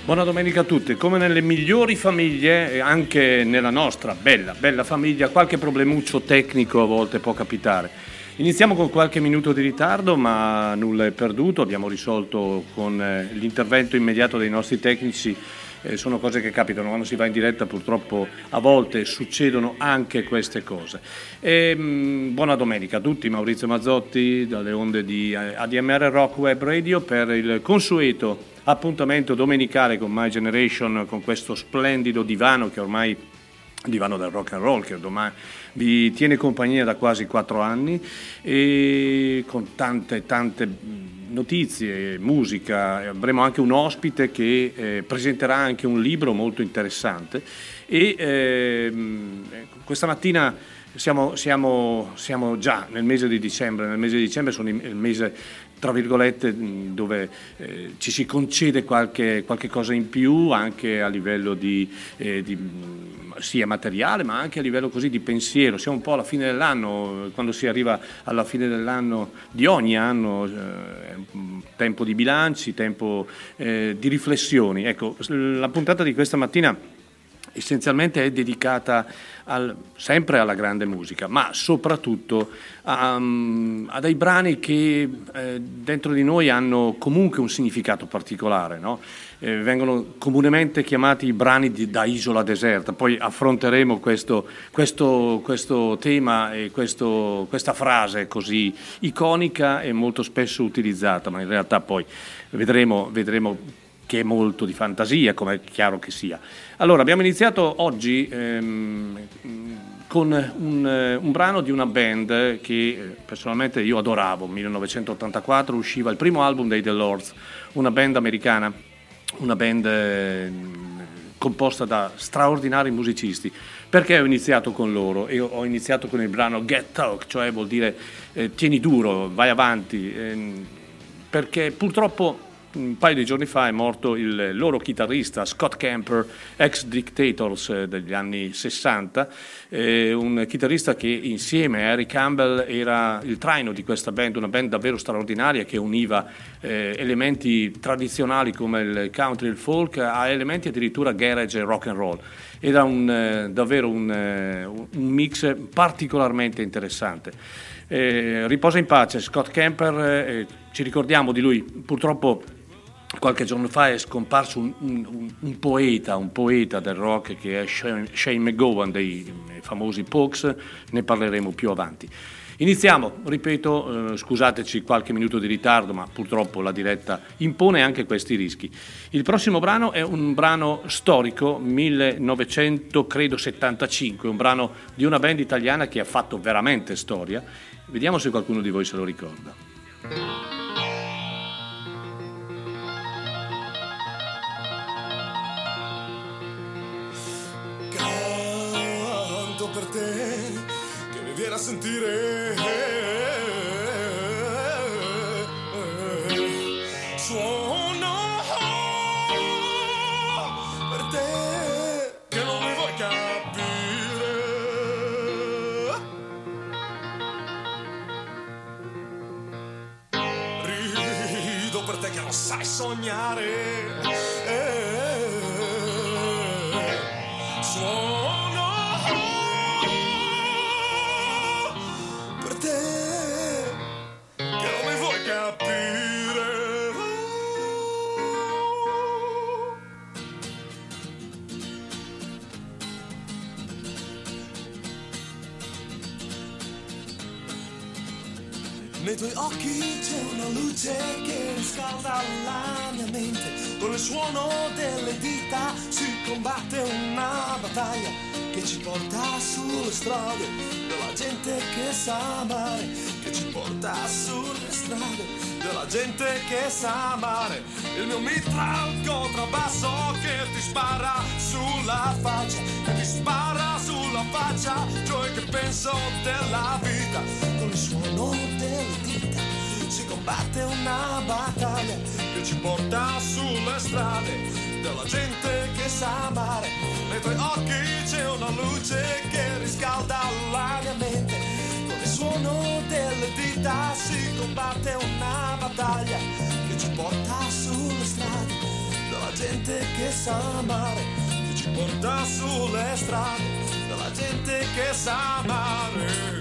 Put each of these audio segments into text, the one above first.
Buona domenica a tutti. Come nelle migliori famiglie, anche nella nostra bella famiglia, qualche problemuccio tecnico a volte può capitare. Iniziamo con qualche minuto di ritardo, ma nulla è perduto. Abbiamo risolto con l'intervento immediato dei nostri tecnici. Sono cose che capitano quando si va in diretta, purtroppo a volte succedono anche queste cose. Buona domenica a tutti, Maurizio Mazzotti dalle onde di ADMR Rock Web Radio per il consueto appuntamento domenicale con My Generation, con questo splendido divano che ormai divano del rock and roll, che ormai vi tiene compagnia da quasi 4 anni, e con tante notizie, musica. Avremo anche un ospite che presenterà anche un libro molto interessante e questa mattina siamo già nel mese di dicembre. Nel mese di dicembre sono il mese, tra virgolette, dove ci si concede qualche cosa in più, anche a livello di sia materiale, ma anche a livello così di pensiero. Siamo un po' alla fine dell'anno, quando si arriva alla fine dell'anno di ogni anno, tempo di bilanci, tempo di riflessioni. Ecco, la puntata di questa mattina essenzialmente è dedicata sempre alla grande musica, ma soprattutto a dei brani che dentro di noi hanno comunque un significato particolare, no? Vengono comunemente chiamati brani da isola deserta. Poi affronteremo questo tema e questa frase così iconica e molto spesso utilizzata, ma in realtà poi vedremo che è molto di fantasia, come è chiaro che sia. Allora, abbiamo iniziato oggi con un brano di una band che personalmente io adoravo. 1984 usciva il primo album dei The Lords, una band americana, una band composta da straordinari musicisti. Perché ho iniziato con loro? Io ho iniziato con il brano Get Talk, cioè vuol dire tieni duro, vai avanti, perché purtroppo un paio di giorni fa è morto il loro chitarrista Scott Kemper, ex Dictators degli anni 60, un chitarrista che insieme a Harry Campbell era il traino di questa band, una band davvero straordinaria che univa elementi tradizionali come il country e il folk a elementi addirittura garage e rock and roll. Era davvero un mix particolarmente interessante. Riposa in pace Scott Kemper, ci ricordiamo di lui. Purtroppo qualche giorno fa è scomparso un poeta del rock, che è Shane McGowan dei famosi Pogues. Ne parleremo più avanti. Iniziamo, ripeto, scusateci qualche minuto di ritardo, ma purtroppo la diretta impone anche questi rischi. Il prossimo brano è un brano storico, 1975, un brano di una band italiana che ha fatto veramente storia. Vediamo se qualcuno di voi se lo ricorda. Canto per te che mi viene a sentire, suono per te che non mi vuoi capire, rido per te che non sai sognare, suono per te che non mi vuoi capire. Nei tuoi occhi c'è una luce che riscalda la mia mente, con il suono delle dita si combatte una battaglia che ci porta sulle strade della gente che sa amare, che ci porta sulle strade della gente che sa amare. Il mio mitra, il contrabbasso che ti spara sulla faccia, che ti spara sulla faccia, cioè che penso della vita, con il suono delle dita si combatte una battaglia che ci porta sulle strade della gente che sa amare. Nei tuoi occhi c'è una luce che riscalda la mia mente, con il suono delle dita si combatte una battaglia che ci porta sulle strade della gente che sa amare, che ci porta sulle strade, dalla gente che sa amare.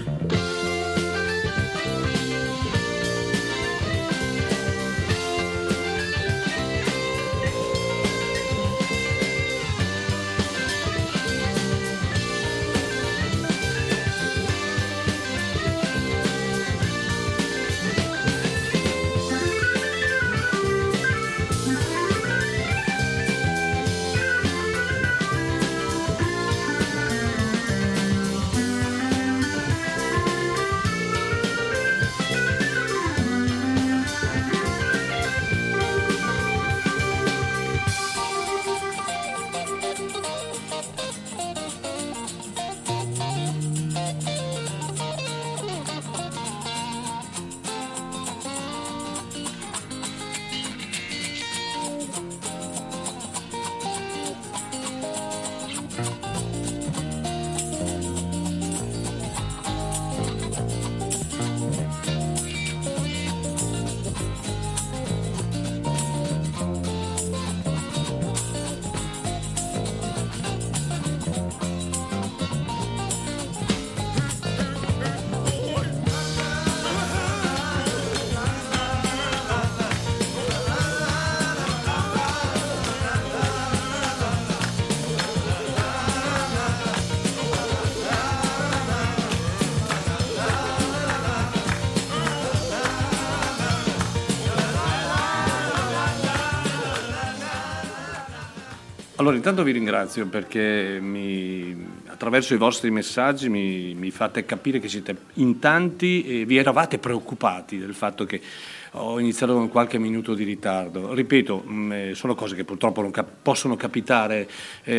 Allora, intanto vi ringrazio perché attraverso i vostri messaggi mi fate capire che siete in tanti e vi eravate preoccupati del fatto che ho iniziato con qualche minuto di ritardo. Ripeto, sono cose che purtroppo non possono capitare.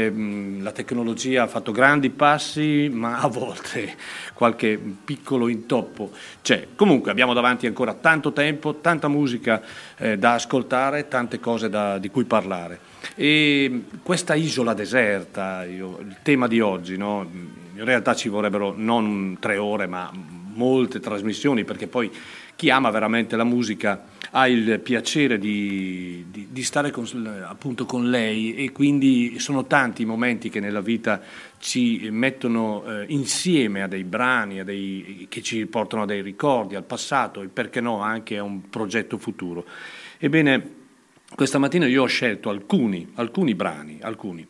La tecnologia ha fatto grandi passi, ma a volte qualche piccolo intoppo c'è. Comunque abbiamo davanti ancora tanto tempo, tanta musica da ascoltare, tante cose di cui parlare. E questa isola deserta, il tema di oggi, no? In realtà ci vorrebbero non 3 ore, ma molte trasmissioni, perché poi chi ama veramente la musica ha il piacere di stare appunto con lei, e quindi sono tanti i momenti che nella vita ci mettono insieme a dei brani, che ci portano a dei ricordi, al passato e perché no anche a un progetto futuro. Ebbene, questa mattina io ho scelto alcuni brani,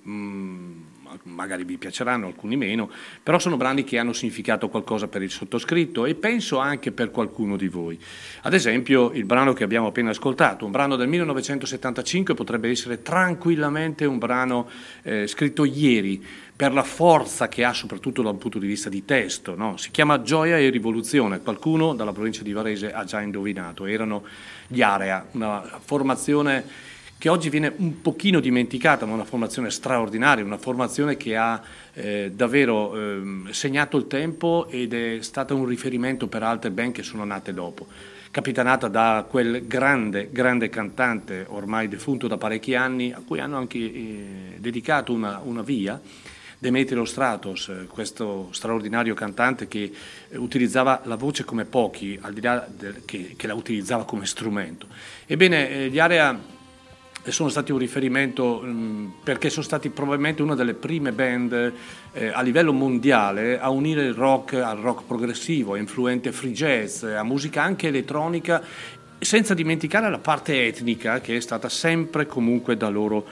magari vi piaceranno, alcuni meno, però sono brani che hanno significato qualcosa per il sottoscritto e penso anche per qualcuno di voi. Ad esempio il brano che abbiamo appena ascoltato, un brano del 1975, potrebbe essere tranquillamente un brano scritto ieri, per la forza che ha soprattutto da un punto di vista di testo, no? Si chiama Gioia e Rivoluzione, qualcuno dalla provincia di Varese ha già indovinato, erano gli Area, una formazione che oggi viene un pochino dimenticata, ma una formazione straordinaria, una formazione che ha davvero segnato il tempo ed è stata un riferimento per altre band che sono nate dopo, capitanata da quel grande cantante ormai defunto da parecchi anni, a cui hanno anche dedicato una via, Demetrio Stratos, questo straordinario cantante che utilizzava la voce come pochi, al di là che la utilizzava come strumento. Ebbene, gli Area sono stati un riferimento perché sono stati probabilmente una delle prime band a livello mondiale a unire il rock al rock progressivo, a influente free jazz, a musica anche elettronica, senza dimenticare la parte etnica che è stata sempre comunque da loro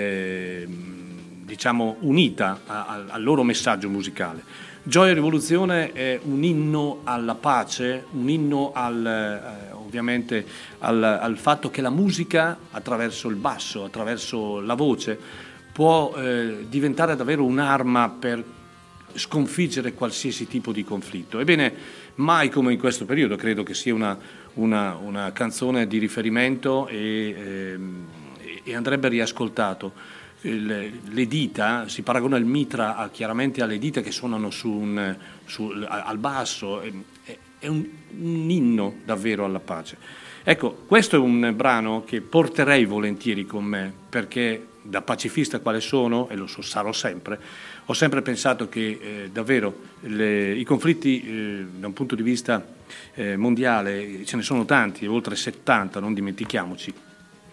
diciamo unita al loro messaggio musicale. Gioia e Rivoluzione è un inno alla pace, un inno ovviamente al fatto che la musica, attraverso il basso, attraverso la voce, può diventare davvero un'arma per sconfiggere qualsiasi tipo di conflitto. Ebbene, mai come in questo periodo credo che sia una canzone di riferimento e andrebbe riascoltato. Le dita, si paragona il mitra chiaramente alle dita che suonano al basso, è un inno davvero alla pace. Ecco, questo è un brano che porterei volentieri con me, perché da pacifista quale sono, e sarò sempre, ho sempre pensato che davvero i conflitti da un punto di vista mondiale ce ne sono tanti, oltre 70, non dimentichiamoci.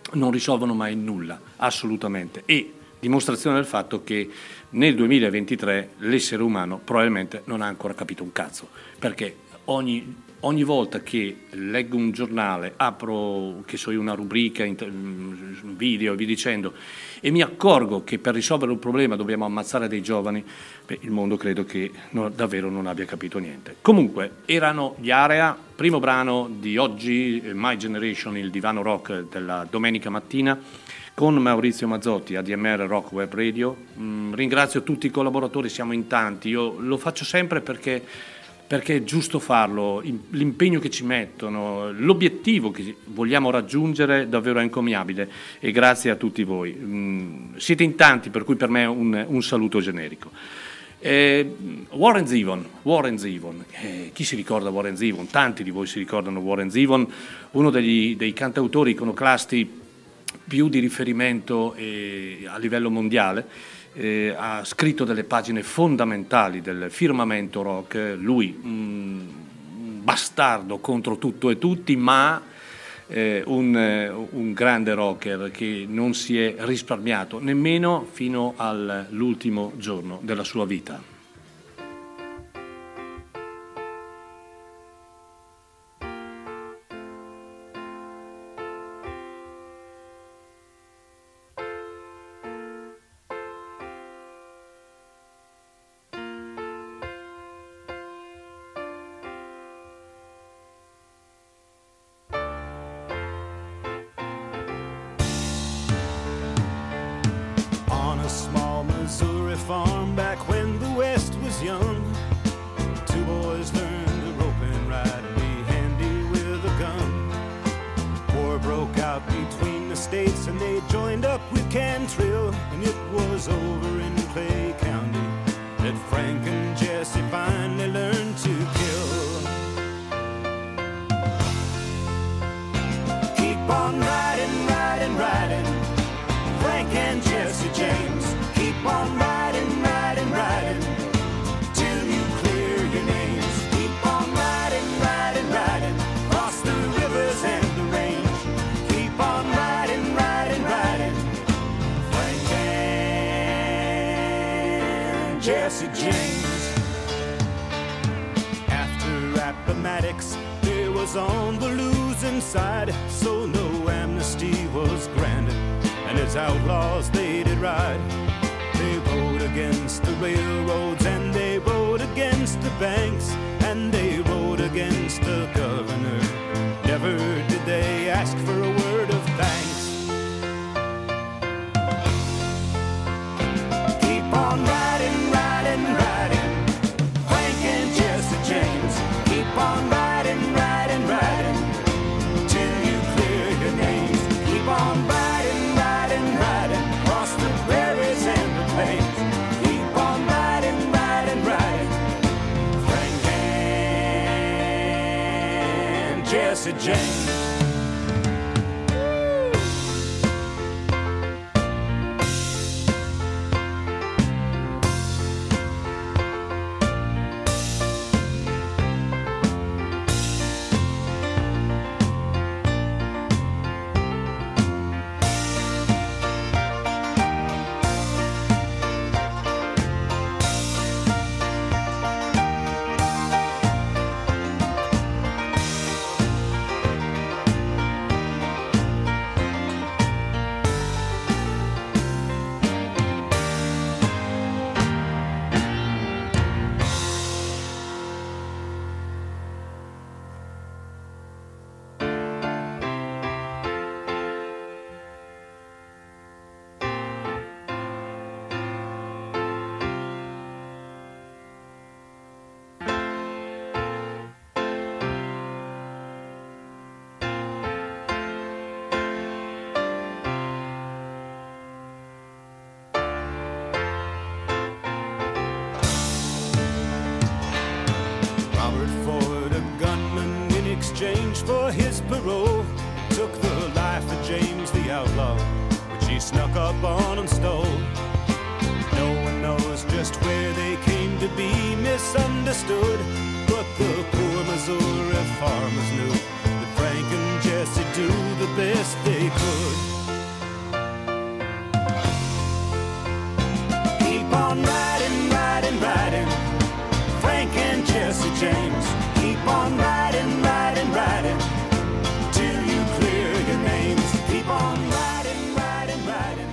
non risolvono mai nulla, assolutamente. E dimostrazione del fatto che nel 2023 l'essere umano probabilmente non ha ancora capito un cazzo, perché ogni volta che leggo un giornale, apro che so io una rubrica, un video e via dicendo, e mi accorgo che per risolvere un problema dobbiamo ammazzare dei giovani, il mondo credo che davvero non abbia capito niente. Comunque erano gli Area, primo brano di oggi, My Generation, il divano rock della domenica mattina, con Maurizio Mazzotti, ADMR Rock Web Radio. Ringrazio tutti i collaboratori, siamo in tanti, io lo faccio sempre perché è giusto farlo, l'impegno che ci mettono, l'obiettivo che vogliamo raggiungere davvero è encomiabile, e grazie a tutti voi. Siete in tanti, per cui per me è un saluto generico. Warren Zevon, chi si ricorda Warren Zevon? Tanti di voi si ricordano Warren Zevon, uno dei cantautori iconoclasti più di riferimento a livello mondiale. Ha scritto delle pagine fondamentali del firmamento rock, lui un bastardo contro tutto e tutti, ma un grande rocker che non si è risparmiato nemmeno fino all'ultimo giorno della sua vita. Jesse James. After Appomattox, they was on the losing side, so no amnesty was granted, and as outlaws they did ride. They rode against the railroads, and they rode against the banks, and they rode against the governor. Never did they ask for a word of thanks. Keep on riding, riding, riding, Frank and Jesse James. Keep on riding, riding, riding, till you clear your names. Keep on riding, riding, riding, across the prairies and the plains. Keep on riding, riding, riding, Frank and Jesse James. For his parole, took the life of James the outlaw, which he snuck up on and stole. No one knows just where they came to be misunderstood, but the poor Missouri farmers knew that Frank and Jesse do the best they could.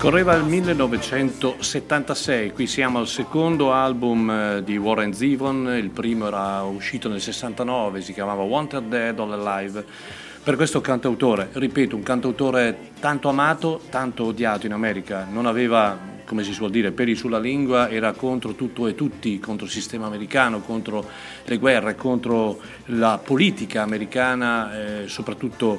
Correva il 1976, qui siamo al secondo album di Warren Zevon, il primo era uscito nel 69, si chiamava Wanted Dead or Alive. Per questo cantautore, ripeto, un cantautore tanto amato, tanto odiato in America, non aveva, come si suol dire, peli sulla lingua, era contro tutto e tutti, contro il sistema americano, contro le guerre, contro la politica americana, soprattutto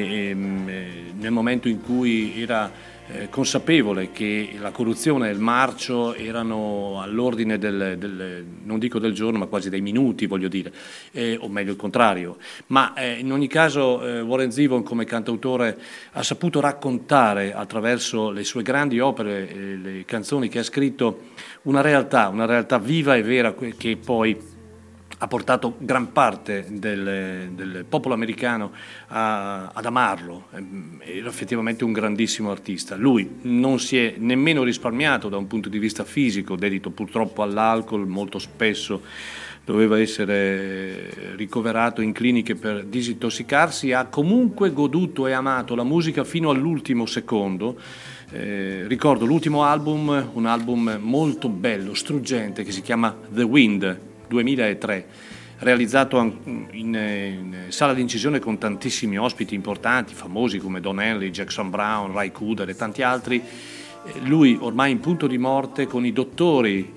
nel momento in cui era consapevole che la corruzione e il marcio erano all'ordine non dico del giorno, ma quasi dei minuti, voglio dire, o meglio il contrario. Ma in ogni caso Warren Zevon come cantautore ha saputo raccontare attraverso le sue grandi opere, le canzoni che ha scritto, una realtà viva e vera che poi ha portato gran parte del popolo americano ad amarlo. Era effettivamente un grandissimo artista. Lui non si è nemmeno risparmiato da un punto di vista fisico, dedito purtroppo all'alcol, molto spesso doveva essere ricoverato in cliniche per disintossicarsi, ha comunque goduto e amato la musica fino all'ultimo secondo. Ricordo l'ultimo album, un album molto bello, struggente, che si chiama The Wind, 2003, realizzato in sala di incisione con tantissimi ospiti importanti, famosi come Don Henley, Jackson Browne, Ry Cooder e tanti altri. Lui ormai in punto di morte, con i dottori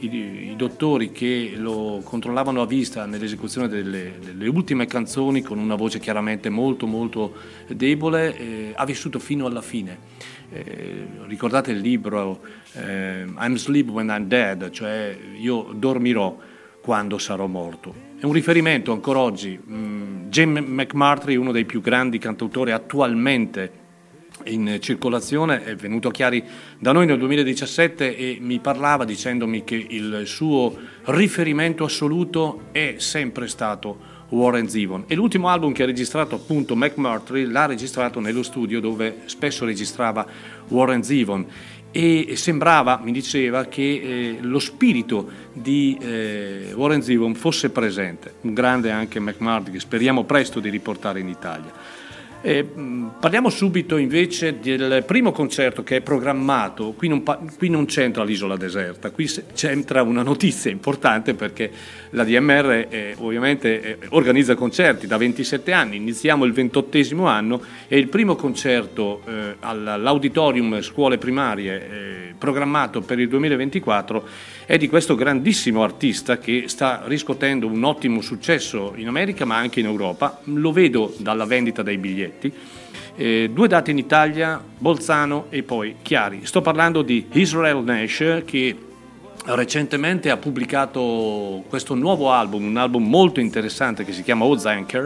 che lo controllavano a vista nell'esecuzione delle ultime canzoni, con una voce chiaramente molto molto debole, ha vissuto fino alla fine. Ricordate il libro I'm Sleep When I'm Dead, cioè io dormirò quando sarò morto. È un riferimento ancora oggi. Jim McMurtry, uno dei più grandi cantautori attualmente in circolazione, è venuto a Chiari da noi nel 2017 e mi parlava dicendomi che il suo riferimento assoluto è sempre stato Warren Zevon. E l'ultimo album che ha registrato appunto McMurtry l'ha registrato nello studio dove spesso registrava Warren Zevon. E sembrava, mi diceva, che lo spirito di Warren Zevon fosse presente, un grande anche McMurtry che speriamo presto di riportare in Italia. Parliamo subito invece del primo concerto che è programmato. Qui non c'entra l'Isola Deserta, qui c'entra una notizia importante perché la DMR ovviamente organizza concerti da 27 anni, iniziamo il 28° anno e il primo concerto all'Auditorium Scuole Primarie programmato per il 2024 è di questo grandissimo artista che sta riscuotendo un ottimo successo in America ma anche in Europa, lo vedo dalla vendita dei biglietti. 2 date in Italia, Bolzano e poi Chiari. Sto parlando di Israel Nash che recentemente ha pubblicato questo nuovo album, un album molto interessante che si chiama Ozanker,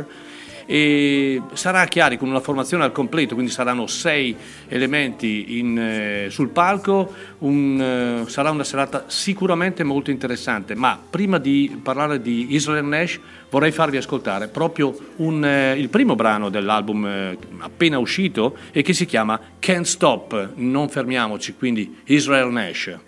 e sarà a Chiari con una formazione al completo, quindi saranno 6 elementi sul palco. Sarà una serata sicuramente molto interessante, ma prima di parlare di Israel Nash vorrei farvi ascoltare proprio il primo brano dell'album appena uscito e che si chiama Can't Stop, non fermiamoci, quindi Israel Nash.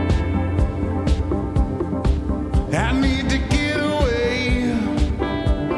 I need to get away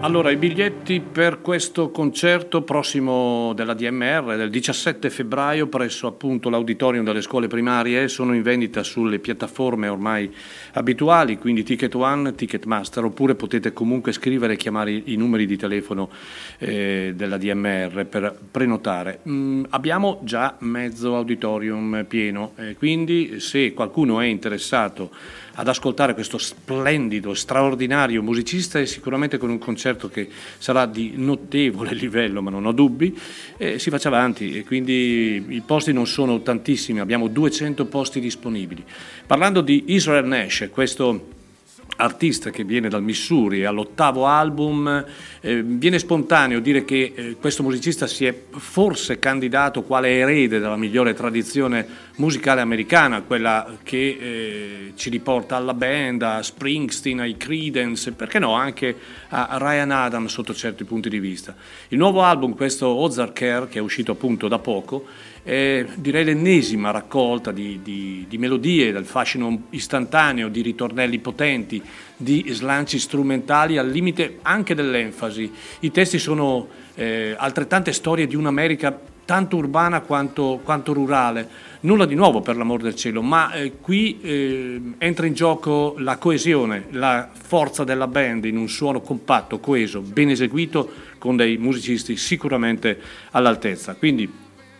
Allora, i biglietti per questo concerto prossimo della DMR del 17 febbraio presso appunto l'auditorium delle scuole primarie sono in vendita sulle piattaforme ormai abituali, quindi Ticket One, Ticketmaster, oppure potete comunque scrivere e chiamare i numeri di telefono della DMR per prenotare. Abbiamo già mezzo auditorium pieno, quindi se qualcuno è interessato ad ascoltare questo splendido, straordinario musicista e sicuramente con un concerto che sarà di notevole livello, ma non ho dubbi, si faccia avanti e quindi i posti non sono tantissimi, abbiamo 200 posti disponibili. Parlando di Israel Nash, questo artista che viene dal Missouri, all'8º album, viene spontaneo dire che questo musicista si è forse candidato quale erede della migliore tradizione musicale americana, quella che ci riporta alla band, a Springsteen, ai Creedence, perché no, anche a Ryan Adams sotto certi punti di vista. Il nuovo album, questo Ozark Care, che è uscito appunto da poco, è direi l'ennesima raccolta di melodie dal fascino istantaneo, di ritornelli potenti, di slanci strumentali al limite anche dell'enfasi. I testi sono altrettante storie di un'America tanto urbana quanto rurale. Nulla di nuovo, per l'amor del cielo, ma qui entra in gioco la coesione, la forza della band in un suono compatto, coeso, ben eseguito, con dei musicisti sicuramente all'altezza. Quindi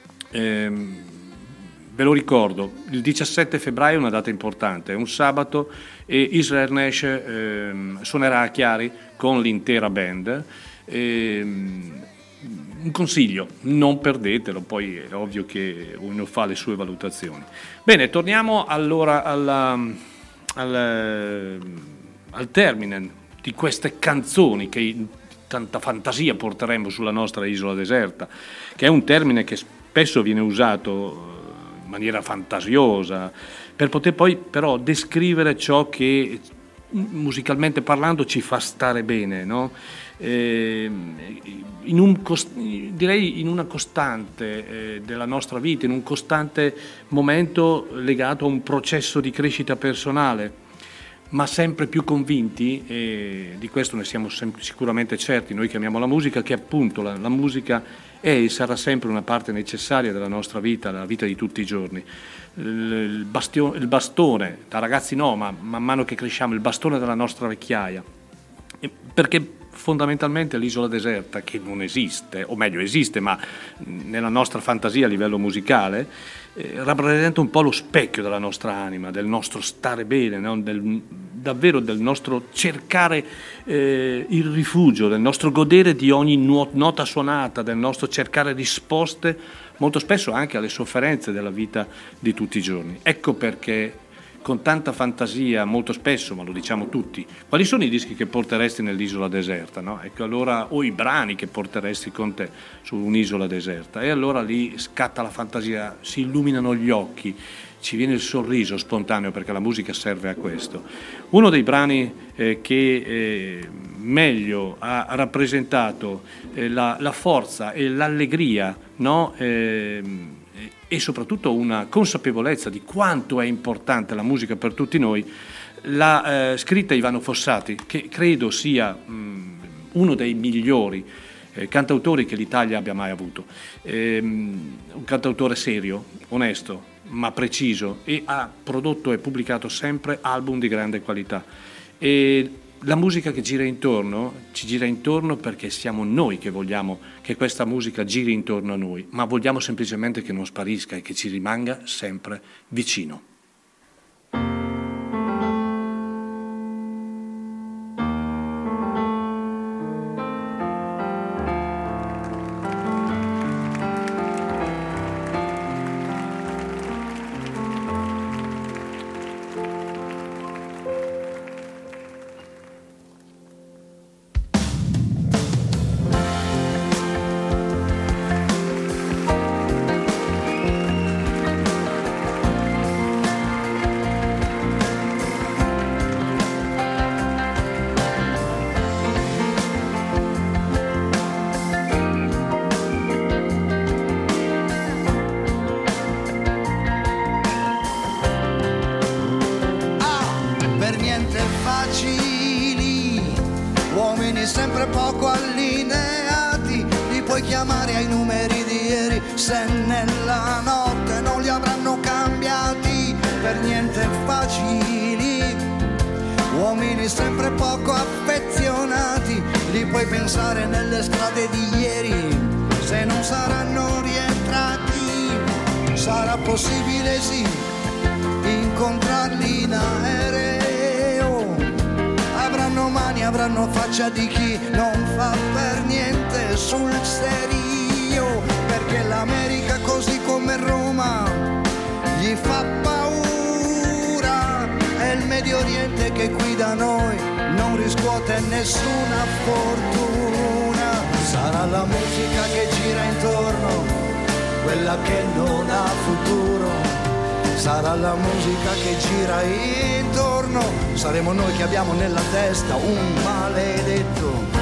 ve lo ricordo, il 17 febbraio è una data importante, è un sabato e Israel Nash suonerà a Chiari con l'intera band. Un consiglio, non perdetelo, poi è ovvio che uno fa le sue valutazioni. Bene, torniamo allora al termine di queste canzoni che tanta fantasia porteremo sulla nostra isola deserta, che è un termine che spesso viene usato in maniera fantasiosa per poter poi però descrivere ciò che musicalmente parlando ci fa stare bene, no? Direi in una costante della nostra vita, in un costante momento legato a un processo di crescita personale, ma sempre più convinti, e di questo ne siamo sicuramente certi noi che amiamo la musica, che appunto la musica è e sarà sempre una parte necessaria della nostra vita, della vita di tutti i giorni. Il bastone, da ragazzi no, ma man mano che cresciamo, il bastone della nostra vecchiaia, perché fondamentalmente l'isola deserta, che non esiste, o meglio esiste, ma nella nostra fantasia a livello musicale, rappresenta un po' lo specchio della nostra anima, del nostro stare bene, no? Davvero del nostro cercare il rifugio, del nostro godere di ogni nota suonata, del nostro cercare risposte molto spesso anche alle sofferenze della vita di tutti i giorni. Ecco perché con tanta fantasia, molto spesso, ma lo diciamo tutti, quali sono i dischi che porteresti nell'isola deserta, no? Ecco, allora, o i brani che porteresti con te su un'isola deserta, e allora lì scatta la fantasia, si illuminano gli occhi, ci viene il sorriso spontaneo, perché la musica serve a questo. Uno dei brani che meglio ha rappresentato la forza e l'allegria, no? E soprattutto una consapevolezza di quanto è importante la musica per tutti noi, l'ha scritta Ivano Fossati, che credo sia uno dei migliori cantautori che l'Italia abbia mai avuto. Un cantautore serio, onesto, ma preciso, e ha prodotto e pubblicato sempre album di grande qualità. E la musica che gira intorno, ci gira intorno perché siamo noi che vogliamo che questa musica giri intorno a noi, ma vogliamo semplicemente che non sparisca e che ci rimanga sempre vicino. uomini sempre poco allineati, li puoi chiamare ai numeri di ieri, se nella notte non li avranno cambiati, per niente facili. Uomini sempre poco affezionati, li puoi pensare nelle strade di ieri, se non saranno rientrati. Sarà possibile sì incontrarli in aereo, avranno mani, avranno faccia di chi non fa per niente sul serio, perché l'America così come Roma gli fa paura, è il Medio Oriente che qui da noi non riscuote nessuna fortuna. Sarà la musica che gira intorno, quella che non ha futuro, sarà la musica che gira intorno, saremo noi che abbiamo nella testa un maledetto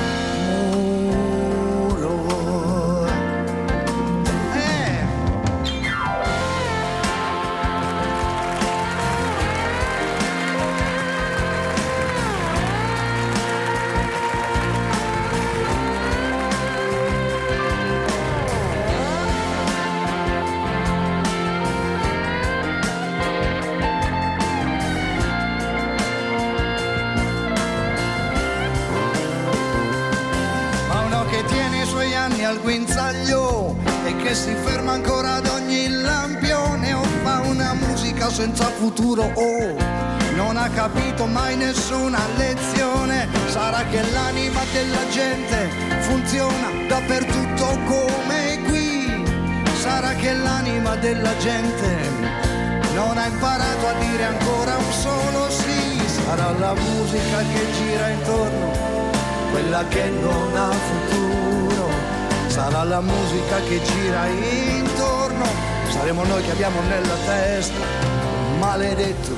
al guinzaglio e che si ferma ancora ad ogni lampione, o fa una musica senza futuro, non ha capito mai nessuna lezione. Sarà che l'anima della gente funziona dappertutto come qui, sarà che l'anima della gente non ha imparato a dire ancora un solo sì. Sarà la musica che gira intorno, quella che non ha futuro, sarà la musica che gira intorno, saremo noi che abbiamo nella testa un maledetto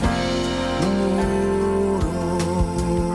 muro.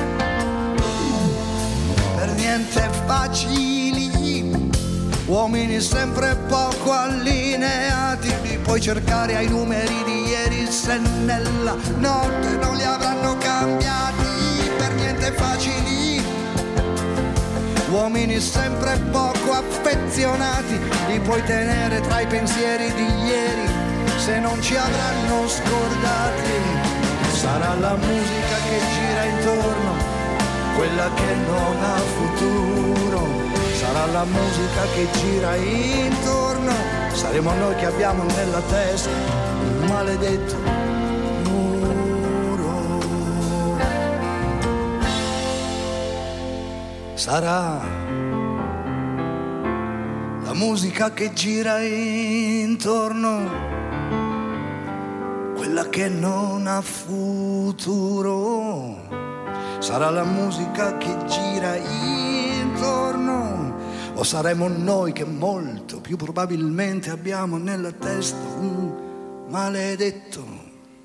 Per niente facili, uomini sempre poco allineati, li puoi cercare ai numeri di ieri, se nella notte non li avranno cambiati. Per niente facili, uomini sempre poco affezionati, li puoi tenere tra i pensieri di ieri, se non ci avranno scordati. Sarà la musica che gira intorno, quella che non ha futuro, sarà la musica che gira intorno, saremo noi che abbiamo nella testa il maledetto muro. Sarà la musica che gira intorno, quella che non ha futuro, sarà la musica che gira intorno, o saremo noi che molto più probabilmente abbiamo nella testa un maledetto.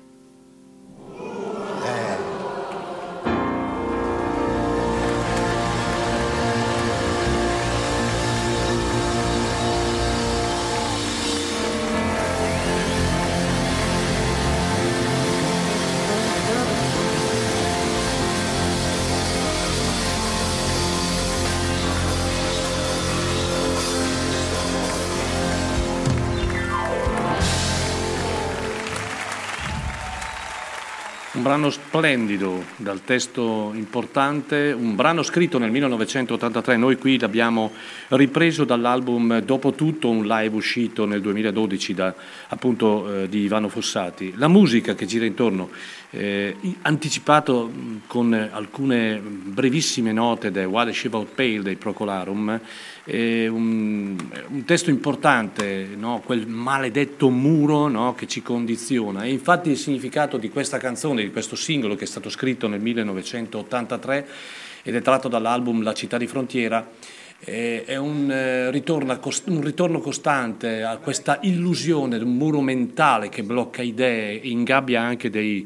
Un brano splendido, dal testo importante, un brano scritto nel 1983, noi qui l'abbiamo ripreso dall'album Dopo tutto, un live uscito nel 2012 appunto di Ivano Fossati. La musica che gira intorno, anticipato con alcune brevissime note da While She About Pale dei Procolarum, un testo importante, no? Quel maledetto muro, no? Che ci condiziona, e infatti il significato di questa canzone, di questo singolo che è stato scritto nel 1983 ed è tratto dall'album La città di frontiera, è un ritorno costante a questa illusione di un muro mentale che blocca idee, ingabbia anche dei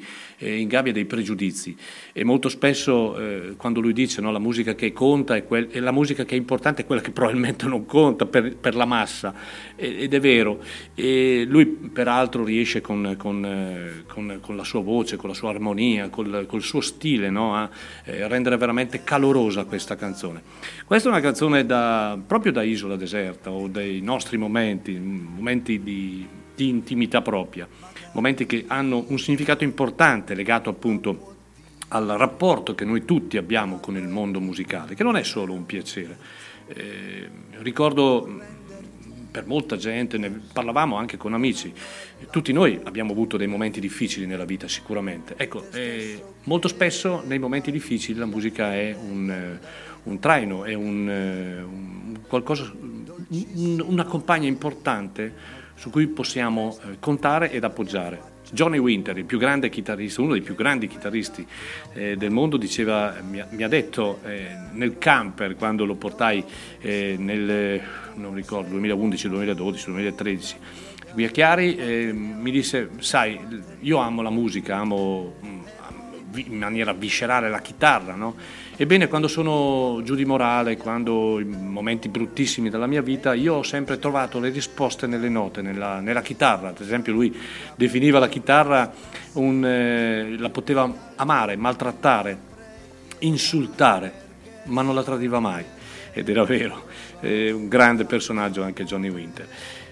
ingabbia dei pregiudizi, e molto spesso quando lui dice, no, la musica che conta è la musica che è importante è quella che probabilmente non conta per la massa, ed è vero, e lui peraltro riesce con la sua voce, con la sua armonia, col suo stile, no, a rendere veramente calorosa questa canzone. Questa è una canzone proprio da isola deserta, o dei nostri momenti di intimità propria, momenti che hanno un significato importante legato appunto al rapporto che noi tutti abbiamo con il mondo musicale, che non è solo un piacere. Ricordo, per molta gente, ne parlavamo anche con amici, tutti noi abbiamo avuto dei momenti difficili nella vita sicuramente. Ecco, molto spesso nei momenti difficili la musica è un traino, è qualcosa, una compagna importante su cui possiamo contare ed appoggiare. Johnny Winter, il più grande chitarrista, uno dei più grandi chitarristi del mondo, mi ha detto nel camper, quando lo portai non ricordo, 2011, 2012, 2013, qui a Chiari, mi disse: sai, io amo la musica, amo in maniera viscerale la chitarra, no? Ebbene, quando sono giù di morale, quando in momenti bruttissimi della mia vita, io ho sempre trovato le risposte nelle note, nella chitarra. Ad esempio, lui definiva la chitarra la poteva amare, maltrattare, insultare, ma non la tradiva mai, ed era vero. Un grande personaggio anche Johnny Winter.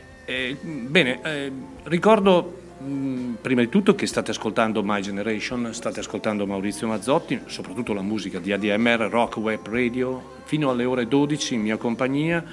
Ricordo prima di tutto che state ascoltando My Generation, state ascoltando Maurizio Mazzotti, soprattutto la musica di ADMR Rock Web Radio, fino alle ore 12 in mia compagnia.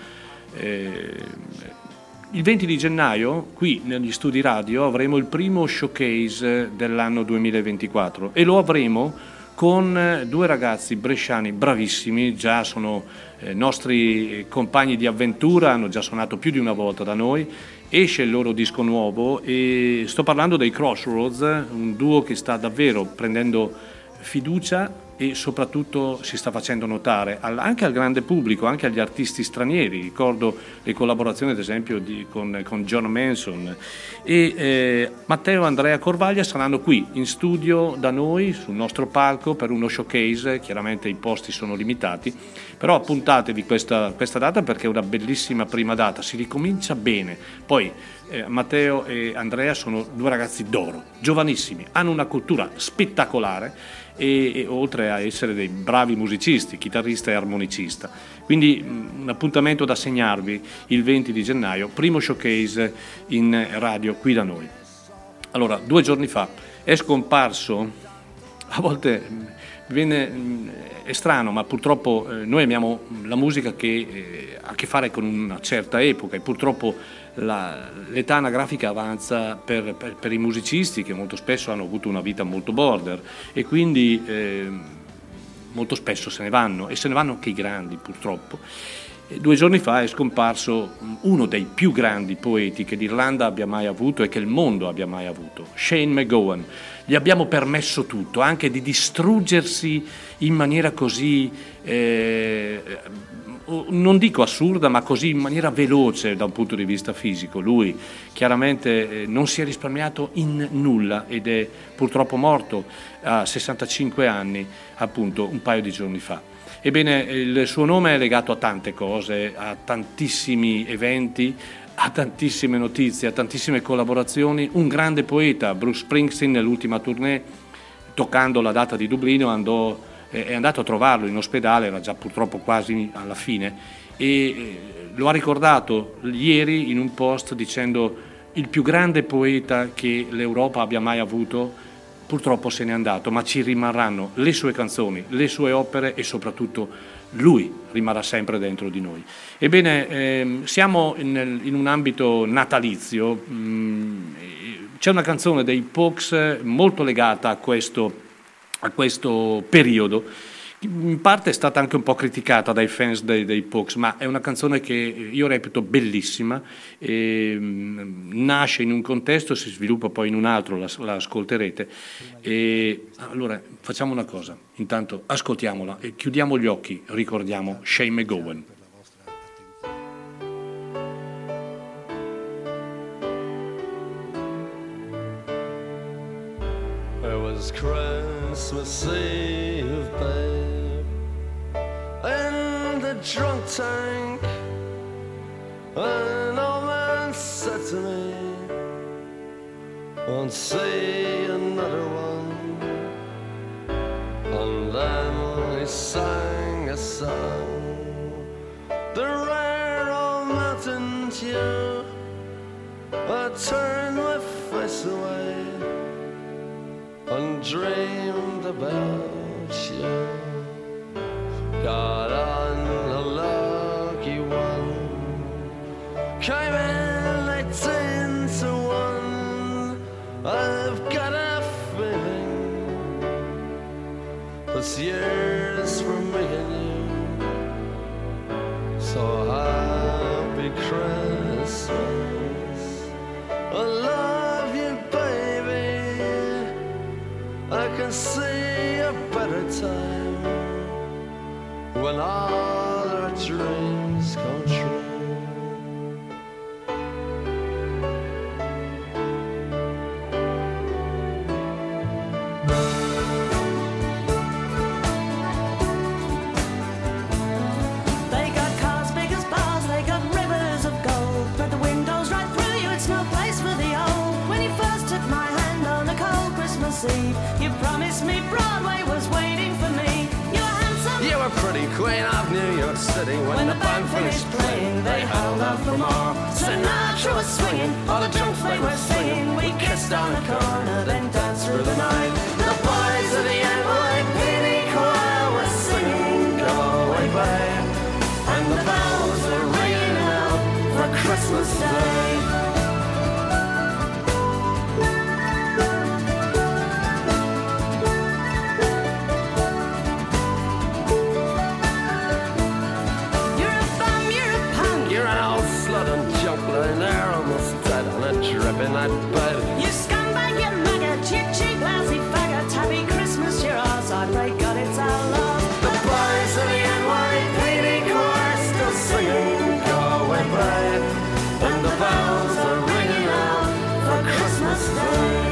Il 20 di gennaio qui negli studi radio avremo il primo showcase dell'anno 2024 e lo avremo con due ragazzi bresciani bravissimi, già sono nostri compagni di avventura, hanno già suonato più di una volta da noi. Esce il loro disco nuovo e sto parlando dei Crossroads, un duo che sta davvero prendendo fiducia e soprattutto si sta facendo notare anche al grande pubblico, anche agli artisti stranieri. Ricordo le collaborazioni ad esempio con John Manson e Matteo e Andrea Corvaglia saranno qui in studio da noi sul nostro palco per uno showcase. Chiaramente i posti sono limitati, però appuntatevi questa data perché è una bellissima prima data, si ricomincia bene. Poi Matteo e Andrea sono due ragazzi d'oro, giovanissimi, hanno una cultura spettacolare e oltre a essere dei bravi musicisti, chitarrista e armonicista. Quindi un appuntamento da segnarvi il 20 di gennaio, primo showcase in radio qui da noi. Allora, 2 giorni fa è scomparso, a volte è strano, ma purtroppo noi amiamo la musica che ha a che fare con una certa epoca e purtroppo l'età anagrafica avanza per i musicisti che molto spesso hanno avuto una vita molto border e quindi molto spesso se ne vanno anche i grandi purtroppo. 2 giorni fa è scomparso uno dei più grandi poeti che l'Irlanda abbia mai avuto e che il mondo abbia mai avuto, Shane MacGowan. Gli abbiamo permesso tutto, anche di distruggersi in maniera così, non dico assurda, ma così in maniera veloce da un punto di vista fisico. Lui chiaramente non si è risparmiato in nulla ed è purtroppo morto a 65 anni, appunto un paio di giorni fa. Ebbene, il suo nome è legato a tante cose, a tantissimi eventi, a tantissime notizie, a tantissime collaborazioni. Un grande poeta, Bruce Springsteen, nell'ultima tournée, toccando la data di Dublino, è andato a trovarlo in ospedale, era già purtroppo quasi alla fine, e lo ha ricordato ieri in un post dicendo: il più grande poeta che l'Europa abbia mai avuto purtroppo se n'è andato, ma ci rimarranno le sue canzoni, le sue opere e soprattutto lui rimarrà sempre dentro di noi. Ebbene, siamo in un ambito natalizio, c'è una canzone dei Pogues molto legata a questo periodo. In parte è stata anche un po' criticata dai fans dei Pogues, ma è una canzone che io reputo bellissima, nasce in un contesto, si sviluppa poi in un altro, la ascolterete. E allora facciamo una cosa, intanto ascoltiamola e chiudiamo gli occhi, ricordiamo Shane MacGowan. There was crazy the drunk tank. An old man said to me, won't see another one. And then he sang a song, the rare old mountain tune. I turned my face away and dreamed about you. Got on a lucky one, came in 18 to 1. I've got a feeling this year's for me and you. So happy Christmas, I love you baby, I can see a better time when all our dreams come true. You promised me Broadway was waiting for me. You were handsome, you were pretty queen of New York City. When the band finished playing, they held out for more. Sinatra was swinging, all the drunks they were singing. We kissed on the corner, then danced through the night. The boys of the NYPD choir were singing Go Away Babe, and the bells were ringing out for Christmas Day. In that bed. You scumbag, you maggot, you cheap, lousy faggot. Happy Christmas, you're ours. I pray God it's our loss. The boys of the NYPD choir still singing Go Away Babe, and the bells are ringing out for Christmas Day.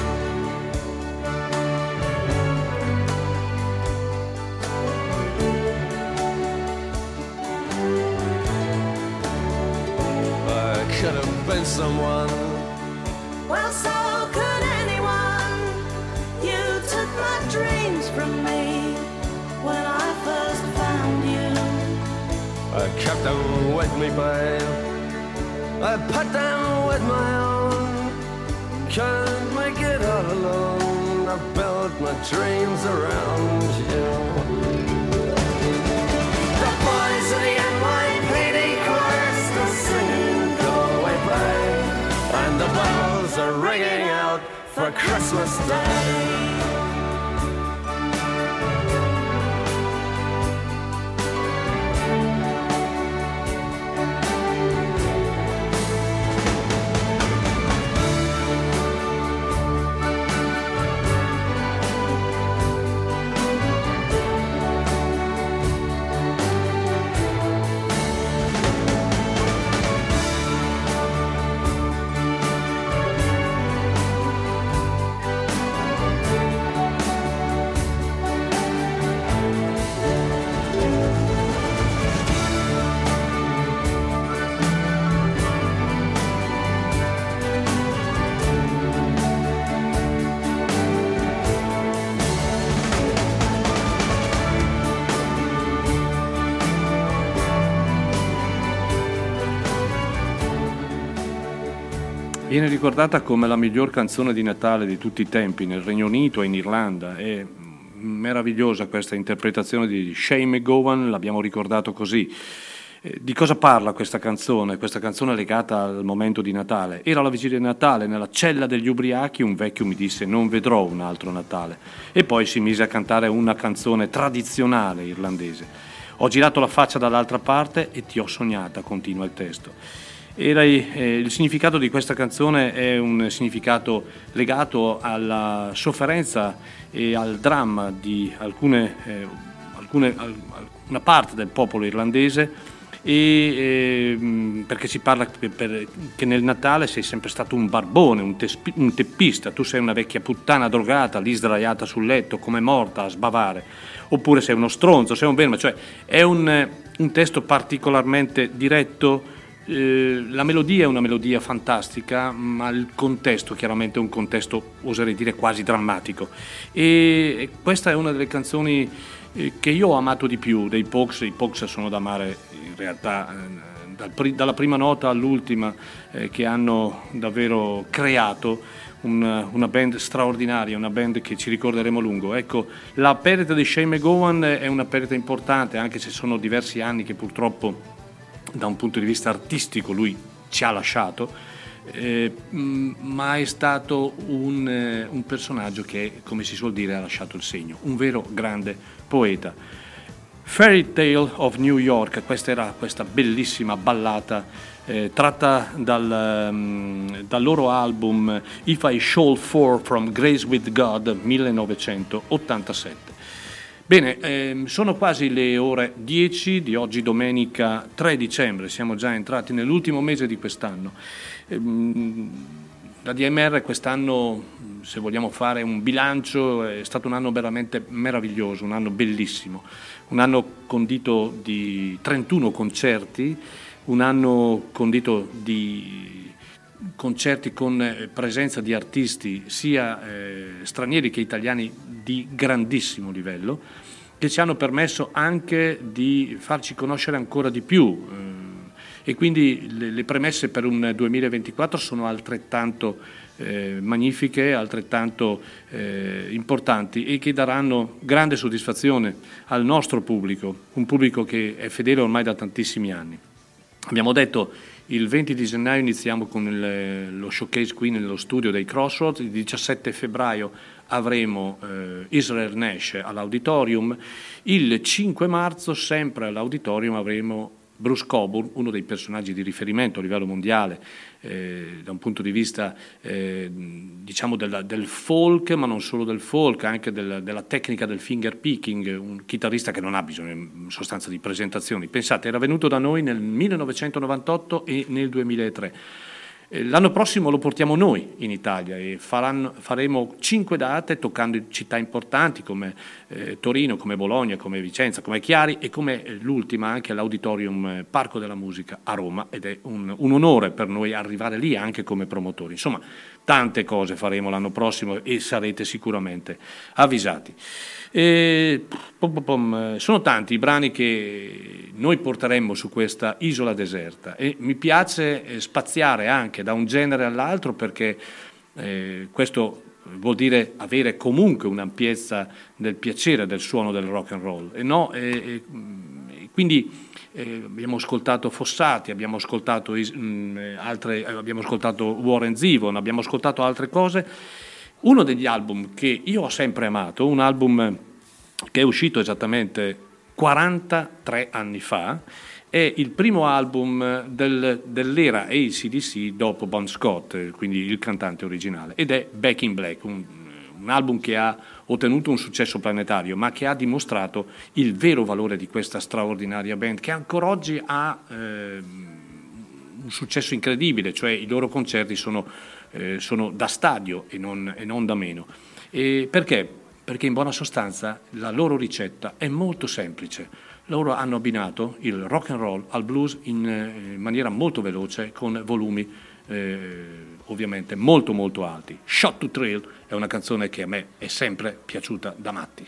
I could have been someone. Well, so could anyone. You took my dreams from me when I first found you. I kept them with me, babe, I put them with my own. Can't make it all alone, I built my dreams around you. The boys of the NYPD choir still singing Go Away Babe, and the bells are ringing out for Christmas Day. Viene ricordata come la miglior canzone di Natale di tutti i tempi nel Regno Unito e in Irlanda. È meravigliosa questa interpretazione di Shane MacGowan, l'abbiamo ricordato così. Di cosa parla questa canzone? Questa canzone è legata al momento di Natale. Era la vigilia di Natale, nella cella degli ubriachi un vecchio mi disse non vedrò un altro Natale. E poi si mise a cantare una canzone tradizionale irlandese. Ho girato la faccia dall'altra parte e ti ho sognata, continua il testo. Il significato di questa canzone è un significato legato alla sofferenza e al dramma di una parte del popolo irlandese, perché si parla che nel Natale sei sempre stato un barbone, un teppista, tu sei una vecchia puttana drogata lì sdraiata sul letto come morta a sbavare, oppure sei uno stronzo, sei un verme, cioè è un testo particolarmente diretto. La melodia è una melodia fantastica, ma il contesto chiaramente è un contesto, oserei dire, quasi drammatico, e questa è una delle canzoni che io ho amato di più dei Pogues. I Pogues sono da amare in realtà dalla prima nota all'ultima, che hanno davvero creato una band straordinaria, una band che ci ricorderemo a lungo. Ecco, la perdita di Shane MacGowan è una perdita importante, anche se sono diversi anni che purtroppo da un punto di vista artistico lui ci ha lasciato, ma è stato un personaggio che, come si suol dire, ha lasciato il segno, un vero grande poeta. Fairy Tale of New York, questa era questa bellissima ballata tratta dal loro album If I Shall Fall from Grace with God 1987. Bene, sono quasi le ore 10 di oggi, domenica 3 dicembre, siamo già entrati nell'ultimo mese di quest'anno. La DMR quest'anno, se vogliamo fare un bilancio, è stato un anno veramente meraviglioso, un anno bellissimo, un anno condito di 31 concerti, un anno condito di concerti con presenza di artisti sia stranieri che italiani di grandissimo livello, che ci hanno permesso anche di farci conoscere ancora di più, e quindi le premesse per un 2024 sono altrettanto magnifiche, altrettanto importanti, e che daranno grande soddisfazione al nostro pubblico, un pubblico che è fedele ormai da tantissimi anni. Abbiamo detto il 20 di gennaio iniziamo con lo showcase qui nello studio dei Crossroads, il 17 febbraio avremo Israel Nash all'Auditorium, il 5 marzo sempre all'Auditorium avremo Bruce Cockburn, uno dei personaggi di riferimento a livello mondiale da un punto di vista diciamo del folk, ma non solo del folk, anche della tecnica del finger picking, un chitarrista che non ha bisogno in sostanza di presentazioni. Pensate, era venuto da noi nel 1998 e nel 2003. L'anno prossimo lo portiamo noi in Italia e faremo 5 date toccando città importanti come Torino, come Bologna, come Vicenza, come Chiari, e come l'ultima anche all'Auditorium Parco della Musica a Roma, ed è un onore per noi arrivare lì anche come promotori. Insomma, tante cose faremo l'anno prossimo e sarete sicuramente avvisati. Sono tanti i brani che noi porteremmo su questa isola deserta, e mi piace spaziare anche da un genere all'altro, perché questo vuol dire avere comunque un'ampiezza del piacere del suono del rock and roll, quindi abbiamo ascoltato Fossati, abbiamo ascoltato abbiamo ascoltato Warren Zevon, abbiamo ascoltato altre cose. Uno degli album che io ho sempre amato, un album che è uscito esattamente 43 anni fa, è il primo album dell'era AC/DC dopo Bon Scott, quindi il cantante originale, ed è Back in Black, un album che ha ottenuto un successo planetario, ma che ha dimostrato il vero valore di questa straordinaria band, che ancora oggi ha un successo incredibile, cioè i loro concerti sono da stadio e non da meno. E perché? Perché in buona sostanza la loro ricetta è molto semplice. Loro hanno abbinato il rock and roll al blues in maniera molto veloce, con volumi ovviamente molto molto alti. Shot to Thrill è una canzone che a me è sempre piaciuta da matti.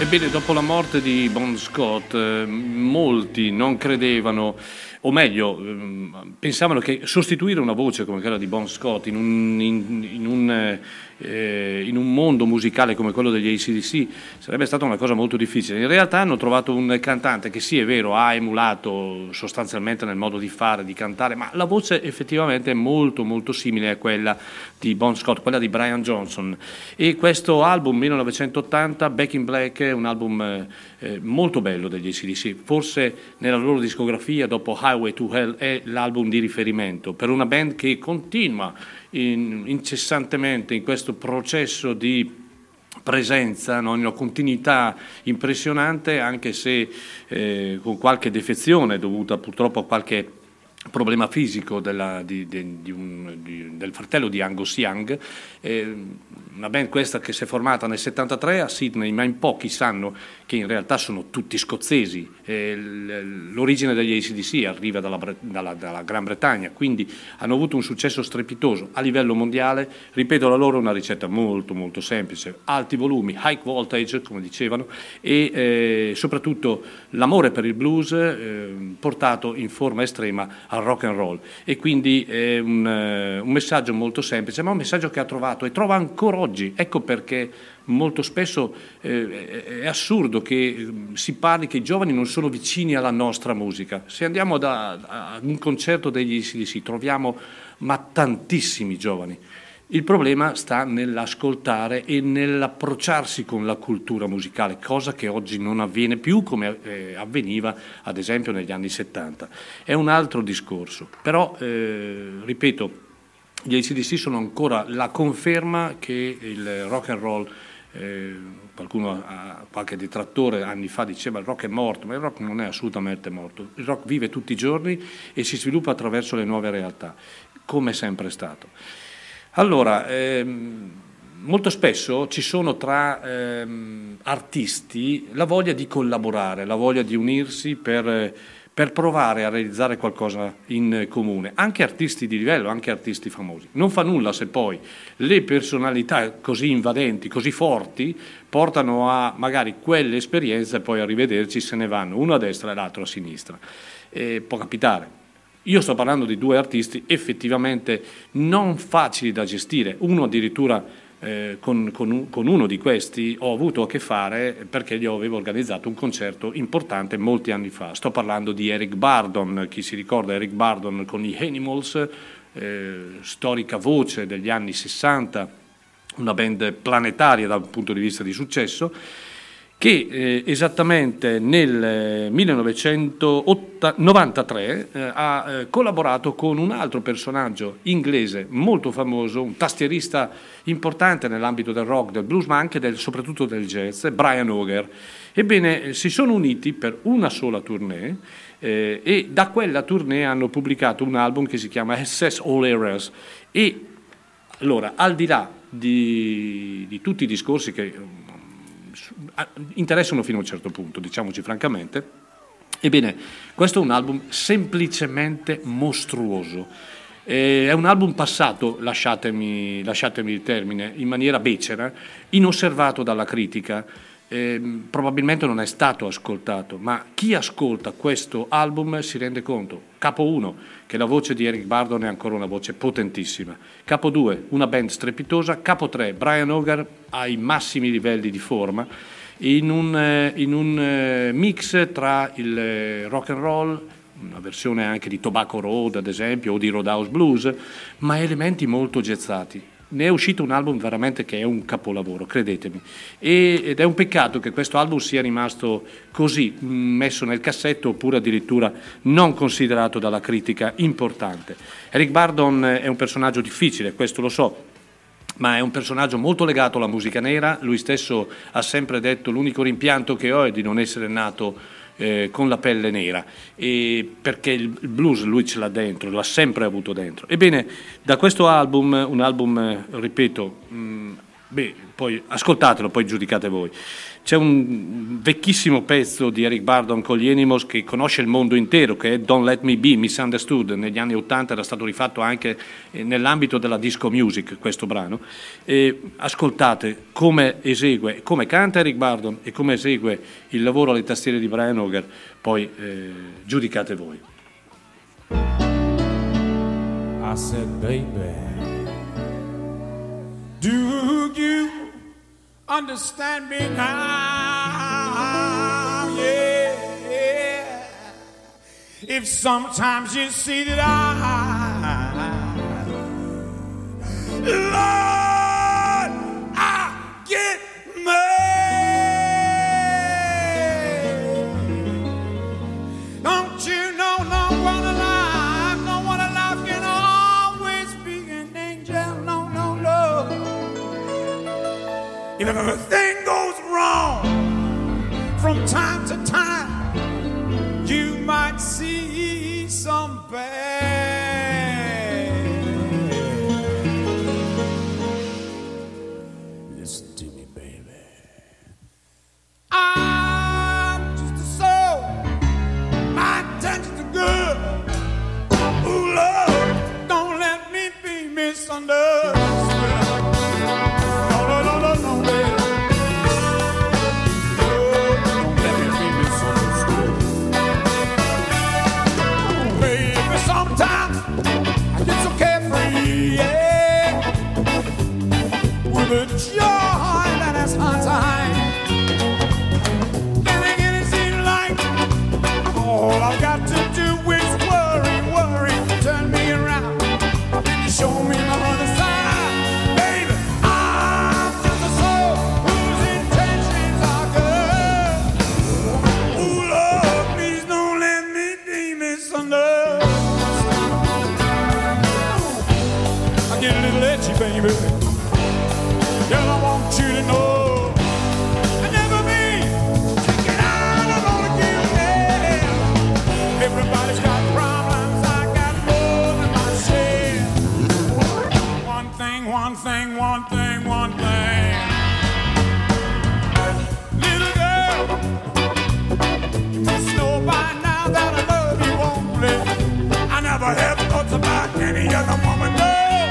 Ebbene, dopo la morte di Bon Scott, molti non credevano, o meglio, pensavano che sostituire una voce come quella di Bon Scott in un mondo musicale come quello degli AC/DC sarebbe stata una cosa molto difficile. In realtà hanno trovato un cantante che sì, è vero, ha emulato sostanzialmente nel modo di fare, di cantare, ma la voce effettivamente è molto molto simile a quella di Bon Scott, quella di Brian Johnson. E questo album 1980, Back in Black, è un album molto bello degli AC/DC, forse nella loro discografia dopo Highway to Hell è l'album di riferimento per una band che continua incessantemente in questo processo di presenza, no? In una continuità impressionante, anche se con qualche defezione dovuta purtroppo a qualche problema fisico del fratello di Angus Young, una band questa che si è formata nel 73 a Sydney, ma in pochi sanno che in realtà sono tutti scozzesi. L'origine degli AC/DC arriva dalla Gran Bretagna, quindi hanno avuto un successo strepitoso a livello mondiale. Ripeto, la loro è una ricetta molto molto semplice: alti volumi, high voltage come dicevano, e soprattutto l'amore per il blues portato in forma estrema al rock and roll. E quindi è un messaggio molto semplice, ma un messaggio che ha trovato e trova ancora oggi. Ecco perché molto spesso è assurdo che si parli che i giovani non sono vicini alla nostra musica. Se andiamo a un concerto degli AC/DC troviamo tantissimi giovani. Il problema sta nell'ascoltare e nell'approcciarsi con la cultura musicale, cosa che oggi non avviene più come avveniva ad esempio negli anni 70. È un altro discorso, però ripeto, gli AC/DC sono ancora la conferma che il rock and roll, qualche detrattore anni fa diceva il rock è morto, ma il rock non è assolutamente morto. Il rock vive tutti i giorni e si sviluppa attraverso le nuove realtà, come è sempre stato. Allora, molto spesso ci sono tra artisti la voglia di collaborare, la voglia di unirsi per provare a realizzare qualcosa in comune, anche artisti di livello, anche artisti famosi. Non fa nulla se poi le personalità così invadenti, così forti, portano a magari quelle esperienze e poi a rivederci se ne vanno, uno a destra e l'altro a sinistra. Può capitare. Io sto parlando di due artisti effettivamente non facili da gestire, uno addirittura con uno di questi ho avuto a che fare perché gli avevo organizzato un concerto importante molti anni fa. Sto parlando di Eric Burdon. Chi si ricorda Eric Burdon con i Animals, storica voce degli anni 60, una band planetaria dal punto di vista di successo, che esattamente nel 1993 ha collaborato con un altro personaggio inglese molto famoso, un tastierista importante nell'ambito del rock, del blues, ma anche soprattutto del jazz, Brian Auger. Ebbene, si sono uniti per una sola tournée e da quella tournée hanno pubblicato un album che si chiama Assess All Eras. E allora, al di là di tutti i discorsi che interessano fino a un certo punto, diciamoci francamente, ebbene, questo è un album semplicemente mostruoso. È un album passato, lasciatemi il termine, in maniera becera, inosservato dalla critica. Probabilmente non è stato ascoltato, ma chi ascolta questo album si rende conto, capo 1, che la voce di Eric Burdon è ancora una voce potentissima, capo 2, una band strepitosa, capo 3, Brian Auger ai massimi livelli di forma, in un mix tra il rock and roll, una versione anche di Tobacco Road ad esempio, o di Roadhouse Blues, ma elementi molto jazzati. Ne è uscito un album veramente che è un capolavoro, credetemi, ed è un peccato che questo album sia rimasto così, messo nel cassetto, oppure addirittura non considerato dalla critica importante. Eric Burdon è un personaggio difficile, questo lo so, ma è un personaggio molto legato alla musica nera. Lui stesso ha sempre detto: l'unico rimpianto che ho è di non essere nato con la pelle nera, perché il blues lui ce l'ha dentro, lo ha sempre avuto dentro. Ebbene, da questo album, un album, ripeto, poi ascoltatelo, poi giudicate voi. C'è un vecchissimo pezzo di Eric Burdon con gli Animals che conosce il mondo intero, che è Don't Let Me Be, Misunderstood. Negli anni '80 era stato rifatto anche nell'ambito della disco music questo brano. Ascoltate come esegue, come canta Eric Burdon e come esegue il lavoro alle tastiere di Brian Auger, poi giudicate voi. I said, baby, do you understand me now? Yeah. If sometimes you see that Lord, I get mad. Don't you know no one alive can always be an angel? No, no, no. If everything goes wrong from time to time, you might see some bad. Listen to me, baby. I'm just a soul. My intentions are good. Ooh, Lord, don't let me be misunderstood. Sometimes I get so carefree, yeah, with a joy that is hard to hide. Then again it seems like all I've got to do is worry, turn me around and show me the other side. Baby, I'm just a soul whose intentions are good. Ooh, Lord, please don't let me be misunderstood. Get a little itchy, baby. Girl, I want you to know I never been checking out. I'm gonna give hell. Everybody's got problems. I got more than my share. One thing. Little girl, you must know by now that I love you only. I never have thoughts about any other woman, no.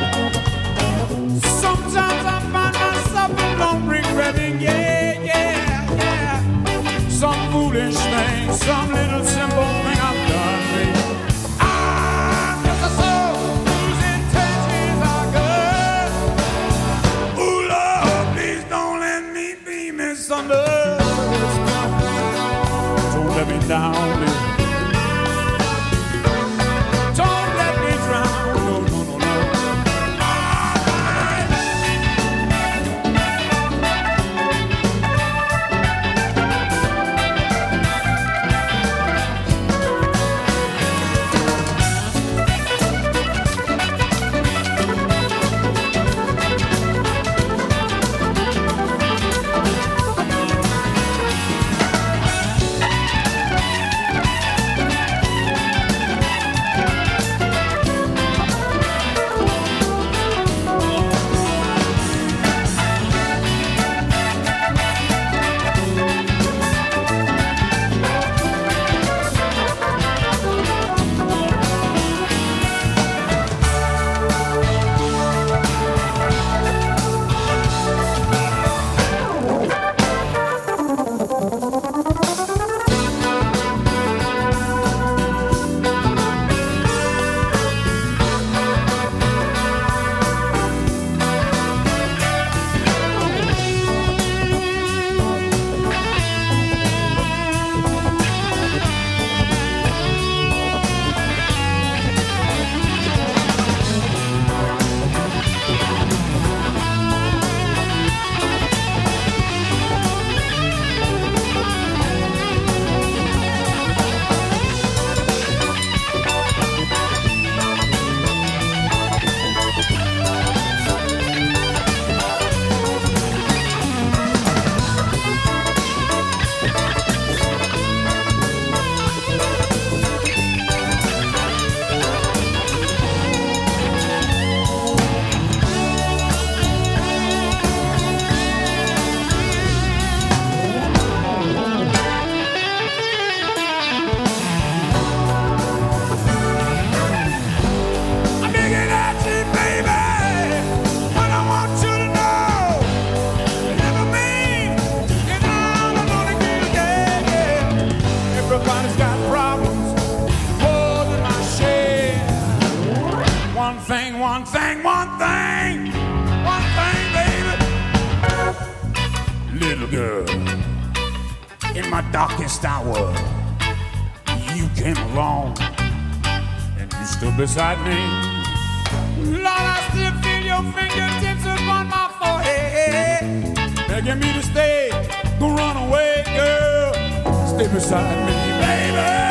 Sometimes I find myself alone regretting, yeah, some foolish thing, some little simple thing I've done, baby. I'm just a soul whose intentions are good. Ooh, Lord, please don't let me be misunderstood. Don't let me down, baby. Don't let me drown, no. thing, one thing, one thing, one thing, baby. Little girl, in my darkest hour, you came along and you stood beside me. Lord, I still feel your fingertips upon my forehead, begging me to stay, don't run away, girl. Stay beside me, baby.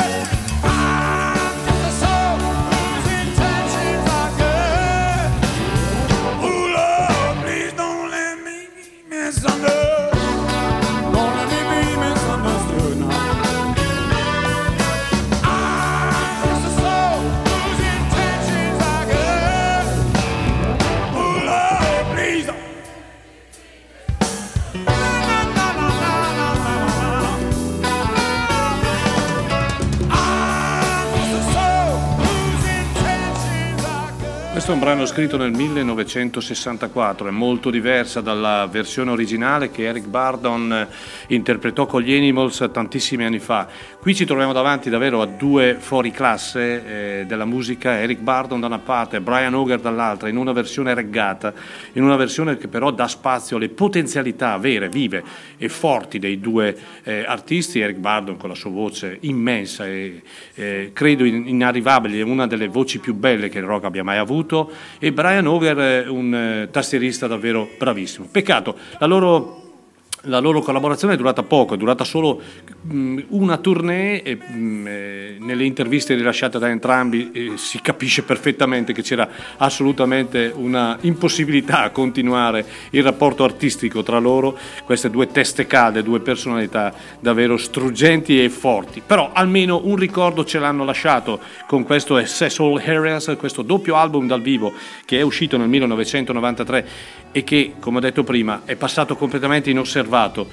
Questo è un brano scritto nel 1964, è molto diversa dalla versione originale che Eric Burdon interpretò con gli Animals tantissimi anni fa. Qui ci troviamo davanti davvero a due fuoriclasse della musica, Eric Burdon da una parte e Brian Auger dall'altra, in una versione reggata, in una versione che però dà spazio alle potenzialità vere, vive e forti dei due artisti. Eric Burdon con la sua voce immensa e credo inarrivabile, una delle voci più belle che il rock abbia mai avuto, e Brian Auger un tastierista davvero bravissimo. Peccato, la loro collaborazione è durata poco, è durata solo una tournée e nelle interviste rilasciate da entrambi si capisce perfettamente che c'era assolutamente una impossibilità a continuare il rapporto artistico tra loro, queste due teste calde, due personalità davvero struggenti e forti. Però almeno un ricordo ce l'hanno lasciato con questo Cecil Harris, questo doppio album dal vivo che è uscito nel 1993 e che, come ho detto prima, è passato completamente inosservato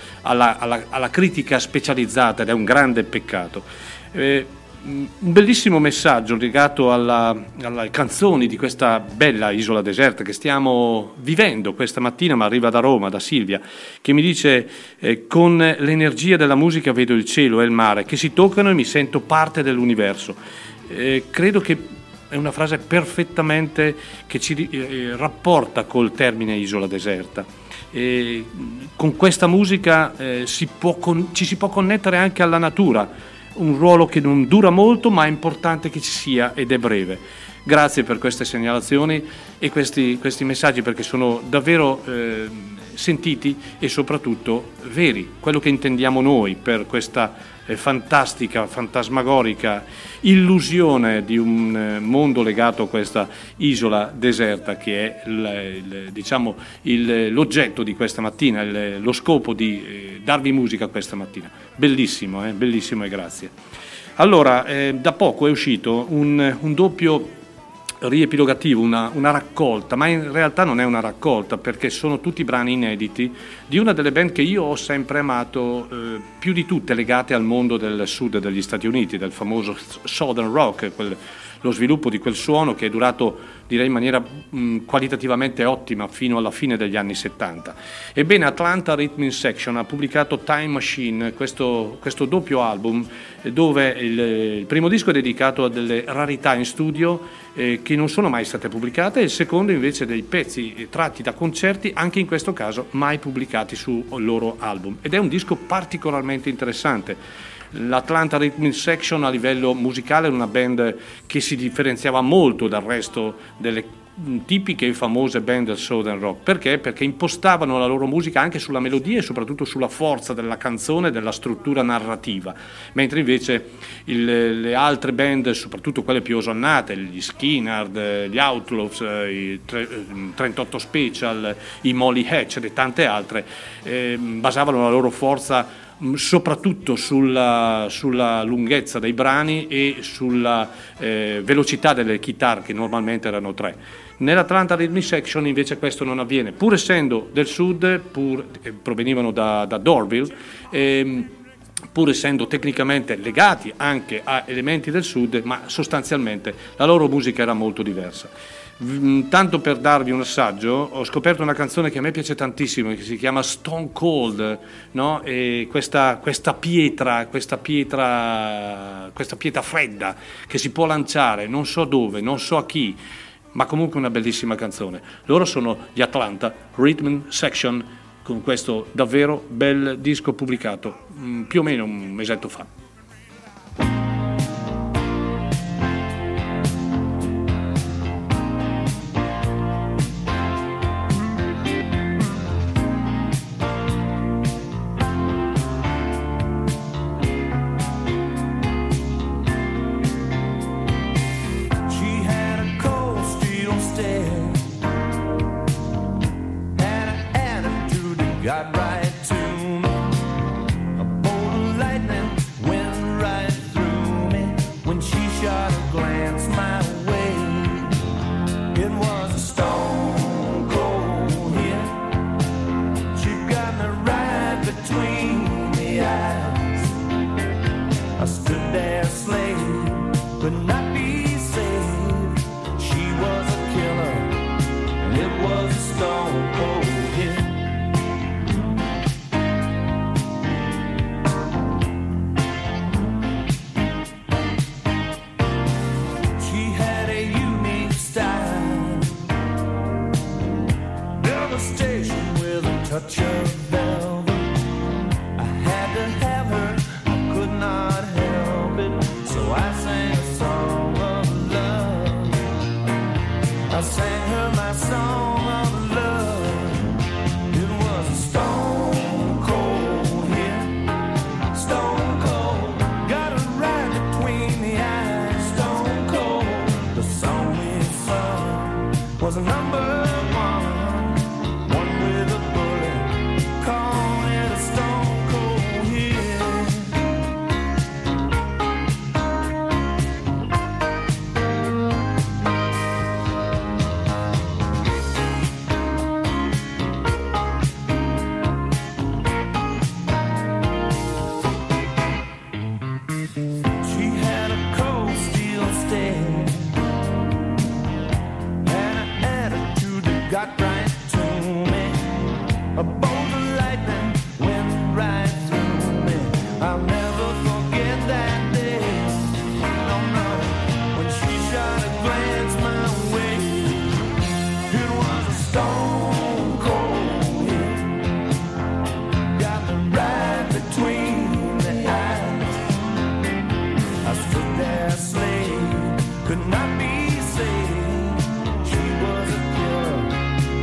alla critica specializzata ed è un grande peccato. Un bellissimo messaggio legato alle canzoni di questa bella isola deserta che stiamo vivendo questa mattina, ma arriva da Roma, da Silvia, che mi dice con l'energia della musica vedo il cielo e il mare che si toccano e mi sento parte dell'universo. Credo che è una frase perfettamente che ci rapporta col termine isola deserta. E con questa musica ci si può connettere anche alla natura, un ruolo che non dura molto ma è importante che ci sia ed è breve. Grazie per queste segnalazioni e questi messaggi, perché sono davvero sentiti e soprattutto veri, quello che intendiamo noi per questa fantastica, fantasmagorica illusione di un mondo legato a questa isola deserta che è l'oggetto di questa mattina, lo scopo di darvi musica questa mattina. Bellissimo, bellissimo e grazie. Allora, da poco è uscito un doppio riepilogativo, una raccolta, ma in realtà non è una raccolta perché sono tutti brani inediti di una delle band che io ho sempre amato più di tutte, legate al mondo del sud degli Stati Uniti, del famoso Southern Rock, lo sviluppo di quel suono che è durato, direi in maniera qualitativamente ottima fino alla fine degli anni 70. Ebbene, Atlanta Rhythm Section ha pubblicato Time Machine, questo doppio album dove il primo disco è dedicato a delle rarità in studio che non sono mai state pubblicate, e il secondo invece dei pezzi tratti da concerti, anche in questo caso mai pubblicati sul loro album, ed è un disco particolarmente interessante. L'Atlanta Rhythm Section a livello musicale è una band che si differenziava molto dal resto delle tipiche e famose band del Southern Rock. Perché? Perché impostavano la loro musica anche sulla melodia e soprattutto sulla forza della canzone e della struttura narrativa, mentre invece le altre band, soprattutto quelle più osannate, gli Skynyrd, gli Outlaws, i 38 Special, i Molly Hatch e tante altre, basavano la loro forza soprattutto sulla lunghezza dei brani e sulla velocità delle chitarre, che normalmente erano 3. Nell'Atlanta Rhythm Section invece questo non avviene, pur essendo del sud, provenivano da Dorville, pur essendo tecnicamente legati anche a elementi del sud, ma sostanzialmente la loro musica era molto diversa. Tanto per darvi un assaggio, ho scoperto una canzone che a me piace tantissimo, che si chiama Stone Cold, no? E questa pietra fredda che si può lanciare, non so dove, non so a chi, ma comunque una bellissima canzone. Loro sono gli Atlanta Rhythm Section, con questo davvero bel disco pubblicato più o meno un mesetto fa. Got right to me. A bolt of lightning went right through me when she shot a glance my way. It was a stone cold hit. She got me right between the eyes. I stood there slave, but not be saved. She was a killer, and it was a stone cold hit. Touch of velvet, I had to have her, I could not help it, so I sang a song of love. I sang her my song of love. It was a stone cold hit, stone cold, got her right between the eyes, stone cold. The song we sung was a number one. Got right to me. A bolt of lightning went right through me. I'll never forget that day. No, no, when she shot a glance my way. It was a stone cold hit. Got me right between the eyes. I stood there slave, could not be saved. She was a killer.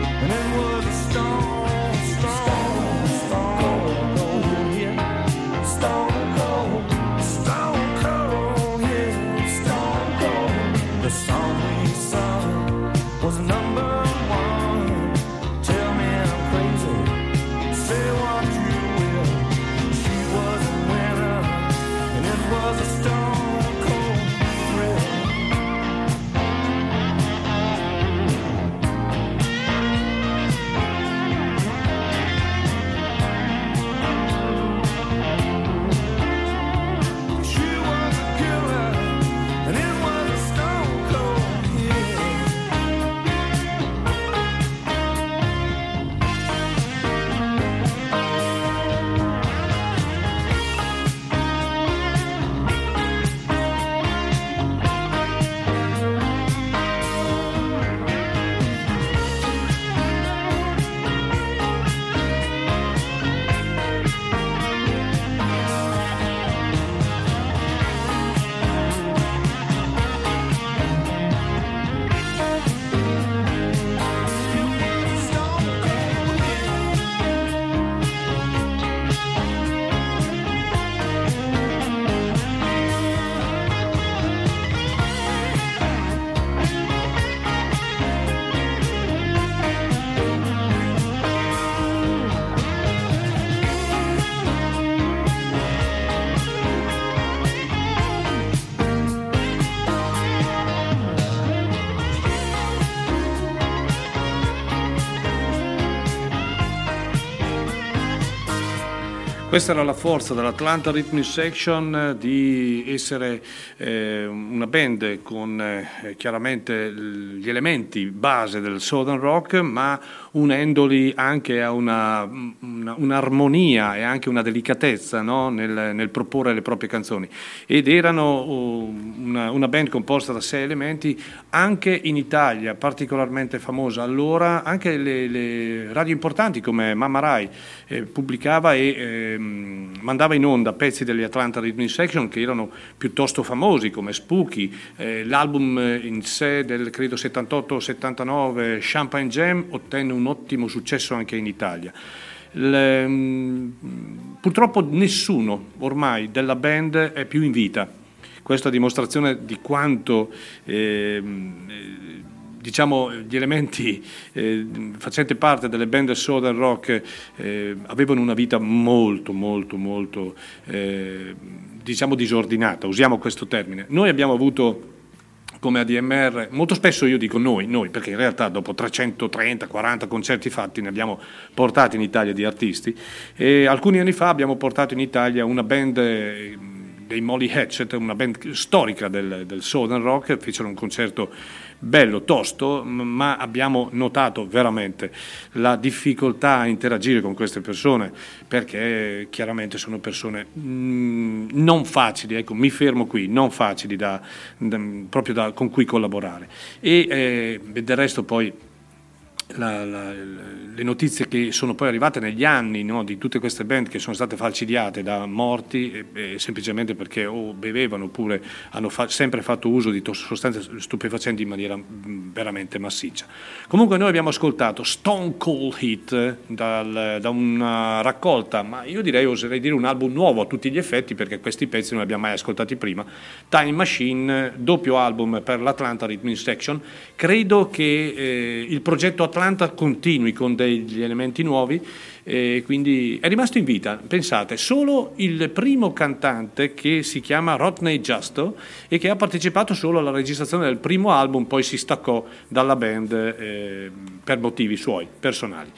Questa era la forza dell'Atlanta Rhythm Section, di essere una band con chiaramente gli elementi base del Southern Rock, ma unendoli anche a un'armonia e anche una delicatezza, no? nel proporre le proprie canzoni. Ed erano una band composta da 6 elementi, anche in Italia particolarmente famosa allora. Anche le radio importanti come Mamma Rai pubblicava e mandava in onda pezzi degli Atlanta Rhythm Section che erano piuttosto famosi, come Spooky, l'album in sé del credo 78-79 Champagne Jam ottenne un ottimo successo anche in Italia. Purtroppo nessuno ormai della band è più in vita. Questa è dimostrazione di quanto diciamo gli elementi facenti parte delle band Southern Rock avevano una vita molto diciamo disordinata, usiamo questo termine. Noi abbiamo avuto come ADMR, molto spesso io dico noi, perché in realtà dopo 330-40 concerti fatti ne abbiamo portati in Italia di artisti, e alcuni anni fa abbiamo portato in Italia una band dei Molly Hatchet, una band storica del Southern Rock. Fecero un concerto bello, tosto, ma abbiamo notato veramente la difficoltà a interagire con queste persone, perché chiaramente sono persone non facili, ecco, mi fermo qui, non facili con cui collaborare. E del resto poi le notizie che sono poi arrivate negli anni, no, di tutte queste band che sono state falcidiate da morti semplicemente perché o bevevano oppure hanno sempre fatto uso di sostanze stupefacenti in maniera veramente massiccia. Comunque noi abbiamo ascoltato Stone Cold Heat da una raccolta, ma io oserei dire un album nuovo a tutti gli effetti, perché questi pezzi non li abbiamo mai ascoltati prima. Time Machine, doppio album per l'Atlanta Rhythm Section. Credo che il progetto Atlanta continui con degli elementi nuovi, quindi è rimasto in vita, pensate, solo il primo cantante, che si chiama Rodney Justo e che ha partecipato solo alla registrazione del primo album, poi si staccò dalla band per motivi suoi personali.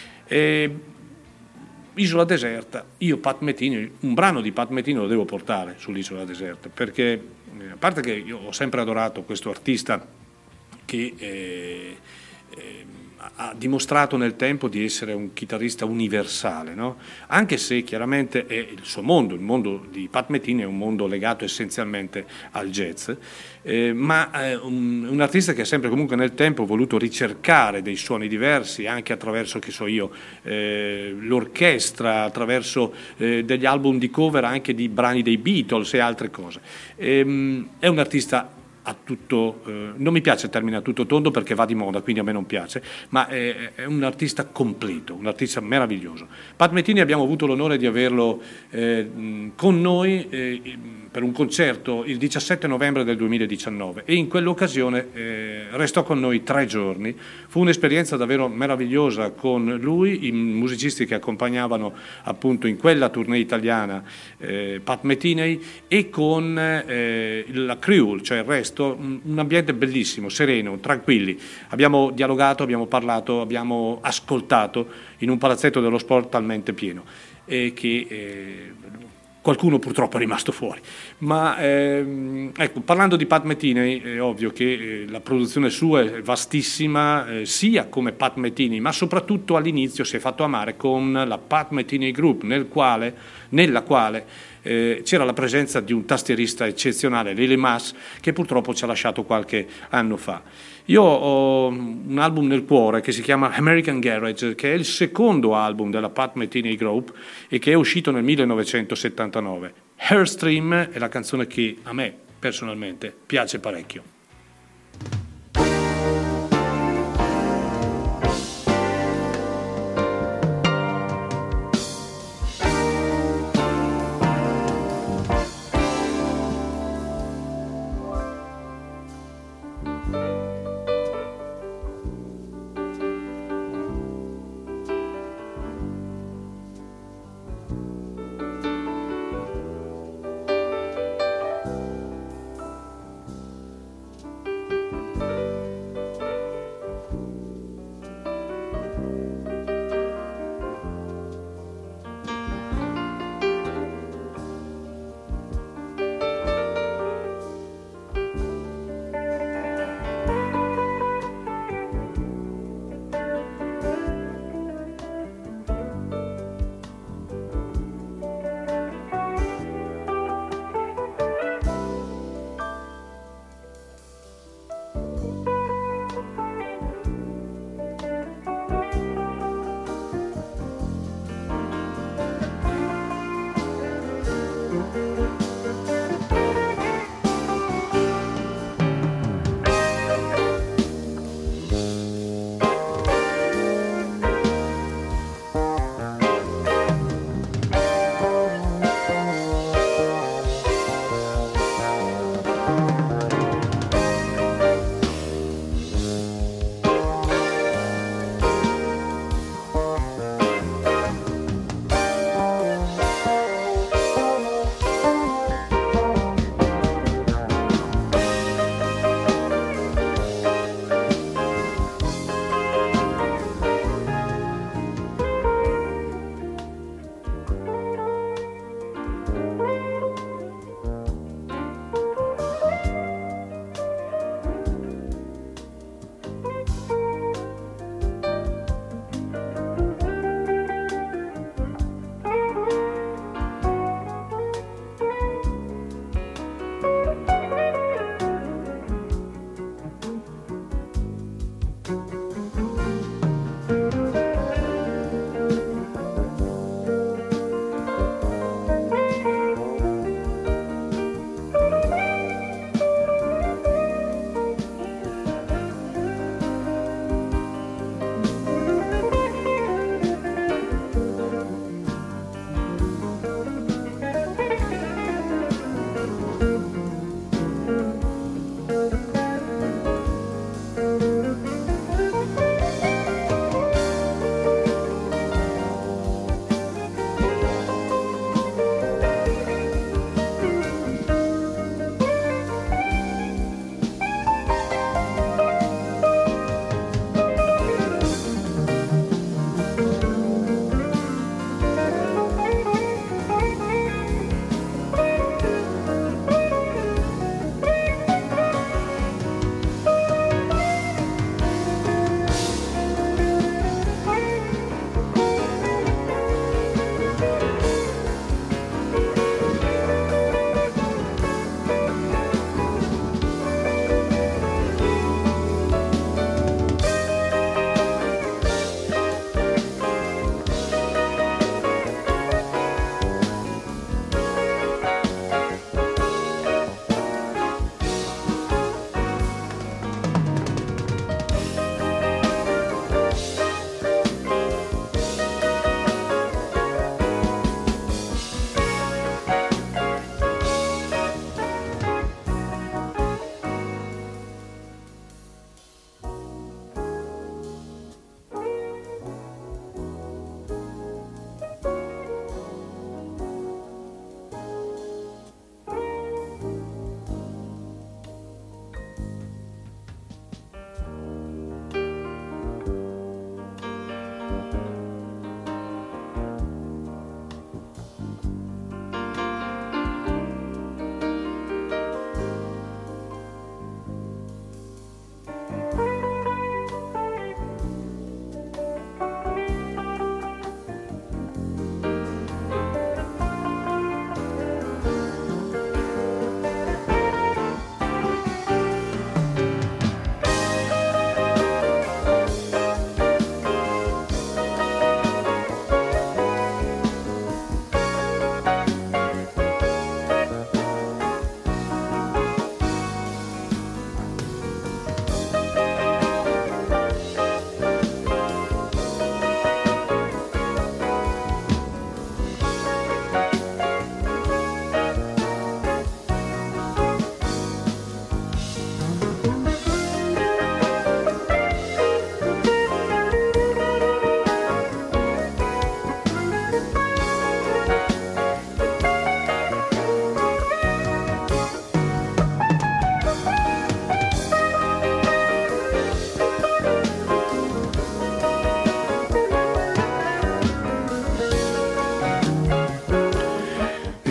Isola Deserta, io Pat Metheny, un brano di Pat Metheny lo devo portare sull'Isola Deserta, perché a parte che io ho sempre adorato questo artista che ha dimostrato nel tempo di essere un chitarrista universale, no? Anche se chiaramente è il suo mondo, il mondo di Pat Metheny è un mondo legato essenzialmente al jazz, ma un artista che ha sempre comunque nel tempo voluto ricercare dei suoni diversi, anche attraverso, che so io, l'orchestra, attraverso degli album di cover anche di brani dei Beatles e altre cose. È un artista a tutto, non mi piace il termine a tutto tondo perché va di moda, quindi a me non piace, ma è un artista completo, un artista meraviglioso. Pat Metheny abbiamo avuto l'onore di averlo con noi per un concerto il 17 novembre del 2019 e in quell'occasione restò con noi 3 giorni. Fu un'esperienza davvero meravigliosa con lui, i musicisti che accompagnavano appunto in quella tournée italiana Pat Metheny, e con la crew, cioè il resto, un ambiente bellissimo, sereno, tranquilli. Abbiamo dialogato, abbiamo parlato, abbiamo ascoltato in un palazzetto dello sport talmente pieno che qualcuno purtroppo è rimasto fuori. Ma ecco, parlando di Pat Metheny, è ovvio che la produzione sua è vastissima, sia come Pat Metheny, ma soprattutto all'inizio si è fatto amare con la Pat Metheny Group, nella quale c'era la presenza di un tastierista eccezionale, Lily Mas, che purtroppo ci ha lasciato qualche anno fa. Io ho un album nel cuore che si chiama American Garage, che è il secondo album della Pat Metheny Group e che è uscito nel 1979. Airstream è la canzone che a me personalmente piace parecchio.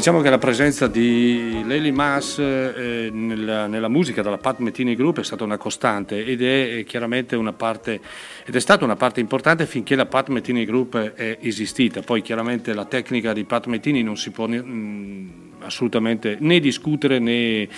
Diciamo che la presenza di Lely Mas nella musica della Pat Metheny Group è stata una costante ed è chiaramente stata una parte importante finché la Pat Metheny Group è esistita. Poi chiaramente la tecnica di Pat Metheny non si può assolutamente né discutere né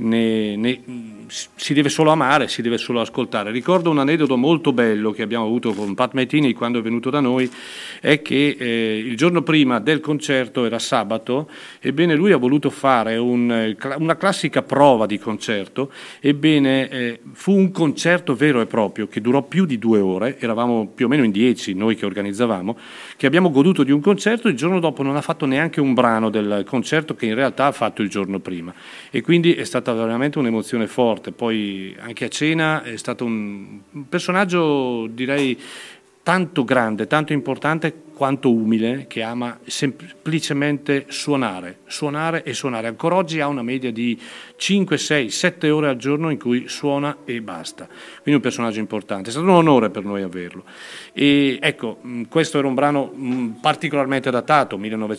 si deve solo amare, si deve solo ascoltare. Ricordo un aneddoto molto bello che abbiamo avuto con Pat Metheny quando è venuto da noi, è che il giorno prima del concerto, era sabato, ebbene lui ha voluto fare una classica prova di concerto, ebbene fu un concerto vero e proprio che durò più di 2 ore, eravamo più o meno in 10 noi che organizzavamo, che abbiamo goduto di un concerto. Il giorno dopo non ha fatto neanche un brano del concerto che in realtà ha fatto il giorno prima, e quindi è stata veramente un'emozione forte. Poi anche a cena è stato un personaggio, direi, tanto grande, tanto importante quanto umile, che ama semplicemente suonare. Ancora oggi ha una media di 5, 6, 7 ore al giorno in cui suona e basta. Quindi un personaggio importante, è stato un onore per noi averlo. E ecco, questo era un brano particolarmente datato,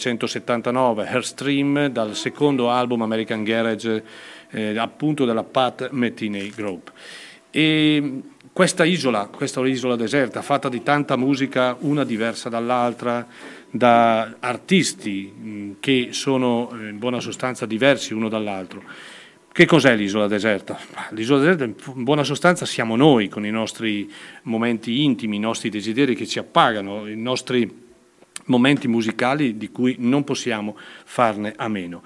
1979, Airstream, dal secondo album American Garage, appunto della Pat Metheny Group. E questa isola deserta, fatta di tanta musica, una diversa dall'altra, da artisti che sono in buona sostanza diversi uno dall'altro. Che cos'è l'isola deserta? L'isola deserta in buona sostanza siamo noi, con i nostri momenti intimi, i nostri desideri che ci appagano, i nostri momenti musicali di cui non possiamo farne a meno.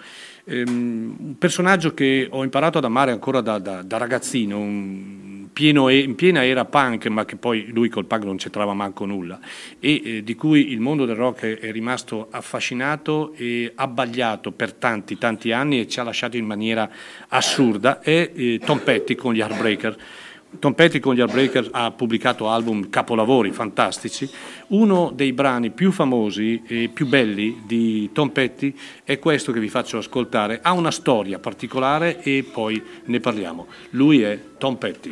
Un personaggio che ho imparato ad amare ancora da ragazzino, in piena era punk, ma che poi lui col punk non c'entrava manco nulla, e di cui il mondo del rock è rimasto affascinato e abbagliato per tanti anni e ci ha lasciato in maniera assurda, è Tom Petty con gli Heartbreakers. Tom Petty con gli Heartbreakers ha pubblicato album capolavori fantastici. Uno dei brani più famosi e più belli di Tom Petty è questo che vi faccio ascoltare. Ha una storia particolare e poi ne parliamo. Lui è Tom Petty.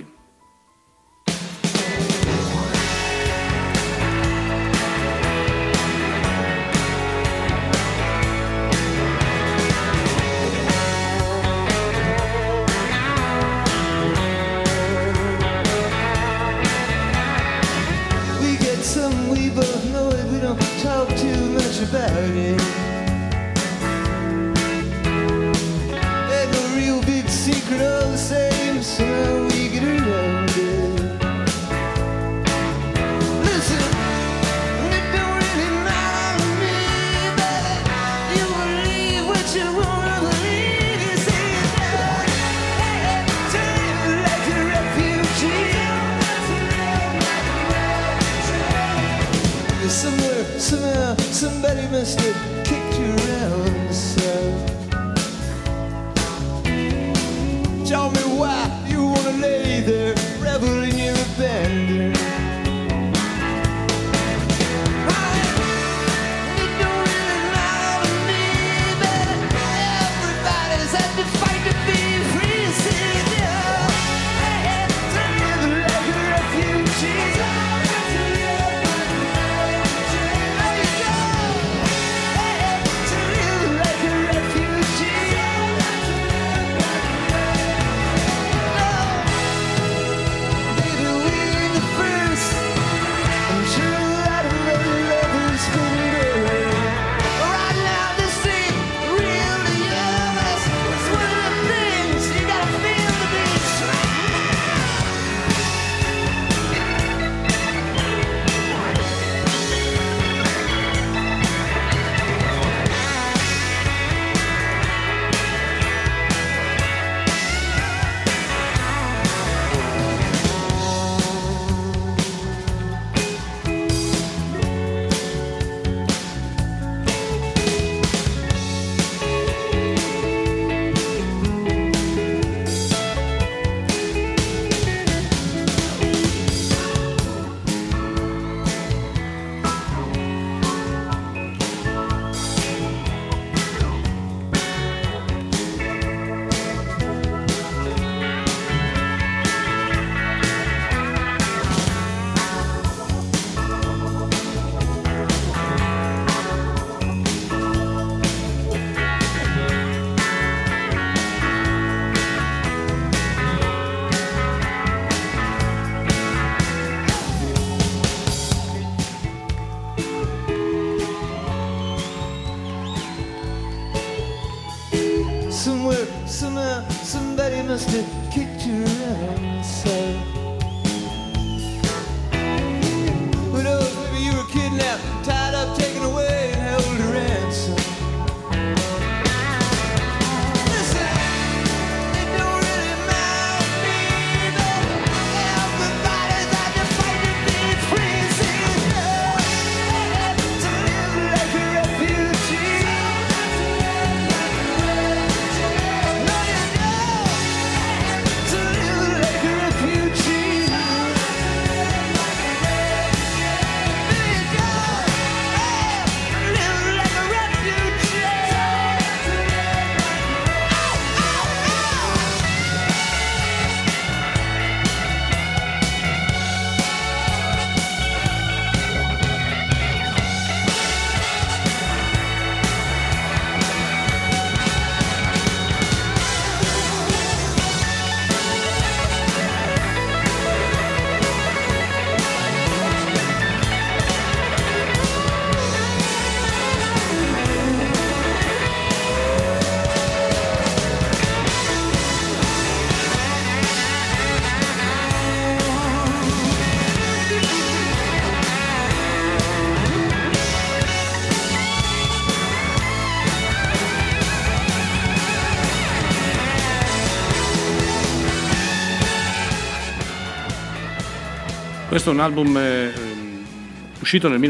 About it. There's a real big secret all the same, somehow we get around it. Listen, it don't really matter to me, but you believe what you wanna believe. You say turn like a refugee. Somewhere, somehow, somebody must have kicked you around, so tell me why you wanna lay there, revel in your abandon. It don't really matter to me, but everybody's had to fight to be free. See, to live like a refugee. that kicked you around, so who knows, maybe you were kidnapped, tied up, taken away, and held to ransom. Listen, it don't really matter to me, though. Everybody's out to fight to be free, singing, yeah, to live like a refugee. No, you know, to live like a refugee. There you go, live like a refugee. Questo è un album uscito nel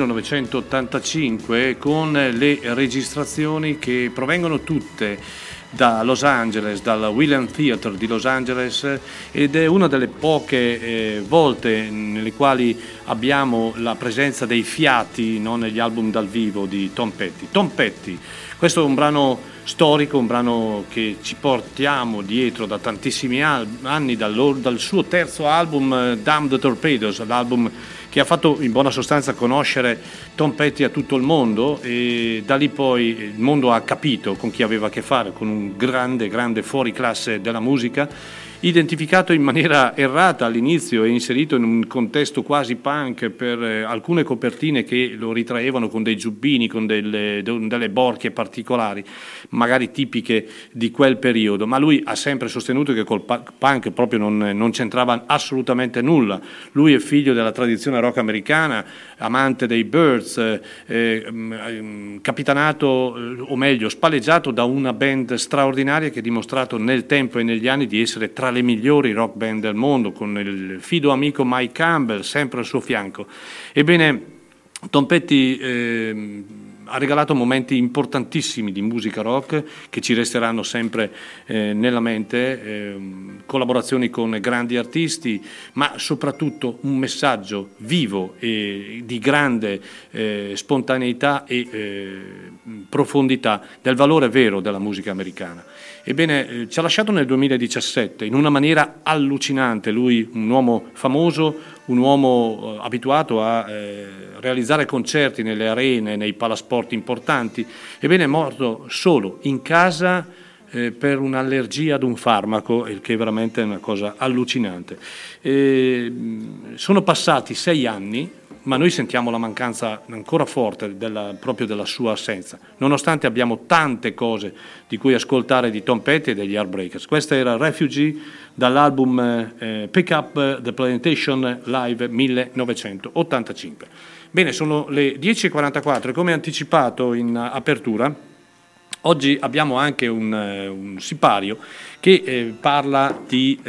1985 con le registrazioni che provengono tutte da Los Angeles, dal William Theatre di Los Angeles, ed è una delle poche volte nelle quali abbiamo la presenza dei fiati, non negli album dal vivo, di Tom Petty. Tom Petty, questo è un brano storico, un brano che ci portiamo dietro da tantissimi anni, dal suo terzo album Damn the Torpedoes, l'album che ha fatto in buona sostanza conoscere Tom Petty a tutto il mondo, e da lì poi il mondo ha capito con chi aveva a che fare, con un grande fuoriclasse della musica, identificato in maniera errata all'inizio e inserito in un contesto quasi punk per alcune copertine che lo ritraevano con dei giubbini, con delle borchie particolari, magari tipiche di quel periodo, ma lui ha sempre sostenuto che col punk proprio non c'entrava assolutamente nulla. Lui è figlio della tradizione rock americana, amante dei Byrds, capitanato, o meglio spalleggiato da una band straordinaria che ha dimostrato nel tempo e negli anni di essere tra le migliori rock band del mondo, con il fido amico Mike Campbell sempre al suo fianco. Ebbene, Tom Petty ha regalato momenti importantissimi di musica rock che ci resteranno sempre nella mente, collaborazioni con grandi artisti, ma soprattutto un messaggio vivo e di grande spontaneità e profondità del valore vero della musica americana. Ebbene, ci ha lasciato nel 2017 in una maniera allucinante. Lui, un uomo famoso, un uomo abituato a realizzare concerti nelle arene, nei palasport importanti, ebbene è morto solo in casa per un'allergia ad un farmaco, il che è veramente una cosa allucinante. Sono passati 6 anni, ma noi sentiamo la mancanza ancora forte proprio della sua assenza, nonostante abbiamo tante cose di cui ascoltare di Tom Petty e degli Heartbreakers. Questa era Refugee dall'album Pick Up the Plantation Live 1985. Bene, sono le 10:44 e come anticipato in apertura, oggi abbiamo anche un sipario che parla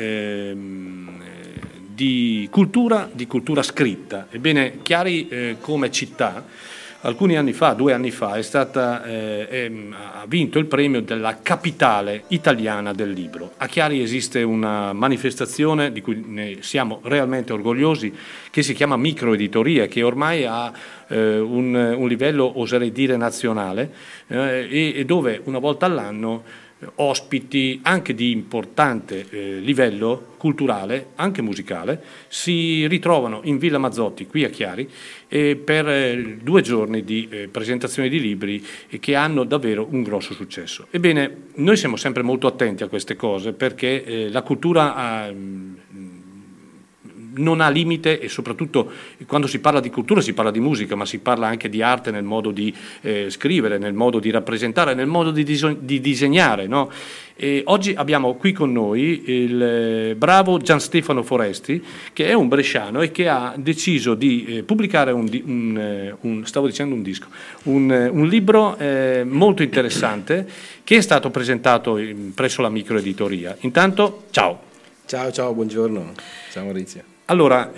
di cultura scritta. Ebbene, Chiari come città, alcuni anni fa, 2 anni fa, ha vinto il premio della capitale italiana del libro. A Chiari esiste una manifestazione di cui ne siamo realmente orgogliosi, che si chiama Microeditoria, che ormai ha un livello, oserei dire, nazionale, e dove una volta all'anno ospiti anche di importante livello culturale, anche musicale, si ritrovano in Villa Mazzotti qui a Chiari per 2 giorni di presentazione di libri che hanno davvero un grosso successo. Ebbene, noi siamo sempre molto attenti a queste cose perché la cultura non ha limite, e soprattutto quando si parla di cultura si parla di musica, ma si parla anche di arte nel modo di scrivere, nel modo di rappresentare, nel modo di disegnare, no? E oggi abbiamo qui con noi il bravo Gian Stefano Foresti, che è un bresciano e che ha deciso di pubblicare un libro molto interessante, che è stato presentato presso la Microeditoria. Intanto, ciao. Ciao, buongiorno. Ciao Maurizio. Allora,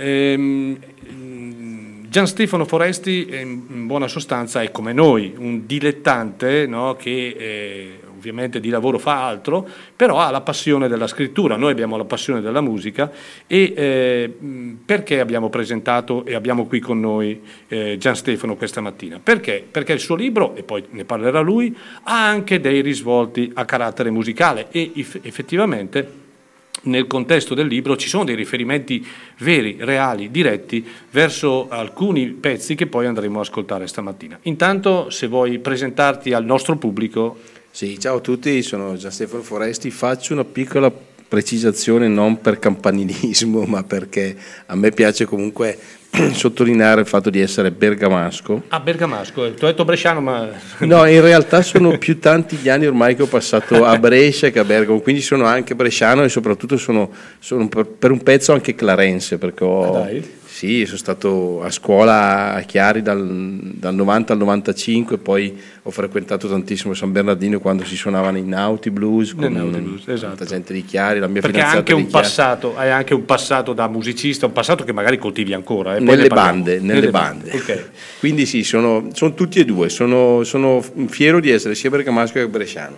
Gian Stefano Foresti in buona sostanza è come noi, un dilettante, no, che ovviamente di lavoro fa altro, però ha la passione della scrittura. Noi abbiamo la passione della musica e perché abbiamo presentato e abbiamo qui con noi Gian Stefano questa mattina? Perché? Perché il suo libro, e poi ne parlerà lui, ha anche dei risvolti a carattere musicale e effettivamente nel contesto del libro ci sono dei riferimenti veri, reali, diretti verso alcuni pezzi che poi andremo a ascoltare stamattina. Intanto, se vuoi presentarti al nostro pubblico. Sì, ciao a tutti, sono Gian Stefano Foresti. Faccio una piccola precisazione, non per campanilismo, ma perché a me piace comunque sottolineare il fatto di essere bergamasco. Ah, bergamasco, ti ho detto bresciano, ma no, in realtà sono più tanti gli anni ormai che ho passato a Brescia che a Bergamo, quindi sono anche bresciano e soprattutto sono per un pezzo anche clarense, perché sì, sono stato a scuola a Chiari dal 90 al 95, poi ho frequentato tantissimo San Bernardino quando si suonavano i Naughty Blues con tanta gente di Chiari, la mia perché fidanzata hai anche un passato da musicista, un passato che magari coltivi ancora. Nelle bande. Okay. Quindi sì, sono tutti e due, sono fiero di essere sia bergamasco che bresciano.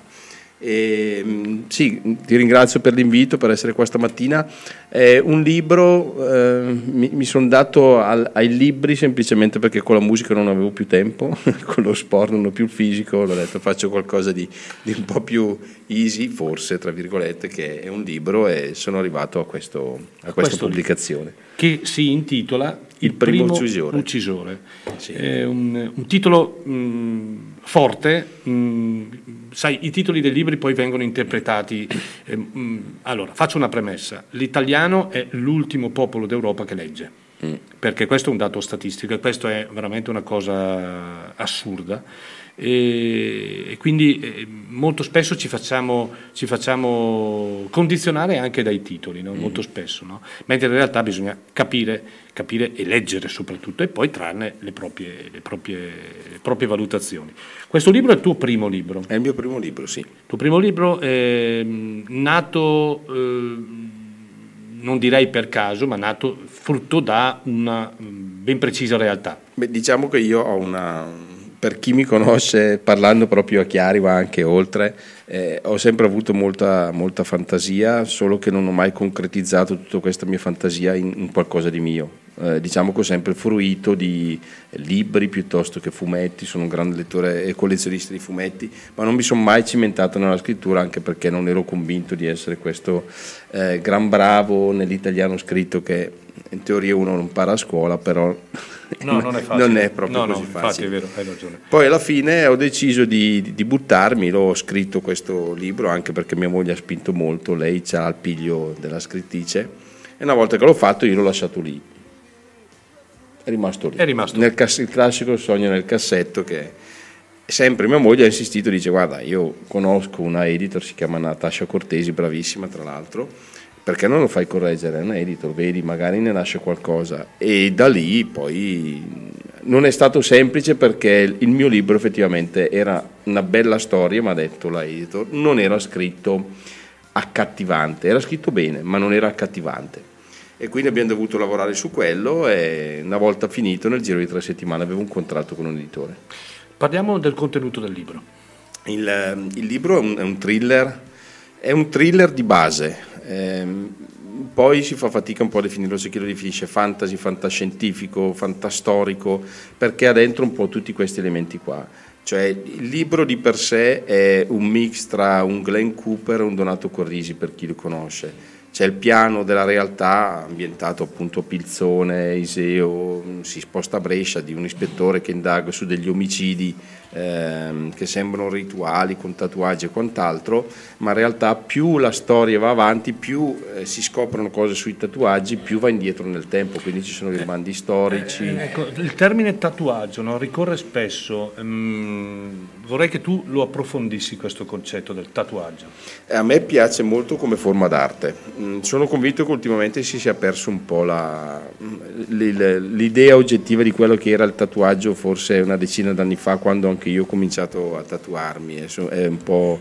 Sì, ti ringrazio per l'invito, per essere qua stamattina. Un libro, mi sono dato ai libri semplicemente perché con la musica non avevo più tempo, con lo sport non ho più il fisico, ho detto faccio qualcosa di un po' più easy, forse, tra virgolette, che è un libro, e sono arrivato a questa pubblicazione. Che si intitola Il primo uccisore. Sì. È un titolo forte, sai, i titoli dei libri poi vengono interpretati. Allora, faccio una premessa: l'italiano è l'ultimo popolo d'Europa che legge, perché questo è un dato statistico e questo è veramente una cosa assurda. E quindi molto spesso ci facciamo condizionare anche dai titoli, no? Molto spesso, no? Mentre in realtà bisogna capire e leggere soprattutto, e poi trarne le proprie valutazioni. Questo libro è il tuo primo libro? È il mio primo libro, sì. Il tuo primo libro è nato, non direi per caso, ma nato frutto da una ben precisa realtà. Beh, diciamo che io ho per chi mi conosce, parlando proprio a Chiari, ma anche oltre, ho sempre avuto molta fantasia, solo che non ho mai concretizzato tutta questa mia fantasia in qualcosa di mio. Diciamo che ho sempre fruito di libri piuttosto che fumetti, sono un grande lettore e collezionista di fumetti, ma non mi sono mai cimentato nella scrittura, anche perché non ero convinto di essere questo gran bravo nell'italiano scritto che in teoria uno non impara a scuola, però non è facile. Non è proprio così facile. Infatti è vero, hai ragione. Poi alla fine ho deciso di buttarmi, l'ho scritto questo libro anche perché mia moglie ha spinto molto, lei ha il piglio della scrittrice, e una volta che l'ho fatto io l'ho lasciato lì. È rimasto lì. Il classico sogno nel cassetto, che sempre mia moglie ha insistito, dice guarda, io conosco una editor, si chiama Natascia Cortesi, bravissima tra l'altro, perché non lo fai correggere, è un editor, vedi, magari ne nasce qualcosa. E da lì poi non è stato semplice, perché il mio libro effettivamente era una bella storia, ma ha detto la editor, non era scritto accattivante, era scritto bene, ma non era accattivante. E quindi abbiamo dovuto lavorare su quello, e una volta finito, nel giro di 3 settimane, avevo un contratto con un editore. Parliamo del contenuto del libro. Il libro è un thriller di base. Poi si fa fatica un po' a definirlo, se chi lo definisce fantasy, fantascientifico, fantastorico, perché ha dentro un po' tutti questi elementi qua. Cioè il libro di per sé è un mix tra un Glenn Cooper e un Donato Corrisi, per chi lo conosce. C'è il piano della realtà ambientato appunto a Pilzone, Iseo, si sposta a Brescia, di un ispettore che indaga su degli omicidi che sembrano rituali con tatuaggi e quant'altro, ma in realtà più la storia va avanti, più si scoprono cose sui tatuaggi, più va indietro nel tempo, quindi ci sono i rimandi storici. Ecco, il termine tatuaggio, no, ricorre spesso, vorrei che tu lo approfondissi questo concetto del tatuaggio. A me piace molto come forma d'arte, sono convinto che ultimamente si sia perso un po' l'idea oggettiva di quello che era il tatuaggio forse una decina d'anni fa, quando anche io ho cominciato a tatuarmi. È un po'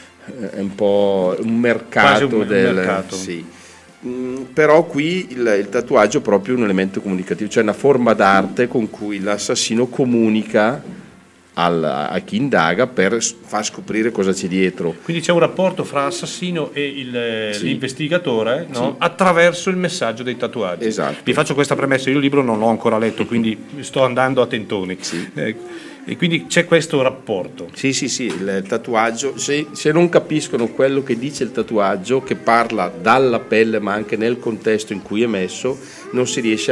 un mercato un mercato. Sì. Però qui il tatuaggio è proprio un elemento comunicativo, cioè una forma d'arte con cui l'assassino comunica a chi indaga per far scoprire cosa c'è dietro. Quindi c'è un rapporto fra assassino e l'investigatore, no? Sì. Attraverso il messaggio dei tatuaggi. Esatto. Vi faccio questa premessa, io il libro non l'ho ancora letto, quindi sto andando a tentoni. Sì. E quindi c'è questo rapporto. Sì, il tatuaggio, se non capiscono quello che dice il tatuaggio, che parla dalla pelle ma anche nel contesto in cui è messo, non si riesce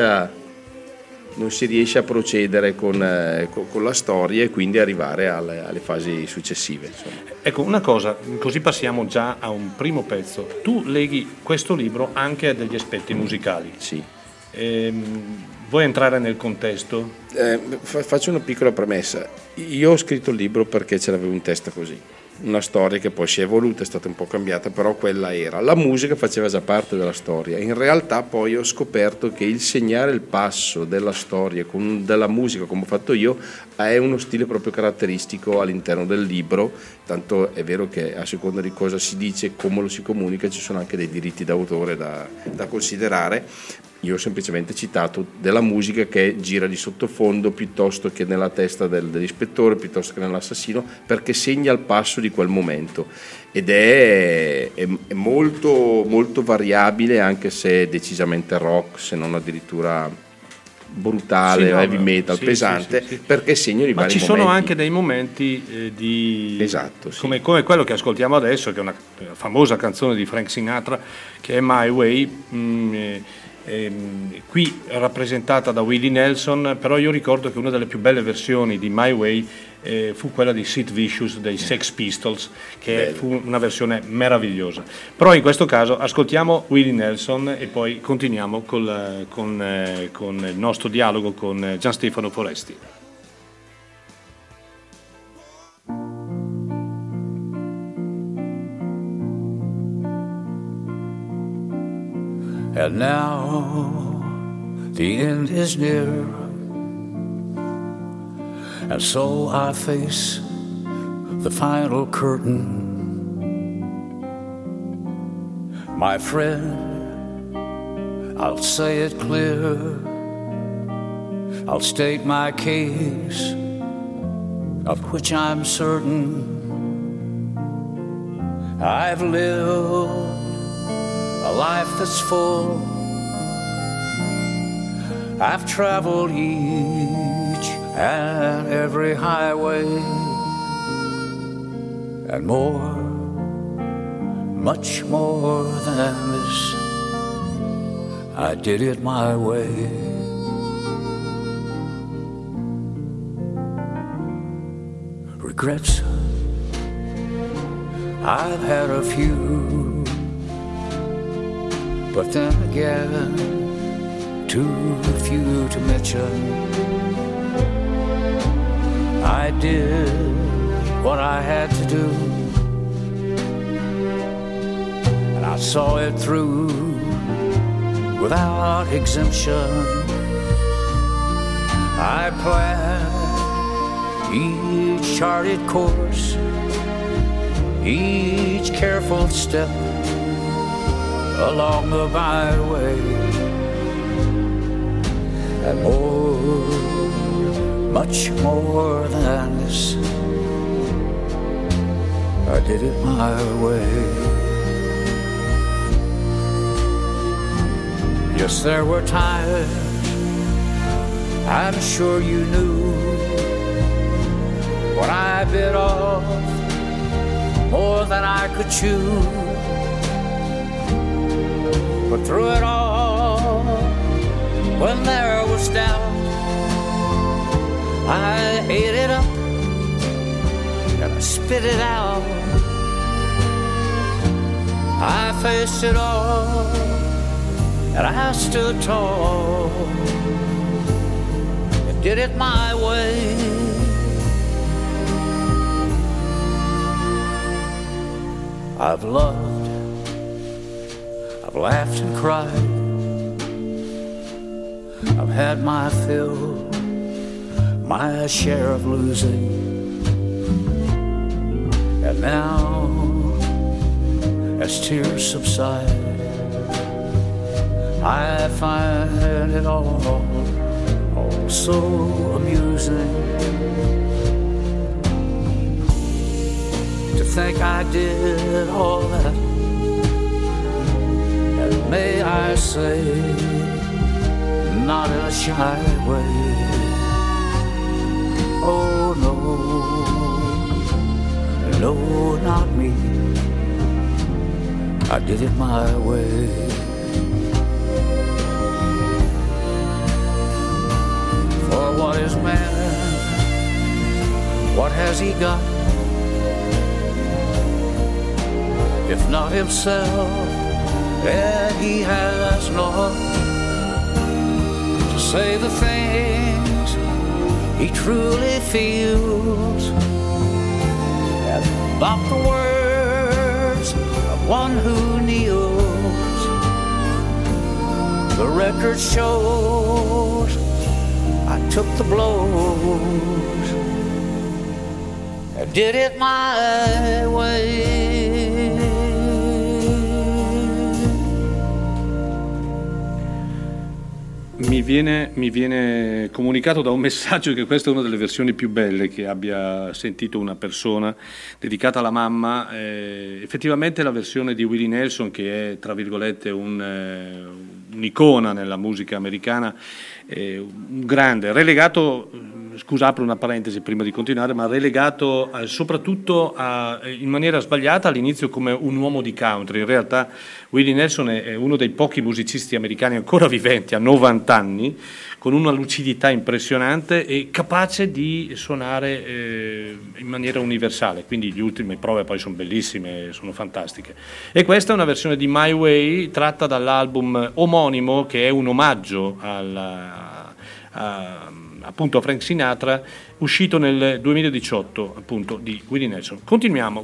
a procedere con la storia e quindi arrivare alle fasi successive. Insomma. Ecco, una cosa, così passiamo già a un primo pezzo. Tu leghi questo libro anche a degli aspetti musicali. Sì. Vuoi entrare nel contesto? Faccio una piccola premessa. Io ho scritto il libro perché ce l'avevo in testa così. Una storia che poi si è evoluta, è stata un po' cambiata, però quella era. La musica faceva già parte della storia. In realtà poi ho scoperto che il segnare il passo della storia della musica, come ho fatto io, è uno stile proprio caratteristico all'interno del libro. Tanto è vero che a seconda di cosa si dice, come lo si comunica, ci sono anche dei diritti d'autore da considerare. Io ho semplicemente citato della musica che gira di sottofondo piuttosto che nella testa dell'ispettore, piuttosto che nell'assassino, perché segna il passo di quel momento ed è molto, molto variabile, anche se è decisamente rock, se non addirittura brutale, heavy metal, pesante, perché segno di vari momenti. Ma ci sono anche dei momenti di... Esatto, sì. come quello che ascoltiamo adesso, che è una famosa canzone di Frank Sinatra, che è My Way, qui rappresentata da Willie Nelson, però io ricordo che una delle più belle versioni di My Way fu quella di Sid Vicious dei Sex Pistols, che fu una versione meravigliosa. Però in questo caso ascoltiamo Willie Nelson e poi continuiamo con il nostro dialogo con Gian Stefano Foresti. And now the end is near, and so I face the final curtain. My friend, I'll say it clear, I'll state my case, of which I'm certain. I've lived a life that's full. I've traveled each and every highway, and more, much more than this, I did it my way. Regrets, I've had a few, but then again, too few to mention. I did what I had to do, and I saw it through without exemption. I planned each charted course, each careful step along the byway, and more, much more than this, I did it my way. Yes, there were times, I'm sure you knew, when I bit off more than I could chew. But through it all, when there was doubt, I ate it up and I spit it out. I faced it all and I stood tall and did it my way. I've loved, I've laughed and cried, I've had my fill, my share of losing, and now as tears subside, I find it all so amusing to think I did all that, and may I say, not in a shy way. Oh no, no, not me. I did it my way. For what is man? What has he got? If not himself, then he has not to say the things he truly feels, and about the words of one who kneels. The record shows I took the blows and did it my way. Mi viene comunicato da un messaggio che questa è una delle versioni più belle che abbia sentito una persona, dedicata alla mamma. Effettivamente la versione di Willie Nelson, che è tra virgolette un'icona nella musica americana, un grande, relegato, scusa apro una parentesi prima di continuare, ma relegato soprattutto in maniera sbagliata all'inizio come un uomo di country. In realtà Willie Nelson è uno dei pochi musicisti americani ancora viventi a 90 anni, con una lucidità impressionante e capace di suonare in maniera universale, quindi le ultime prove poi sono bellissime, sono fantastiche. E questa è una versione di My Way tratta dall'album omonimo, che è un omaggio appunto a Frank Sinatra, uscito nel 2018 appunto di Willie Nelson. Continuiamo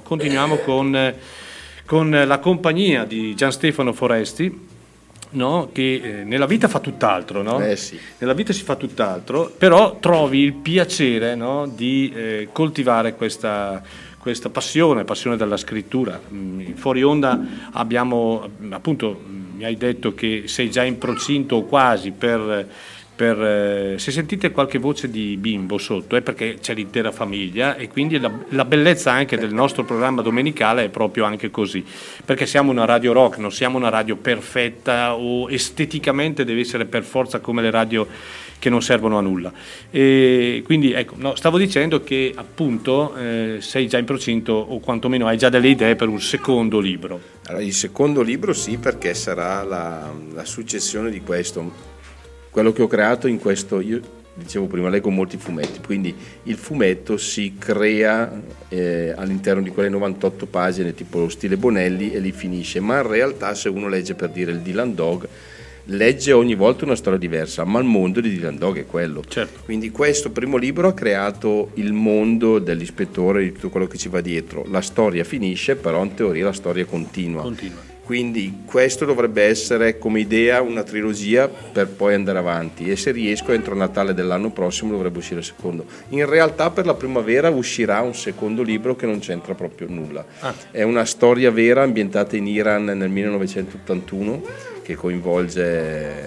con la compagnia di Gian Stefano Foresti, no? Che nella vita fa tutt'altro, no? Sì. Nella vita si fa tutt'altro, però trovi il piacere, no? Di coltivare questa passione della scrittura. Fuori onda abbiamo, appunto, mi hai detto che sei già in procinto o quasi se sentite qualche voce di bimbo sotto è perché c'è l'intera famiglia, e quindi la bellezza anche del nostro programma domenicale è proprio anche così, perché siamo una radio rock, non siamo una radio perfetta o esteticamente deve essere per forza come le radio che non servono a nulla. E quindi ecco, no, stavo dicendo che appunto sei già in procinto, o quantomeno hai già delle idee per un secondo libro. Allora, il secondo libro sì, perché sarà la successione di questo. Quello che ho creato in questo, io dicevo prima, leggo molti fumetti, quindi il fumetto si crea all'interno di quelle 98 pagine, tipo lo stile Bonelli, e li finisce, ma in realtà se uno legge, per dire, il Dylan Dog, legge ogni volta una storia diversa, ma il mondo di Dylan Dog è quello. Certo. Quindi questo primo libro ha creato il mondo dell'ispettore, di tutto quello che ci va dietro. La storia finisce, però in teoria la storia continua. Quindi questo dovrebbe essere come idea una trilogia per poi andare avanti, e se riesco entro Natale dell'anno prossimo dovrebbe uscire il secondo. In realtà per la primavera uscirà un secondo libro che non c'entra proprio nulla. È una storia vera ambientata in Iran nel 1981, che coinvolge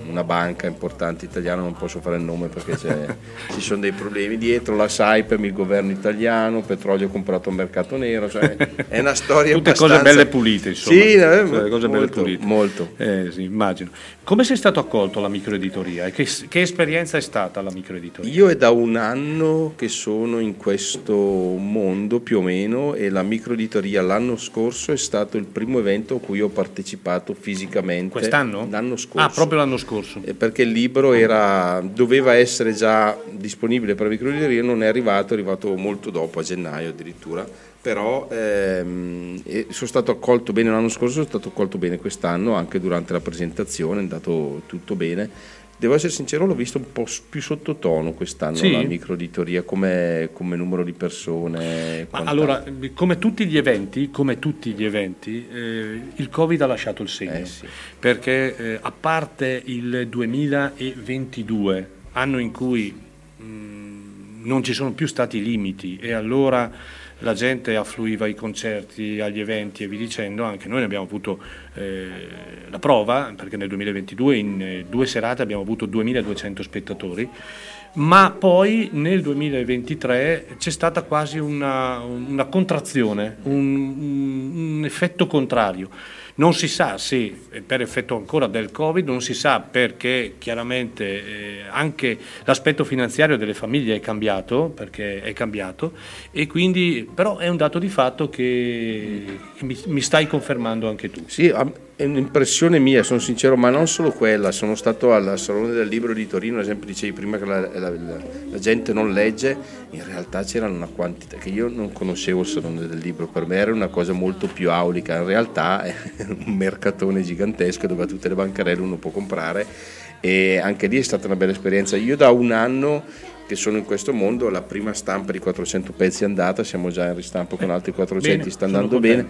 una banca importante italiana, non posso fare il nome perché ci sono dei problemi dietro, la Saipem, il governo italiano, petrolio comprato al mercato nero, cioè è una storia tutte abbastanza... cose belle pulite, insomma. Sì, cose molto, belle pulite. Molto. Sì, immagino. Come sei stato accolto alla microeditoria e che esperienza è stata la microeditoria? Io è da un anno che sono in questo mondo più o meno, e la microeditoria l'anno scorso è stato il primo evento a cui ho partecipato fisicamente. Quest'anno? L'anno scorso. Ah, proprio l'anno scorso. Perché il libro doveva essere già disponibile per la microeditoria, non è arrivato molto dopo, a gennaio addirittura. Però sono stato accolto bene l'anno scorso, sono stato accolto bene quest'anno, anche durante la presentazione è andato tutto bene. Devo essere sincero, l'ho visto un po' più sottotono quest'anno, sì? La microeditoria come numero di persone. Ma allora, come tutti gli eventi, il Covid ha lasciato il segno, sì. Perché a parte il 2022, anno in cui non ci sono più stati limiti e allora la gente affluiva ai concerti, agli eventi e via dicendo, anche noi ne abbiamo avuto la prova, perché nel 2022 in 2 serate abbiamo avuto 2200 spettatori, ma poi nel 2023 c'è stata quasi una contrazione, un effetto contrario. Non si sa se per effetto ancora del Covid, non si sa perché chiaramente anche l'aspetto finanziario delle famiglie è cambiato, e quindi però è un dato di fatto che mi stai confermando anche tu. Sì, è un'impressione mia, sono sincero, ma non solo quella. Sono stato al Salone del Libro di Torino, ad esempio dicevi prima che la gente non legge, in realtà c'erano una quantità che io non conoscevo. Il Salone del Libro per me era una cosa molto più aulica, in realtà è un mercatone gigantesco dove a tutte le bancarelle uno può comprare, e anche lì è stata una bella esperienza. Io da un anno che sono in questo mondo, la prima stampa di 400 pezzi è andata, siamo già in ristampo con altri 400, bene, sta andando bene.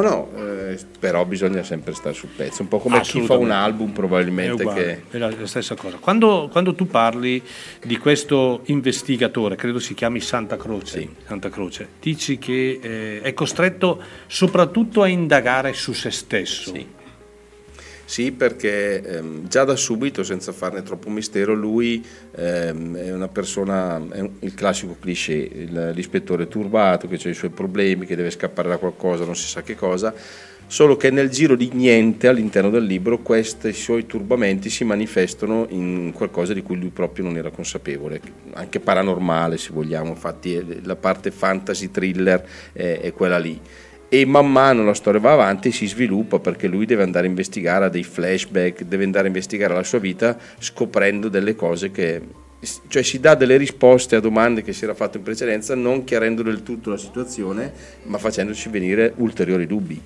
Però bisogna sempre stare sul pezzo, un po' come chi fa un album probabilmente. È la stessa cosa. Quando tu parli di questo investigatore, credo si chiami Santa Croce, sì. Santa Croce, dici che è costretto soprattutto a indagare su se stesso. Sì. Sì, perché già da subito, senza farne troppo mistero, lui è una persona, il classico cliché, l'ispettore turbato che ha i suoi problemi, che deve scappare da qualcosa, non si sa che cosa, solo che nel giro di niente all'interno del libro questi suoi turbamenti si manifestano in qualcosa di cui lui proprio non era consapevole, anche paranormale se vogliamo. Infatti la parte fantasy thriller è quella lì. E man mano la storia va avanti e si sviluppa, perché lui deve andare a investigare, ha dei flashback, deve andare a investigare la sua vita scoprendo delle cose cioè si dà delle risposte a domande che si era fatto in precedenza, non chiarendo del tutto la situazione, ma facendoci venire ulteriori dubbi.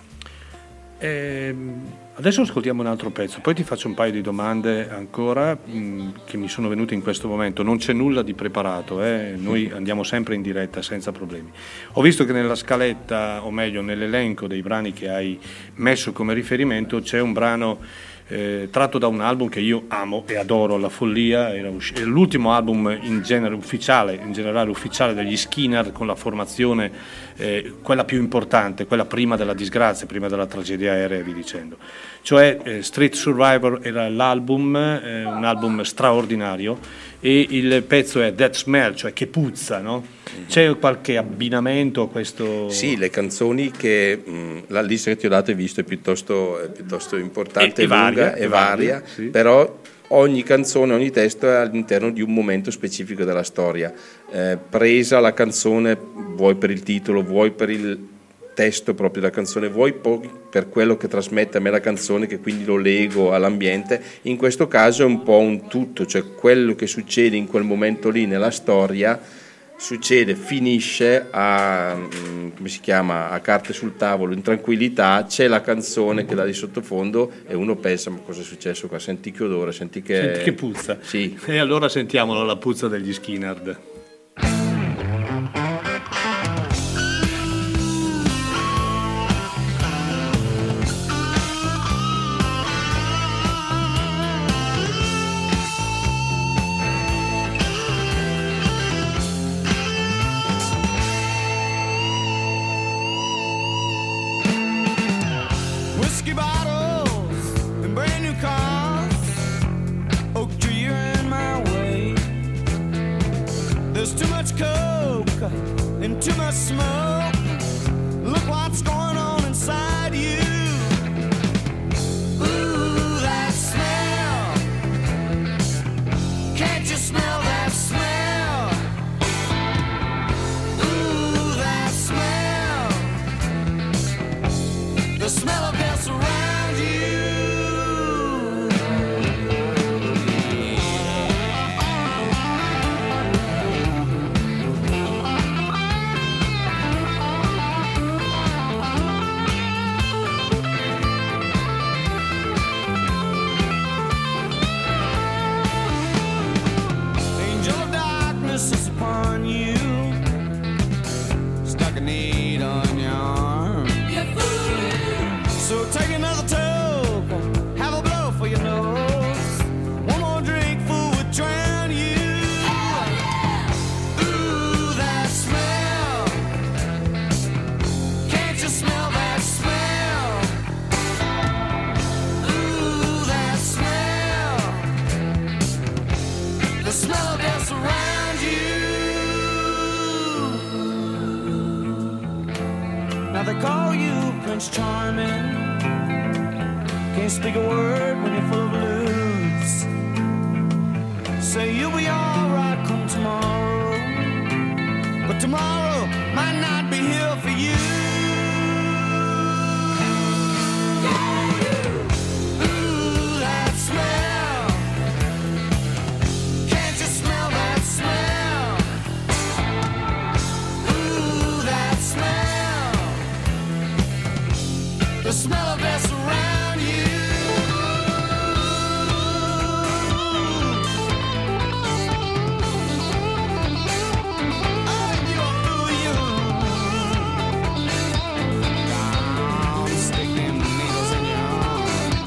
Adesso ascoltiamo un altro pezzo, poi ti faccio un paio di domande ancora che mi sono venute in questo momento. Non c'è nulla di preparato, noi andiamo sempre in diretta senza problemi. Ho visto che nella scaletta, o meglio nell'elenco dei brani che hai messo come riferimento, c'è un brano tratto da un album che io amo e adoro alla follia. È l'ultimo album in generale ufficiale degli Skinner, con la formazione quella più importante, quella prima della disgrazia, prima della tragedia aerea e via dicendo. Cioè Street Survivor era l'album, un album straordinario, e il pezzo è That Smell, cioè che puzza, no? C'è qualche abbinamento a questo? Sì, le canzoni che la lista che ti ho dato, hai visto, è piuttosto importante, lunga e varia, sì. Però ogni canzone, ogni testo è all'interno di un momento specifico della storia, presa la canzone vuoi per il titolo, vuoi per il testo proprio della canzone, vuoi poi per quello che trasmette a me la canzone, che quindi lo lego all'ambiente. In questo caso è un po' un tutto, cioè quello che succede in quel momento lì nella storia succede, finisce a carte sul tavolo, in tranquillità, c'è la canzone che dà di sottofondo e uno pensa: ma cosa è successo qua? Senti che odore, senti che puzza. Sì. E allora sentiamolo, la puzza degli Skinner. Whiskey bottles and brand new cars, much smoke. Look what's going on inside you. Ooh, that smell. Can't you smell that smell? Ooh, that smell. The smell of death around you. Is upon you, stuck a needle on your arm. So take another toke, have a blow for your nose. One more drink, fool, would drown you. Ooh, that smell. Can't you smell that smell? Ooh, that smell. The smell of death's around. Now they call you Prince Charming. Can't speak a word when you're full of blues. Say you'll be alright come tomorrow, but tomorrow might not be here for you. Ooh, that smell. Can't you smell that smell? Ooh, that smell. The smell of death around you. Oh, you're you. Don't stick them needles in your arm.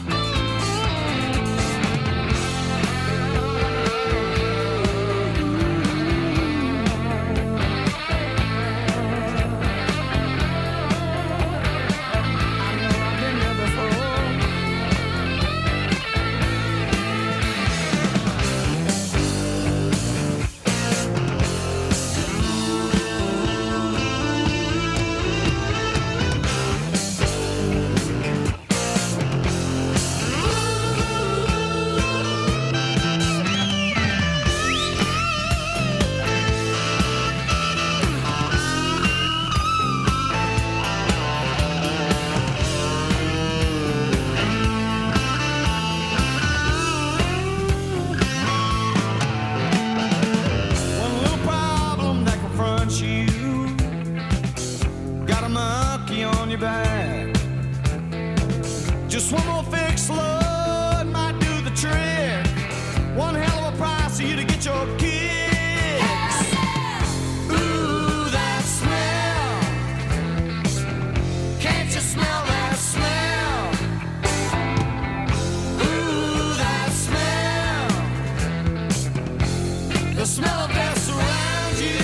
Just one more fix, Lord, might do the trick. One hell of a price for you to get your kicks. Ooh, that smell. Can't you smell that smell? Ooh, that smell. The smell of death surrounds you.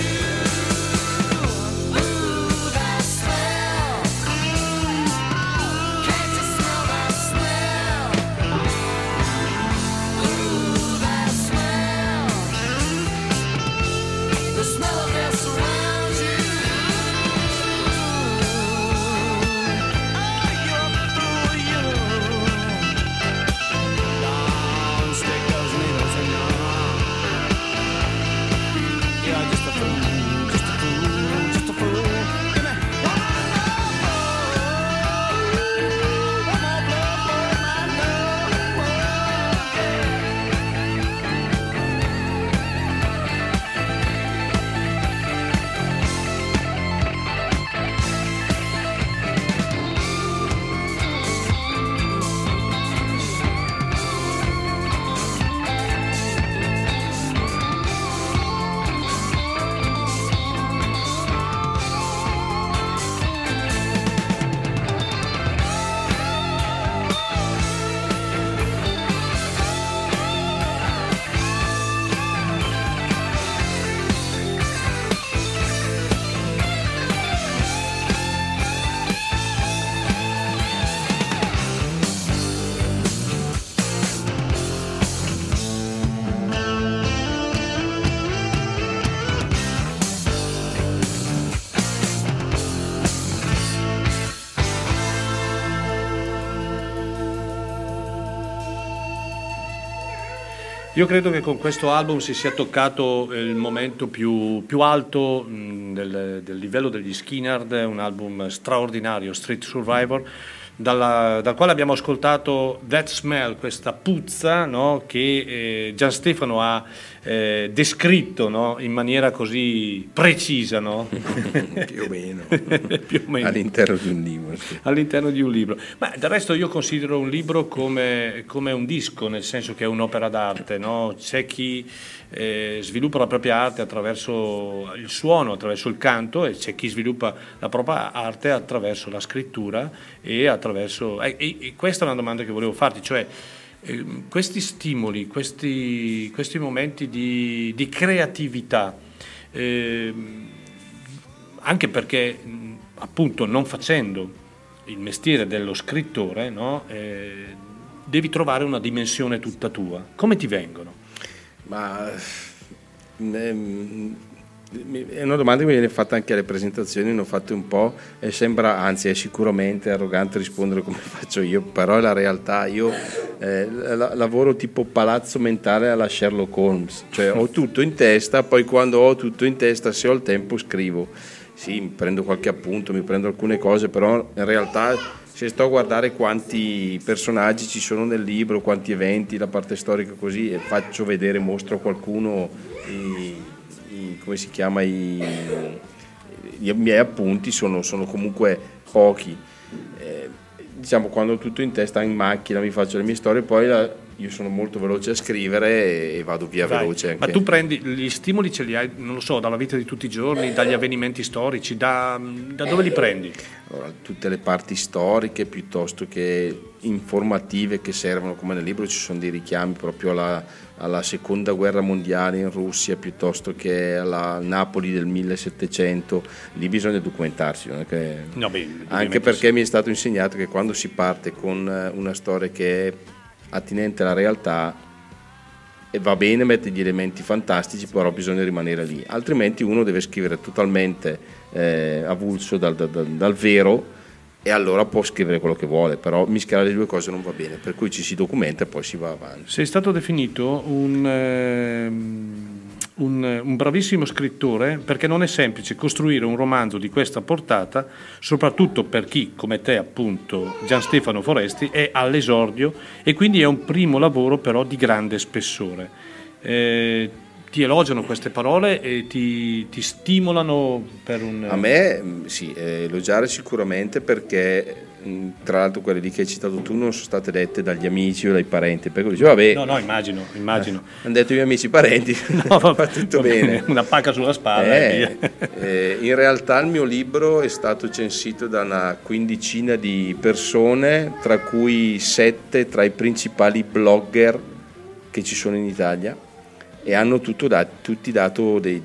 Io credo che con questo album si sia toccato il momento più alto del livello degli Skynyrd, un album straordinario, Street Survivor, dal quale abbiamo ascoltato That Smell, questa puzza, no, che Gian Stefano ha descritto, no, in maniera così precisa, no? Più o meno. Più o meno. All'interno di un libro. Sì. All'interno di un libro. Ma del resto io considero un libro come un disco, nel senso che è un'opera d'arte, no? C'è chi sviluppa la propria arte attraverso il suono, attraverso il canto, e c'è chi sviluppa la propria arte attraverso la scrittura e attraverso... E questa è una domanda che volevo farti, cioè questi stimoli, questi momenti di creatività, anche perché appunto non facendo il mestiere dello scrittore, no, devi trovare una dimensione tutta tua. Come ti vengono? Ma è una domanda che mi viene fatta anche alle presentazioni, ne ho fatte un po' e sembra, anzi è sicuramente arrogante rispondere come faccio io, però è la realtà. Io lavoro tipo palazzo mentale alla Sherlock Holmes, cioè ho tutto in testa, poi quando ho tutto in testa, se ho il tempo, scrivo. Sì, mi prendo qualche appunto, mi prendo alcune cose, però in realtà se sto a guardare quanti personaggi ci sono nel libro, quanti eventi, la parte storica così, e faccio vedere, mostro a qualcuno come si chiama, i miei appunti, sono comunque pochi. Diciamo, quando ho tutto in testa in macchina mi faccio le mie storie, poi io sono molto veloce a scrivere e vado via veloce anche. Ma tu prendi gli stimoli, ce li hai, non lo so, dalla vita di tutti i giorni, dagli avvenimenti storici, da dove li prendi? Allora, tutte le parti storiche piuttosto che informative che servono, come nel libro ci sono dei richiami proprio alla seconda guerra mondiale in Russia, piuttosto che alla Napoli del 1700. Lì bisogna documentarsi, non è che... anche perché mi è stato insegnato che quando si parte con una storia che è attinente alla realtà, e va bene, mette gli elementi fantastici, però bisogna rimanere lì, altrimenti uno deve scrivere totalmente avulso dal vero, e allora può scrivere quello che vuole, però mischiare le due cose non va bene, per cui ci si documenta e poi si va avanti. Sei stato definito un bravissimo scrittore, perché non è semplice costruire un romanzo di questa portata, soprattutto per chi come te, appunto, Gian Stefano Foresti, è all'esordio, e quindi è un primo lavoro però di grande spessore. Ti elogiano queste parole e ti stimolano per un... A me sì, elogiare sicuramente, perché tra l'altro quelle lì che hai citato tu non sono state dette dagli amici o dai parenti, perché dicevo vabbè, no, immagino hanno detto i miei amici parenti, va tutto bene, una pacca sulla spalla e via. In realtà il mio libro è stato censito da una quindicina di persone, tra cui 7 tra i principali blogger che ci sono in Italia, e hanno tutti dato dei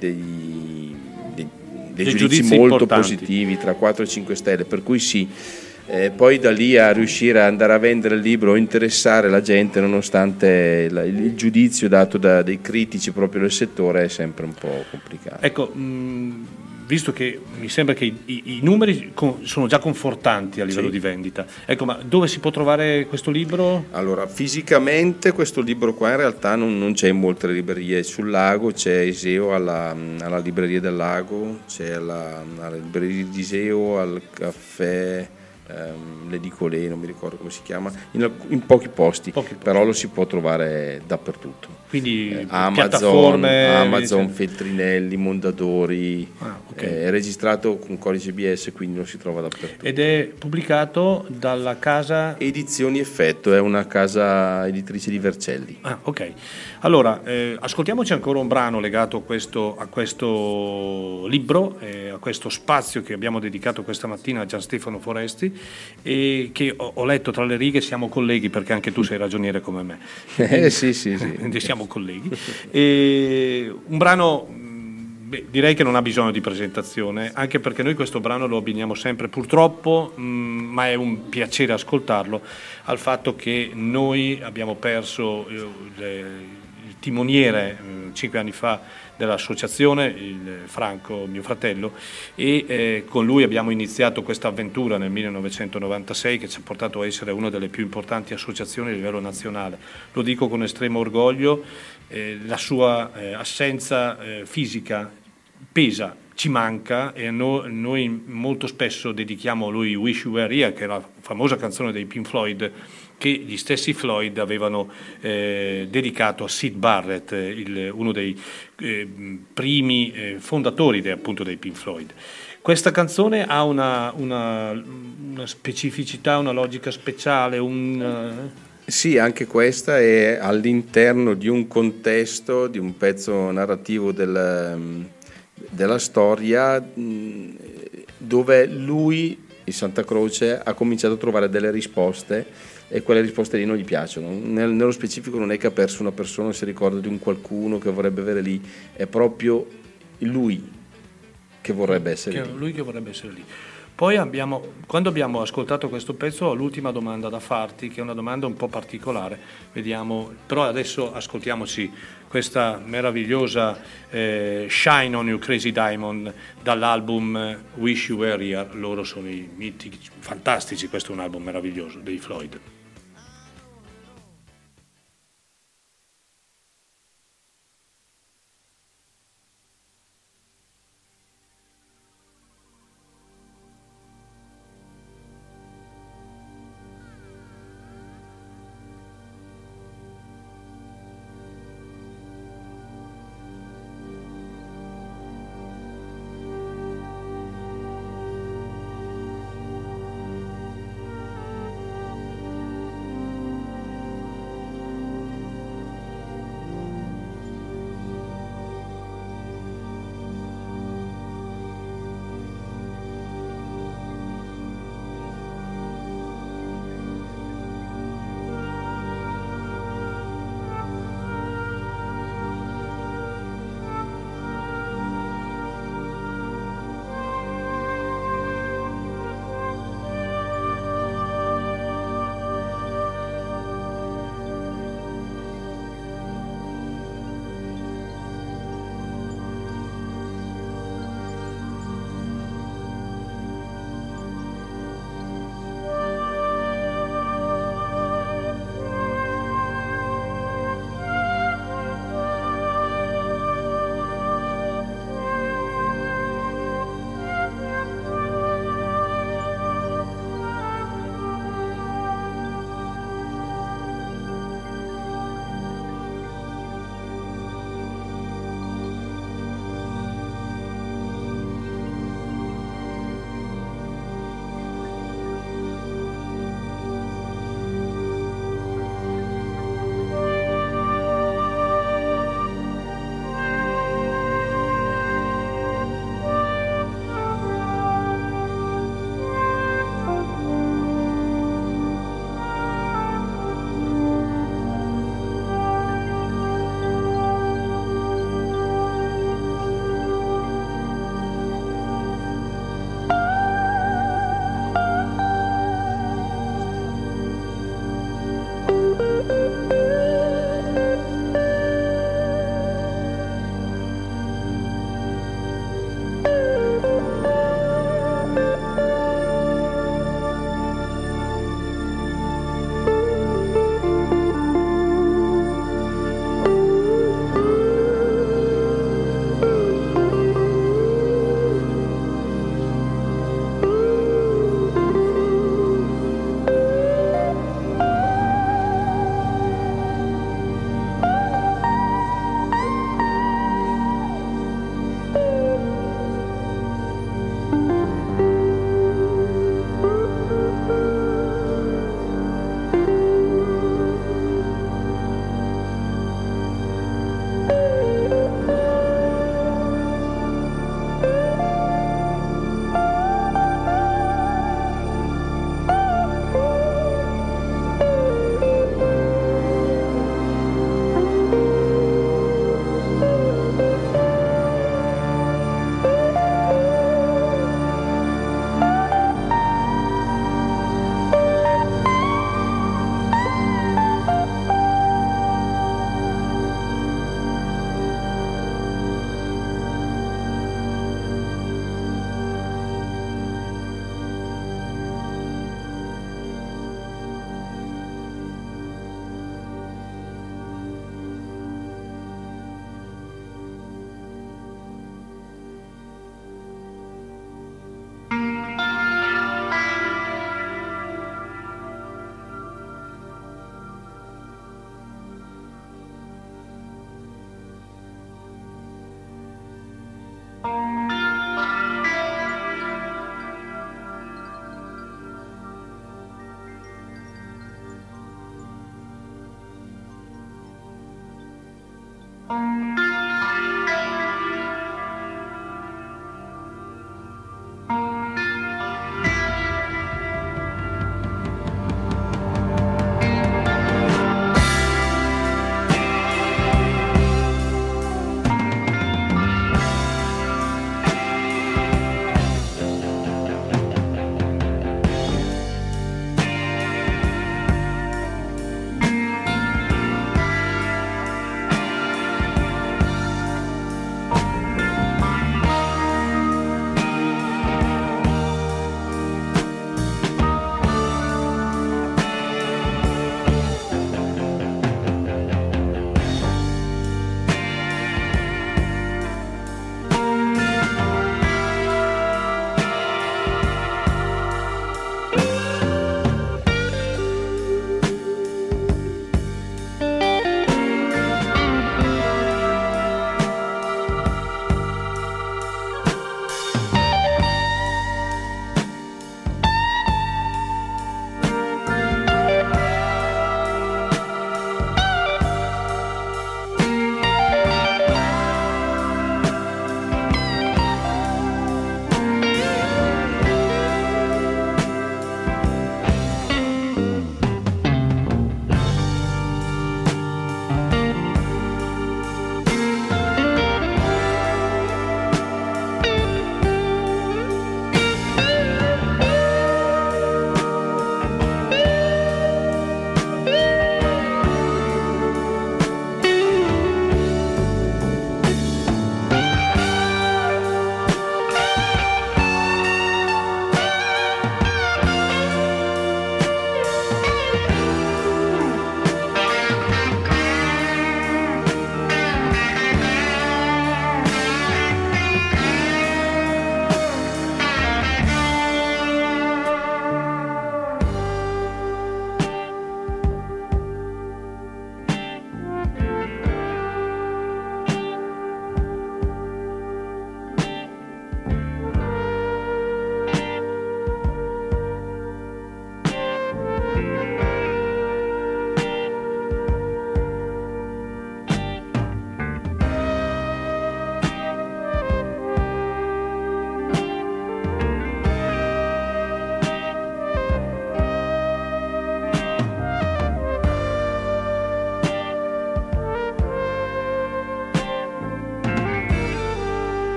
giudizi molto importanti, positivi, tra 4 e 5 stelle, per cui sì. Poi da lì a riuscire ad andare a vendere il libro o interessare la gente, nonostante il giudizio dato da dei critici proprio del settore, è sempre un po' complicato. Ecco, visto che mi sembra che i numeri sono già confortanti a livello di vendita, ecco, ma dove si può trovare questo libro? Allora, fisicamente questo libro qua in realtà non c'è in molte librerie. Sul Lago c'è Iseo alla libreria del Lago, c'è alla libreria di Iseo, al caffè l'Edicolé, non mi ricordo come si chiama, in pochi posti, però lo si può trovare dappertutto. Quindi Amazon, Feltrinelli, Mondadori, è registrato con codice BS, quindi lo si trova dappertutto. Ed è pubblicato dalla casa Edizioni Effetto, è una casa editrice di Vercelli. Ok. Allora, ascoltiamoci ancora un brano legato a questo libro, a questo spazio che abbiamo dedicato questa mattina a Gian Stefano Foresti, e che ho letto tra le righe. Siamo colleghi, perché anche tu sei ragioniere come me. Sì. Siamo colleghi. E un brano, direi che non ha bisogno di presentazione, anche perché noi questo brano lo abbiniamo sempre, purtroppo, ma è un piacere ascoltarlo, al fatto che noi abbiamo perso il timoniere 5 anni fa dell'associazione, il Franco, mio fratello, e con lui abbiamo iniziato questa avventura nel 1996 che ci ha portato a essere una delle più importanti associazioni a livello nazionale. Lo dico con estremo orgoglio, la sua assenza fisica pesa, ci manca, e noi molto spesso dedichiamo a lui Wish You Were Here, che è la famosa canzone dei Pink Floyd, che gli stessi Floyd avevano dedicato a Syd Barrett, uno dei primi fondatori appunto dei Pink Floyd. Questa canzone ha una specificità, una logica speciale, Sì, anche questa è all'interno di un contesto, di un pezzo narrativo della storia, dove lui, il Santa Croce, ha cominciato a trovare delle risposte, e quelle risposte lì non gli piacciono. Nello specifico non è che ha perso una persona, si ricorda di un qualcuno che vorrebbe avere lì, è proprio lui che vorrebbe essere lì. Lui che vorrebbe essere lì. Poi quando abbiamo ascoltato questo pezzo, ho l'ultima domanda da farti, che è una domanda un po' particolare, vediamo, però adesso ascoltiamoci questa meravigliosa Shine on You Crazy Diamond dall'album Wish You Were Here. Loro sono i mitici, fantastici, questo è un album meraviglioso dei Floyd.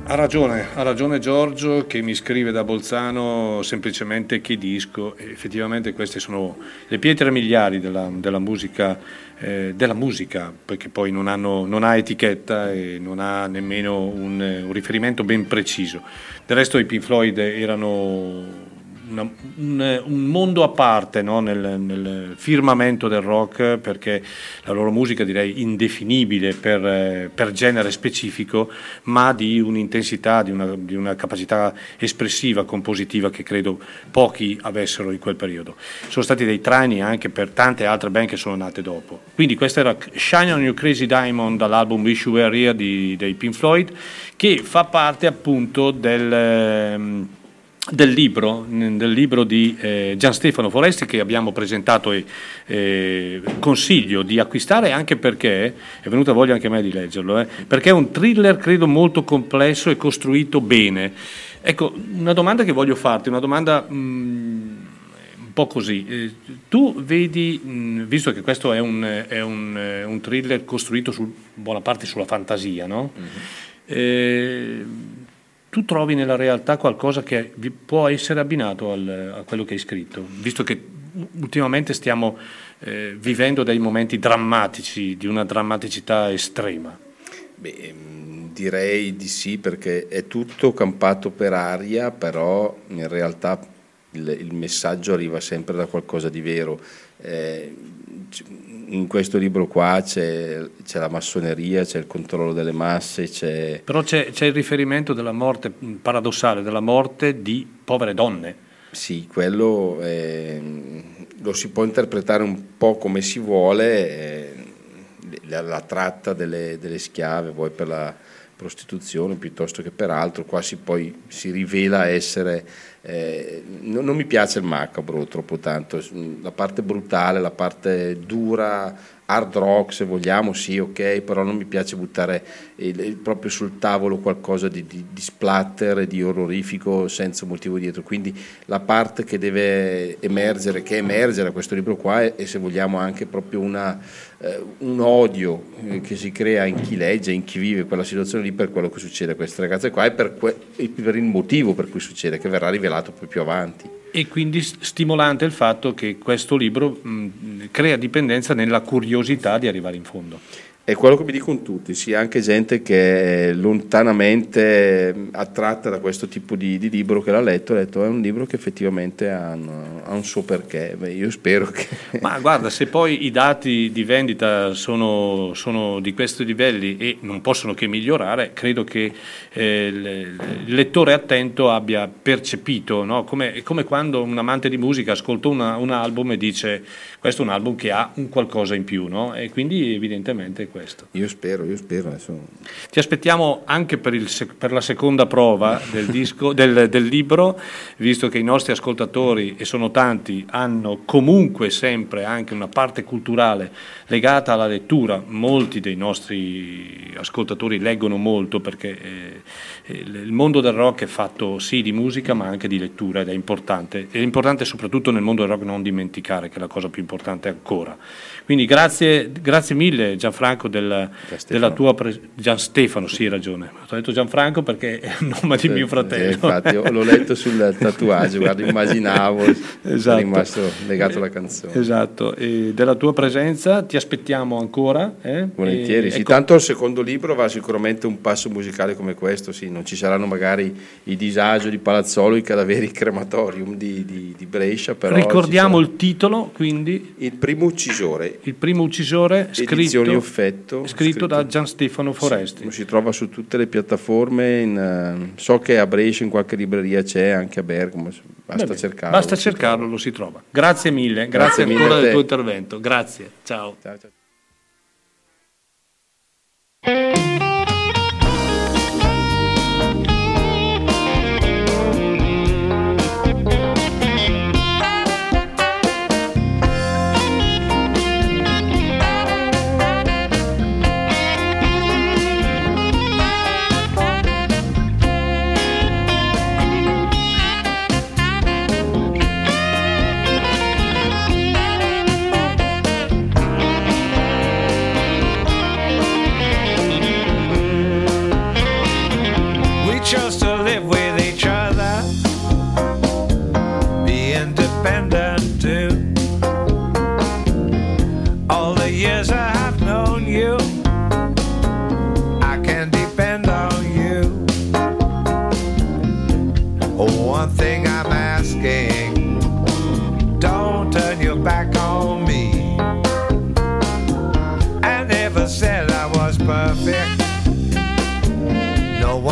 Ha ragione Giorgio che mi scrive da Bolzano semplicemente che disco. Effettivamente queste sono le pietre miliari della musica, perché poi non ha etichetta e non ha nemmeno un riferimento ben preciso. Del resto i Pink Floyd erano un mondo a parte, no? nel firmamento del rock, perché la loro musica direi indefinibile per genere specifico, ma di un'intensità, di una capacità espressiva, compositiva che credo pochi avessero in quel periodo. Sono stati dei traini anche per tante altre band che sono nate dopo. Quindi questo era Shine on You Crazy Diamond dall'album Wish You Were Here dei Pink Floyd, che fa parte appunto del libro di Gian Stefano Foresti, che abbiamo presentato e consiglio di acquistare, anche perché è venuta voglia anche a me di leggerlo, perché è un thriller credo molto complesso e costruito bene. Ecco, una domanda che voglio farti, una domanda un po' così, tu vedi, visto che questo è un thriller costruito buona parte sulla fantasia, no? Tu trovi nella realtà qualcosa che può essere abbinato a quello che hai scritto, visto che ultimamente stiamo vivendo dei momenti drammatici, di una drammaticità estrema? Beh, direi di sì, perché è tutto campato per aria, però in realtà il messaggio arriva sempre da qualcosa di vero. In questo libro qua c'è la massoneria, c'è il controllo delle masse, però c'è il riferimento della morte paradossale, della morte di povere donne. Sì, quello lo si può interpretare un po' come si vuole, la tratta delle schiave, poi per la prostituzione piuttosto che per altro, qua poi si rivela essere, non mi piace il macabro troppo tanto, la parte brutale, la parte dura, hard rock se vogliamo, sì, ok, però non mi piace buttare proprio sul tavolo qualcosa di splatter, di orrorifico senza motivo dietro, quindi la parte che deve emergere, che emerge da questo libro qua è se vogliamo anche proprio un odio che si crea in chi legge, in chi vive quella situazione lì per quello che succede a queste ragazze qua e per il motivo per cui succede, che verrà rivelato poi più avanti. E quindi stimolante il fatto che questo libro crea dipendenza nella curiosità di arrivare in fondo. È quello che mi dicono tutti, sì, anche gente che è lontanamente attratta da questo tipo di libro che l'ha letto, ha detto è un libro che effettivamente ha un suo perché. Beh, io spero che... Ma guarda, se poi i dati di vendita sono di questi livelli e non possono che migliorare, credo che il lettore attento abbia percepito, no? Come quando un amante di musica ascolta un album e dice questo è un album che ha un qualcosa in più, no? E quindi evidentemente è questo. Io spero adesso. Ti aspettiamo anche per la seconda prova del disco, del libro, visto che i nostri ascoltatori, e sono tanti, hanno comunque sempre anche una parte culturale legata alla lettura. Molti dei nostri ascoltatori leggono molto perché il mondo del rock è fatto sì di musica ma anche di lettura ed è importante. È importante soprattutto nel mondo del rock non dimenticare, che è la cosa più importante ancora. Quindi grazie mille Gianfranco della tua Gian Stefano, sì, hai ragione. Ho detto Gianfranco perché è il nome di mio fratello. Infatti l'ho letto sul tatuaggio, guarda, immaginavo, esatto. È rimasto legato alla canzone. Esatto, e della tua presenza ti aspettiamo ancora. Volentieri, sì. Tanto il secondo libro va sicuramente un passo musicale come questo, sì. Non ci saranno magari i Disagio di Palazzolo, i Cadaveri Crematorium di Brescia, però ricordiamo il titolo, quindi Il primo uccisore, edizioni Offetto, scritto da Gian Stefano Foresti. Sì, si trova su tutte le piattaforme, so che a Brescia in qualche libreria c'è, anche a Bergamo, basta cercarlo, lo si trova. Grazie mille, grazie ancora del tuo intervento, grazie, ciao.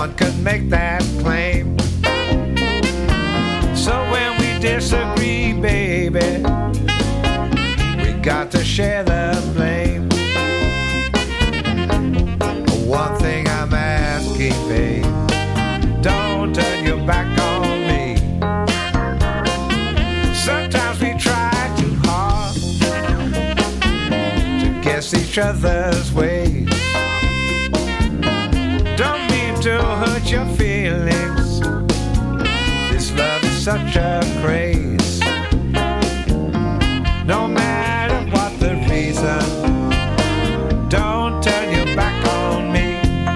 one could make that claim. So when we disagree, baby, we got to share the blame. One thing I'm asking, babe, don't turn your back on me. Sometimes we try too hard to guess each other's ways. Don't mean to hurt your feelings. This love is such a craze. No matter what the reason, don't turn your back on me.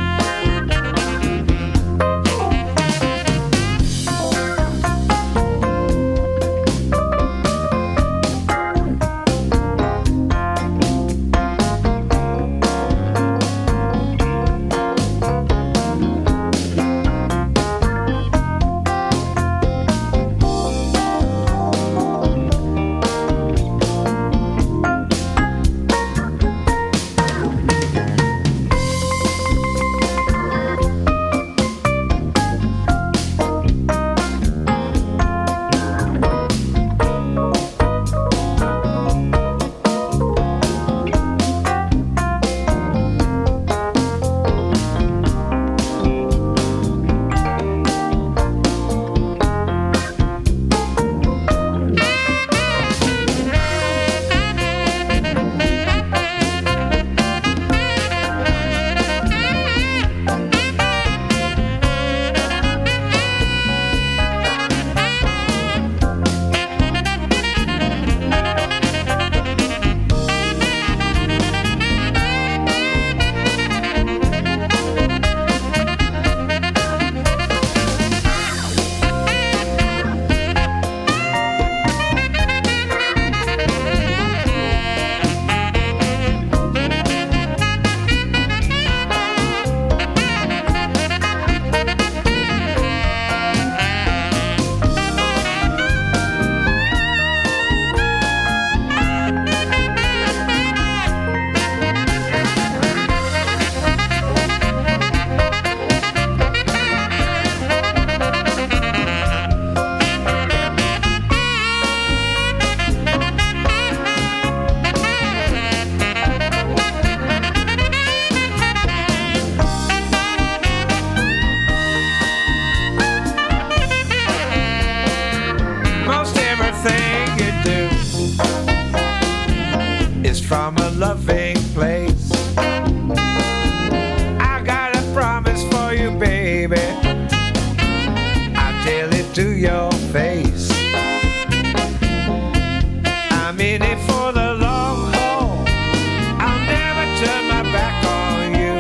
From a loving place, I got a promise for you, baby. I tell it to your face. I'm in it for the long haul. I'll never turn my back on you.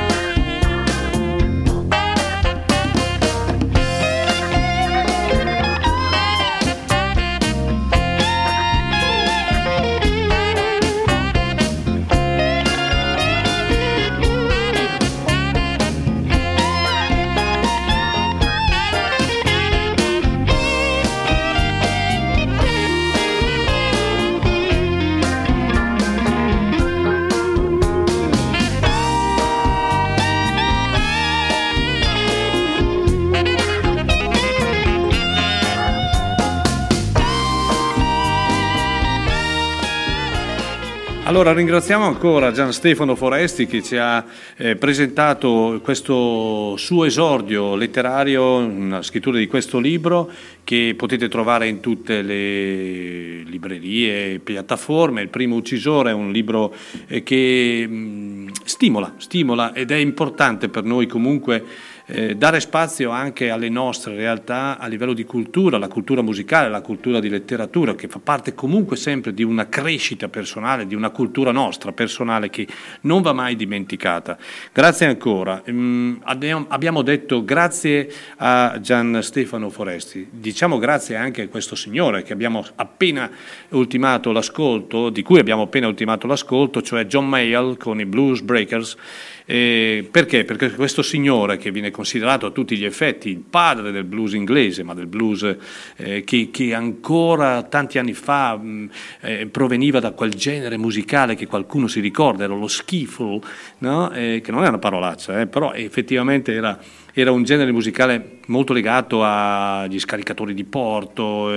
Allora ringraziamo ancora Gian Stefano Foresti che ci ha presentato questo suo esordio letterario, una scrittura di questo libro che potete trovare in tutte le librerie e piattaforme. Il primo uccisore è un libro che stimola ed è importante per noi comunque dare spazio anche alle nostre realtà a livello di cultura, la cultura musicale, la cultura di letteratura, che fa parte comunque sempre di una crescita personale, di una cultura nostra personale che non va mai dimenticata. Grazie ancora. Abbiamo detto grazie a Gian Stefano Foresti, diciamo grazie anche a questo signore che abbiamo appena ultimato l'ascolto, di cui abbiamo appena ultimato l'ascolto, cioè John Mayall con i Blues Breakers. Perché? Perché questo signore, che viene considerato a tutti gli effetti il padre del blues inglese, ma del blues che ancora tanti anni fa proveniva da quel genere musicale musicale che qualcuno si ricorda, era lo skiffle, no? Che non è una parolaccia, però effettivamente era un genere musicale molto legato agli scaricatori di porto,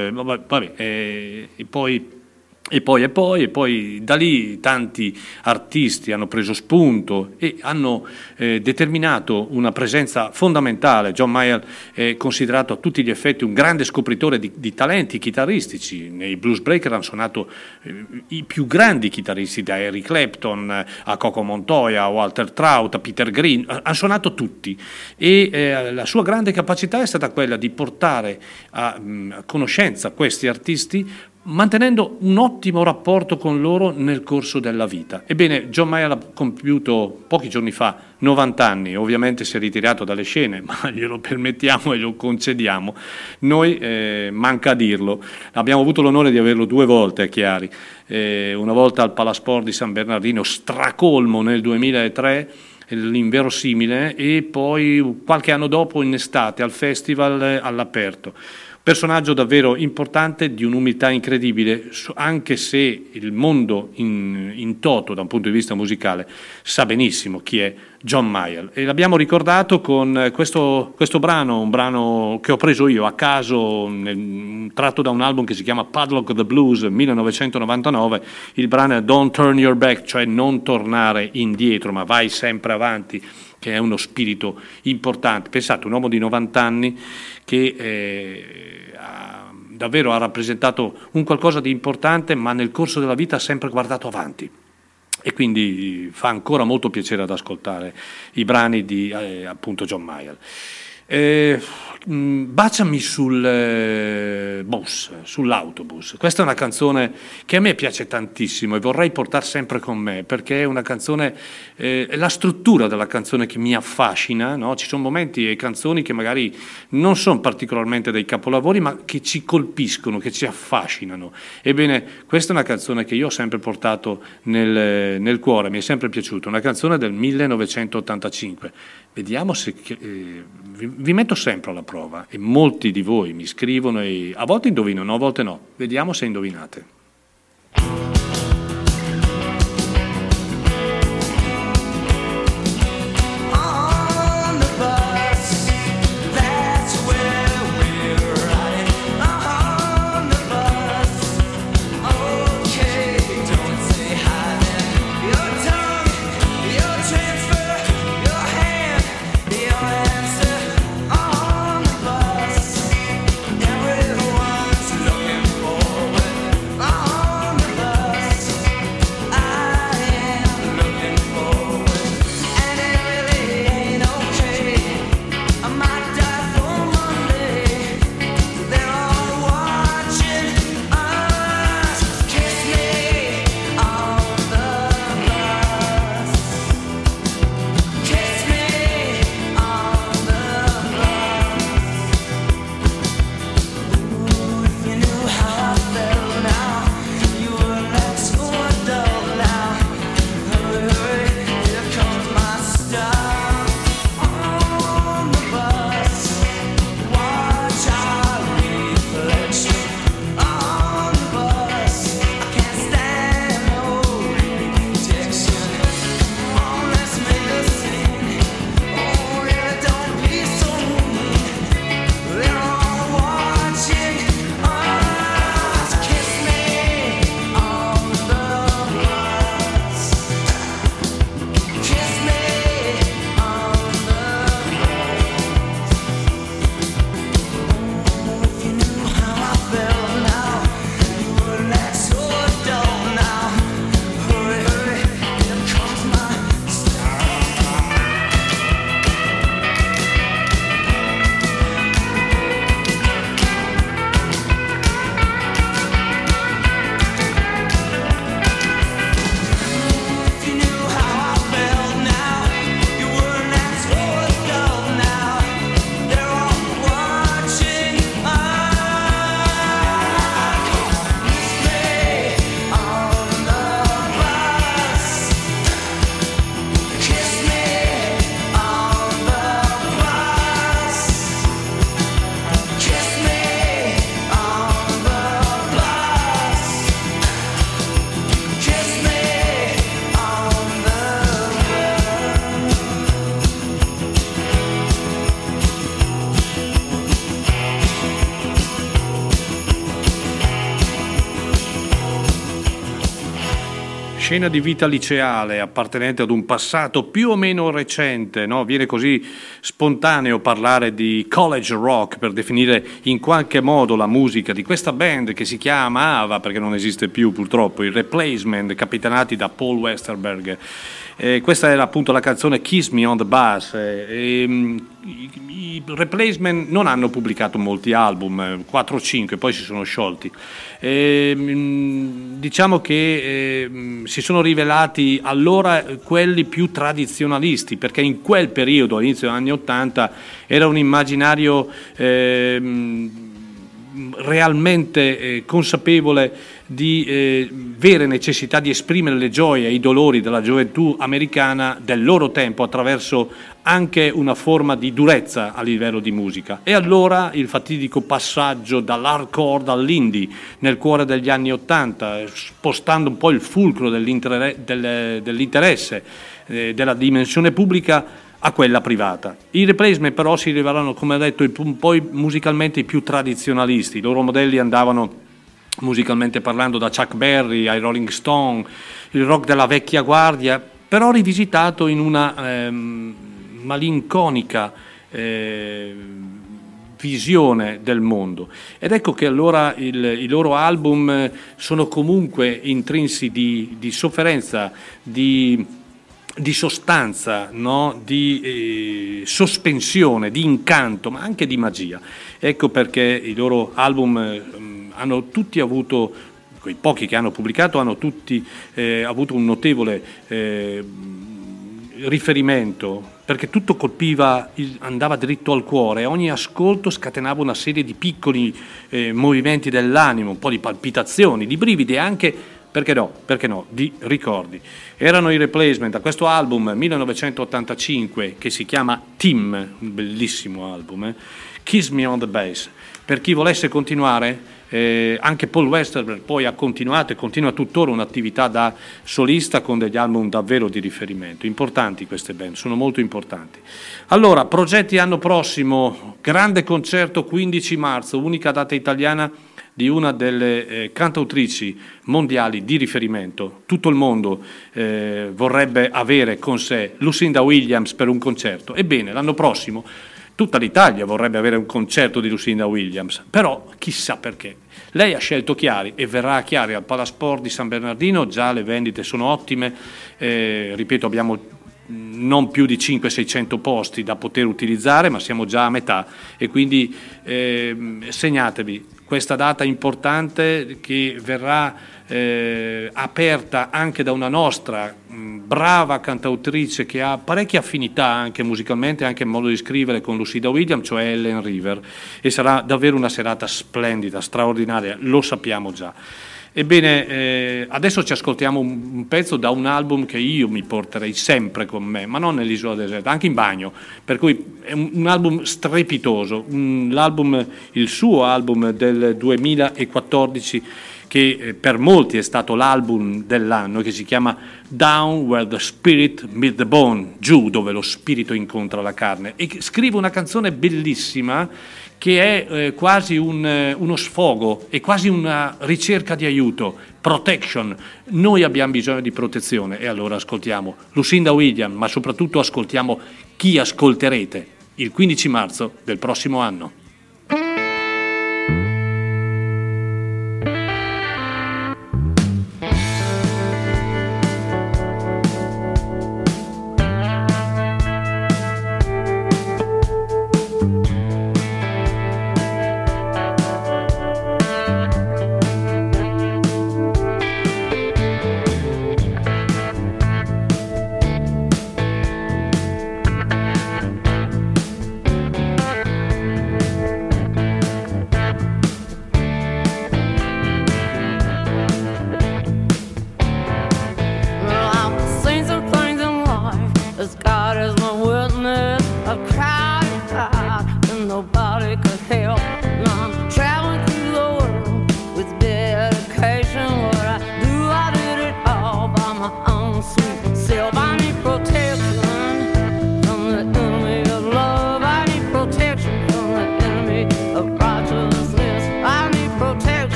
e poi da lì tanti artisti hanno preso spunto e hanno determinato una presenza fondamentale. John Mayall è considerato a tutti gli effetti un grande scopritore di talenti chitarristici. Nei Blues Breaker hanno suonato i più grandi chitarristi, da Eric Clapton a Coco Montoya, a Walter Trout, a Peter Green, hanno suonato tutti, e la sua grande capacità è stata quella di portare a conoscenza questi artisti, mantenendo un ottimo rapporto con loro nel corso della vita. Ebbene, John Mayall ha compiuto pochi giorni fa 90 anni, ovviamente si è ritirato dalle scene, ma glielo permettiamo e lo concediamo. Noi manca a dirlo, abbiamo avuto l'onore di averlo 2 volte a Chiari, una volta al Palasport di San Bernardino, stracolmo nel 2003, l'inverosimile, e poi qualche anno dopo in estate al festival all'aperto. Personaggio davvero importante, di un'umiltà incredibile, anche se il mondo in toto da un punto di vista musicale sa benissimo chi è John Mayall, e l'abbiamo ricordato con questo brano, un brano che ho preso io a caso, tratto da un album che si chiama Padlock of the Blues 1999. Il brano è Don't Turn Your Back, cioè non tornare indietro ma vai sempre avanti, che è uno spirito importante. Pensate, un uomo di 90 anni che davvero ha rappresentato un qualcosa di importante, ma nel corso della vita ha sempre guardato avanti, e quindi fa ancora molto piacere ad ascoltare i brani di appunto John Mayall. Baciami sul bus, sull'autobus. Questa è una canzone che a me piace tantissimo e vorrei portare sempre con me, perché è una canzone, è la struttura della canzone che mi affascina, no? Ci sono momenti e canzoni che magari non sono particolarmente dei capolavori, ma che ci colpiscono, che ci affascinano. Ebbene, questa è una canzone che io ho sempre portato nel cuore, mi è sempre piaciuta, una canzone del 1985. Vediamo se vi metto sempre alla prova, e molti di voi mi scrivono e a volte indovinano, a volte no. Vediamo se indovinate. Oh scena di vita liceale appartenente ad un passato più o meno recente, no? Viene così spontaneo parlare di college rock per definire in qualche modo la musica di questa band che si chiamava, perché non esiste più purtroppo, i Replacement, capitanati da Paul Westerberg. Questa era appunto la canzone Kiss Me on the Bus. I Replacement non hanno pubblicato molti album, 4 o 5, poi si sono sciolti. Diciamo che si sono rivelati allora quelli più tradizionalisti, perché in quel periodo, all'inizio degli anni '80, era un immaginario realmente consapevole di vere necessità di esprimere le gioie e i dolori della gioventù americana del loro tempo attraverso anche una forma di durezza a livello di musica. E allora il fatidico passaggio dall'hardcore all'indie nel cuore degli anni '80, spostando un po' il fulcro dell'interesse della dimensione pubblica a quella privata. I Replacement però si rivelarono, come ho detto, un po' musicalmente i più tradizionalisti. I loro modelli andavano musicalmente parlando da Chuck Berry ai Rolling Stone, il rock della vecchia guardia, però rivisitato in una malinconica visione del mondo. Ed ecco che allora i loro album sono comunque intrinsi di sofferenza, di sostanza, no? Di sospensione, di incanto, ma anche di magia. Ecco perché i loro album hanno tutti avuto, quei pochi che hanno pubblicato, hanno tutti avuto un notevole riferimento, perché tutto colpiva, andava dritto al cuore, ogni ascolto scatenava una serie di piccoli movimenti dell'animo, un po' di palpitazioni, di brividi e anche, perché no, di ricordi. Erano i Replacement a questo album 1985 che si chiama Team, un bellissimo album, Kiss Me on the Bass. Per chi volesse continuare, anche Paul Westerberg poi ha continuato e continua tuttora un'attività da solista con degli album davvero di riferimento. Importanti queste band, sono molto importanti. Allora, progetti anno prossimo, grande concerto 15 marzo, unica data italiana di una delle cantautrici mondiali di riferimento. Tutto il mondo vorrebbe avere con sé Lucinda Williams per un concerto. Ebbene, l'anno prossimo tutta l'Italia vorrebbe avere un concerto di Lucinda Williams, però chissà perché. Lei ha scelto Chiari e verrà a Chiari al Palasport di San Bernardino, già le vendite sono ottime, ripeto, abbiamo non più di 500-600 posti da poter utilizzare, ma siamo già a metà e quindi segnatevi questa data importante che verrà aperta anche da una nostra brava cantautrice che ha parecchie affinità anche musicalmente, anche in modo di scrivere con Lucinda Williams, cioè Ellen River, e sarà davvero una serata splendida, straordinaria, lo sappiamo già. Ebbene, adesso ci ascoltiamo un pezzo da un album che io mi porterei sempre con me, ma non nell'isola deserta, anche in bagno, per cui è un album strepitoso, il suo album del 2014 che per molti è stato l'album dell'anno, che si chiama Down Where the Spirit Meets the Bone, giù dove lo spirito incontra la carne, e scrive una canzone bellissima che è quasi uno sfogo, è quasi una ricerca di aiuto, protection. Noi abbiamo bisogno di protezione e allora ascoltiamo Lucinda Williams, ma soprattutto ascoltiamo chi ascolterete il 15 marzo del prossimo anno.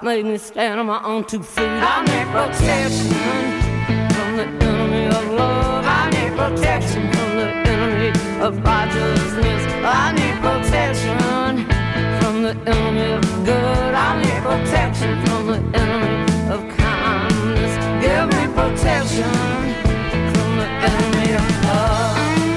made me stand on my own 2 feet. I need protection from the enemy of love. I need protection from the enemy of righteousness. I need protection from the enemy of good. I need protection from the enemy of kindness. Give me protection from the enemy of love.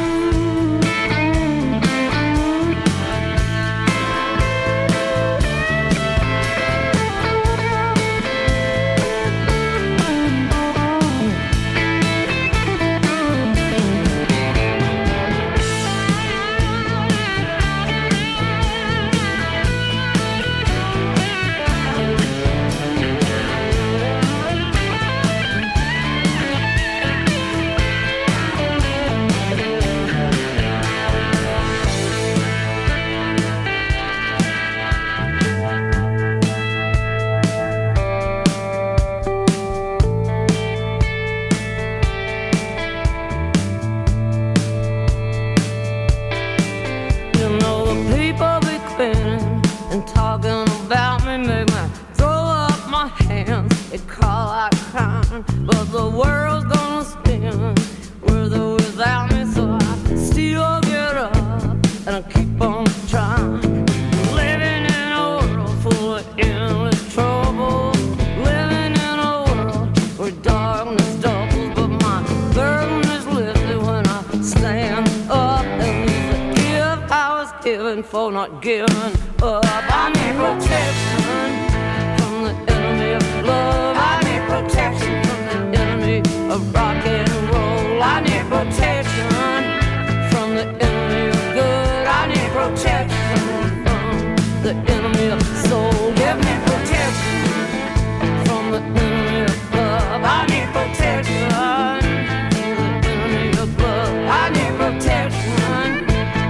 But the world's gonna spin with or without me, so I still get up and I keep on trying. Living in a world full of endless trouble, living in a world where darkness doubles, but my burden is lifted when I stand up and use the gift I was given for not giving up. I need protection from the enemy of love. I need protection of rock and roll. I need protection from the enemy of good. I need protection from the enemy of soul. Give me protection from the enemy of love. I need protection from the enemy of love. I need protection.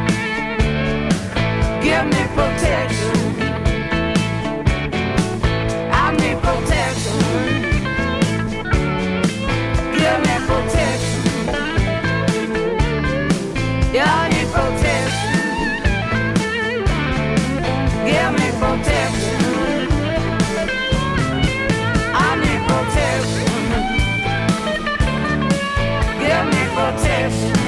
Give me protection. I need protection. Give me protection. Yeah, I need protection. Give me protection. I need protection. Give me protection.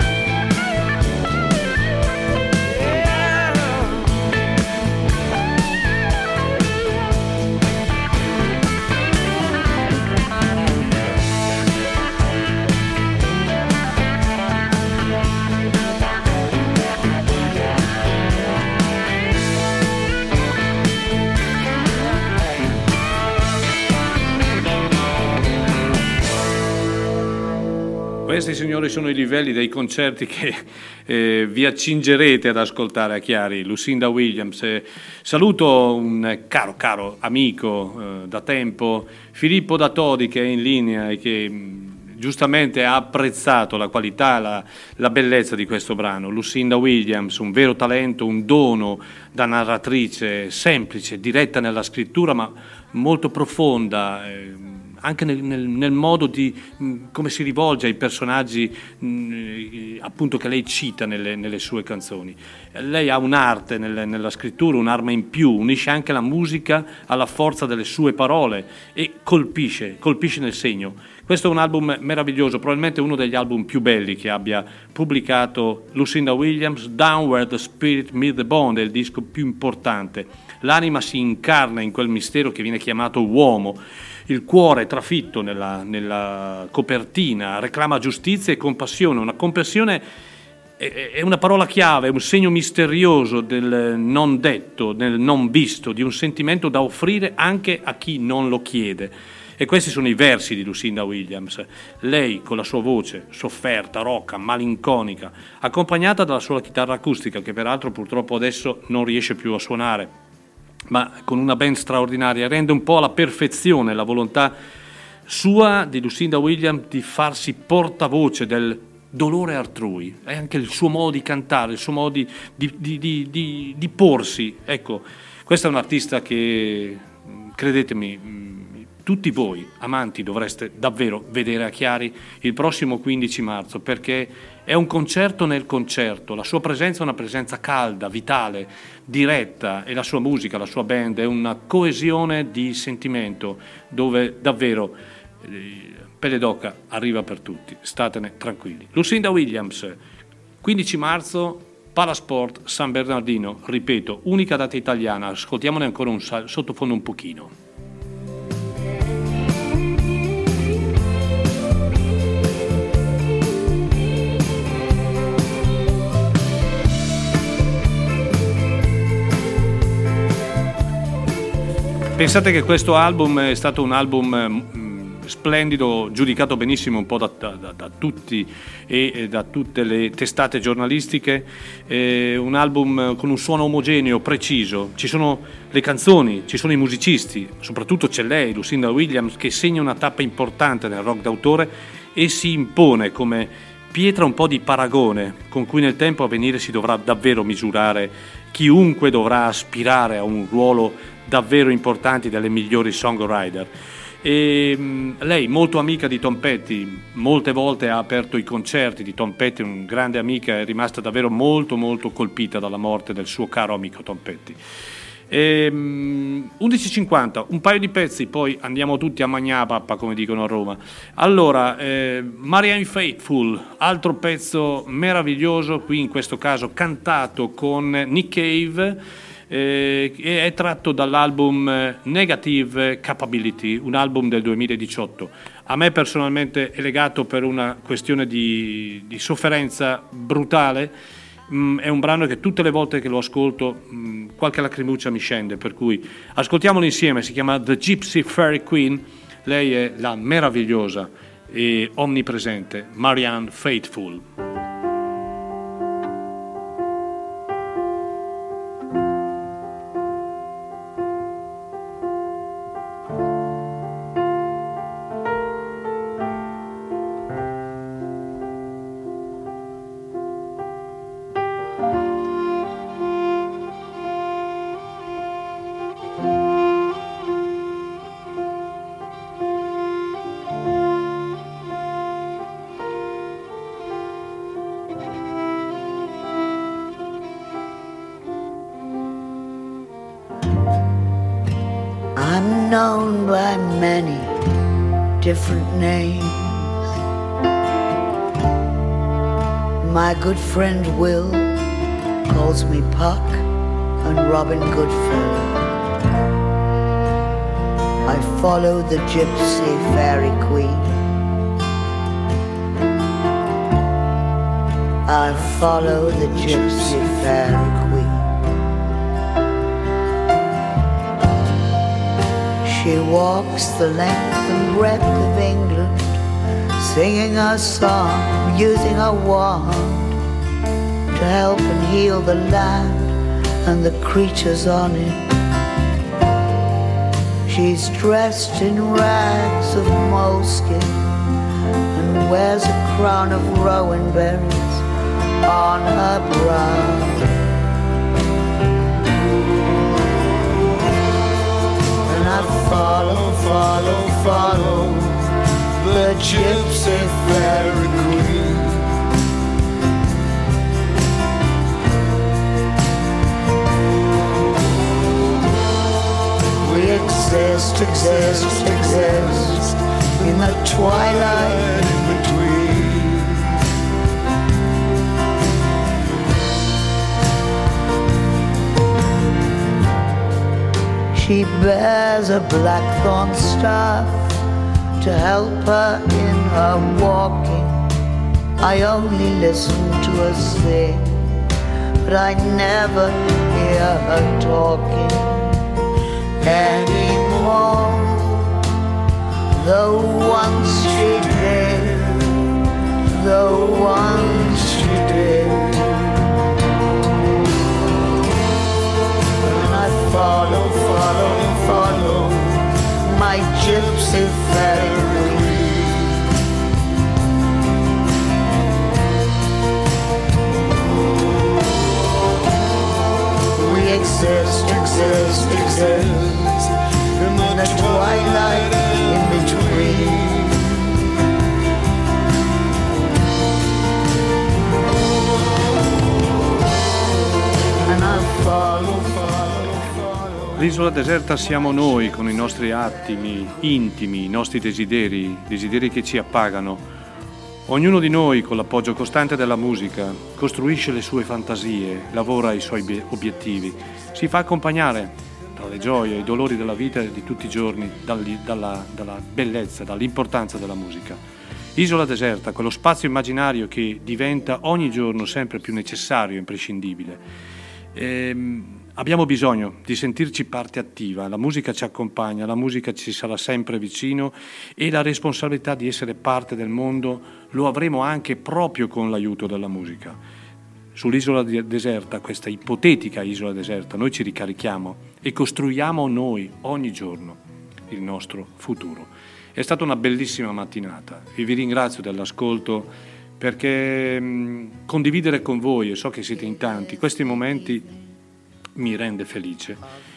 Questi, signori, sono i livelli dei concerti che vi accingerete ad ascoltare a Chiari. Lucinda Williams. Saluto un caro amico da tempo, Filippo da Todi, che è in linea e che giustamente ha apprezzato la qualità, la bellezza di questo brano. Lucinda Williams, un vero talento, un dono da narratrice, semplice, diretta nella scrittura, ma molto profonda, anche nel modo di come si rivolge ai personaggi appunto che lei cita nelle sue canzoni. Lei ha un'arte nella scrittura, un'arma in più, unisce anche la musica alla forza delle sue parole e colpisce nel segno. Questo è un album meraviglioso, probabilmente uno degli album più belli che abbia pubblicato Lucinda Williams. Down Where the Spirit Meets the Bone è il disco più importante. L'anima si incarna in quel mistero che viene chiamato uomo. Il cuore trafitto nella copertina reclama giustizia e compassione. Una compassione è una parola chiave, è un segno misterioso del non detto, del non visto, di un sentimento da offrire anche a chi non lo chiede. E questi sono i versi di Lucinda Williams. Lei, con la sua voce sofferta, rocca, malinconica, accompagnata dalla sua chitarra acustica, che peraltro purtroppo adesso non riesce più a suonare, ma con una band straordinaria, rende un po' alla perfezione la volontà sua di Lucinda Williams di farsi portavoce del dolore altrui. È anche il suo modo di cantare, il suo modo di porsi. Ecco, questa è un'artista che, credetemi, tutti voi amanti dovreste davvero vedere a Chiari il prossimo 15 marzo, perché è un concerto nel concerto, la sua presenza è una presenza calda, vitale, diretta, e la sua musica, la sua band è una coesione di sentimento dove davvero pelle d'oca arriva per tutti, statene tranquilli. Lucinda Williams, 15 marzo, Palasport San Bernardino, ripeto, unica data italiana, ascoltiamone ancora un sottofondo un pochino. Pensate che questo album è stato un album splendido, giudicato benissimo un po' da tutti e da tutte le testate giornalistiche, un album con un suono omogeneo, preciso, ci sono le canzoni, ci sono i musicisti, soprattutto c'è lei, Lucinda Williams, che segna una tappa importante nel rock d'autore e si impone come pietra un po' di paragone con cui nel tempo a venire si dovrà davvero misurare chiunque dovrà aspirare a un ruolo davvero importante delle migliori songwriter. E lei, molto amica di Tom Petty, molte volte ha aperto i concerti di Tom Petty, un grande amica, è rimasta davvero molto molto colpita dalla morte del suo caro amico Tom Petty. 11.50, un paio di pezzi, poi andiamo tutti a mangiare pappa, come dicono a Roma. Allora, Marianne Faithfull, altro pezzo meraviglioso, qui in questo caso cantato con Nick Cave, è tratto dall'album Negative Capability, un album del 2018. A me personalmente è legato per una questione di sofferenza brutale. È un brano che tutte le volte che lo ascolto qualche lacrimuccia mi scende, per cui ascoltiamolo insieme. Si chiama The Gypsy Fairy Queen. Lei è la meravigliosa e onnipresente Marianne Faithfull. Known by many different names. My good friend Will calls me Puck and Robin Goodfellow. I follow the gypsy fairy queen. I follow the gypsy fairy queen. She walks the length and breadth of England, singing her song, using her wand to help and heal the land and the creatures on it. She's dressed in rags of moleskin and wears a crown of rowan berries on her brow. I follow, follow, follow the gypsy fairy queen. We exist, exist, exist in the twilight in between. She bears a blackthorn staff to help her in her walking. I only listen to her sing, but I never hear her talking anymore. Though once she did, though once she did. And I follow, follow, follow my gypsy fairy. Exist, exist, exist in the twilight L'isola deserta siamo noi con i nostri attimi intimi, i nostri desideri che ci appagano. Ognuno di noi, con l'appoggio costante della musica, costruisce le sue fantasie, lavora ai suoi obiettivi, si fa accompagnare tra le gioie e i dolori della vita di tutti i giorni dalla bellezza, dall'importanza della musica. Isola deserta, quello spazio immaginario che diventa ogni giorno sempre più necessario e imprescindibile. Abbiamo bisogno di sentirci parte attiva, la musica ci accompagna, la musica ci sarà sempre vicino e la responsabilità di essere parte del mondo lo avremo anche proprio con l'aiuto della musica. Sull'isola deserta, questa ipotetica isola deserta, noi ci ricarichiamo e costruiamo noi ogni giorno il nostro futuro. È stata una bellissima mattinata e vi ringrazio dell'ascolto perché condividere con voi, e so che siete in tanti, questi momenti mi rende felice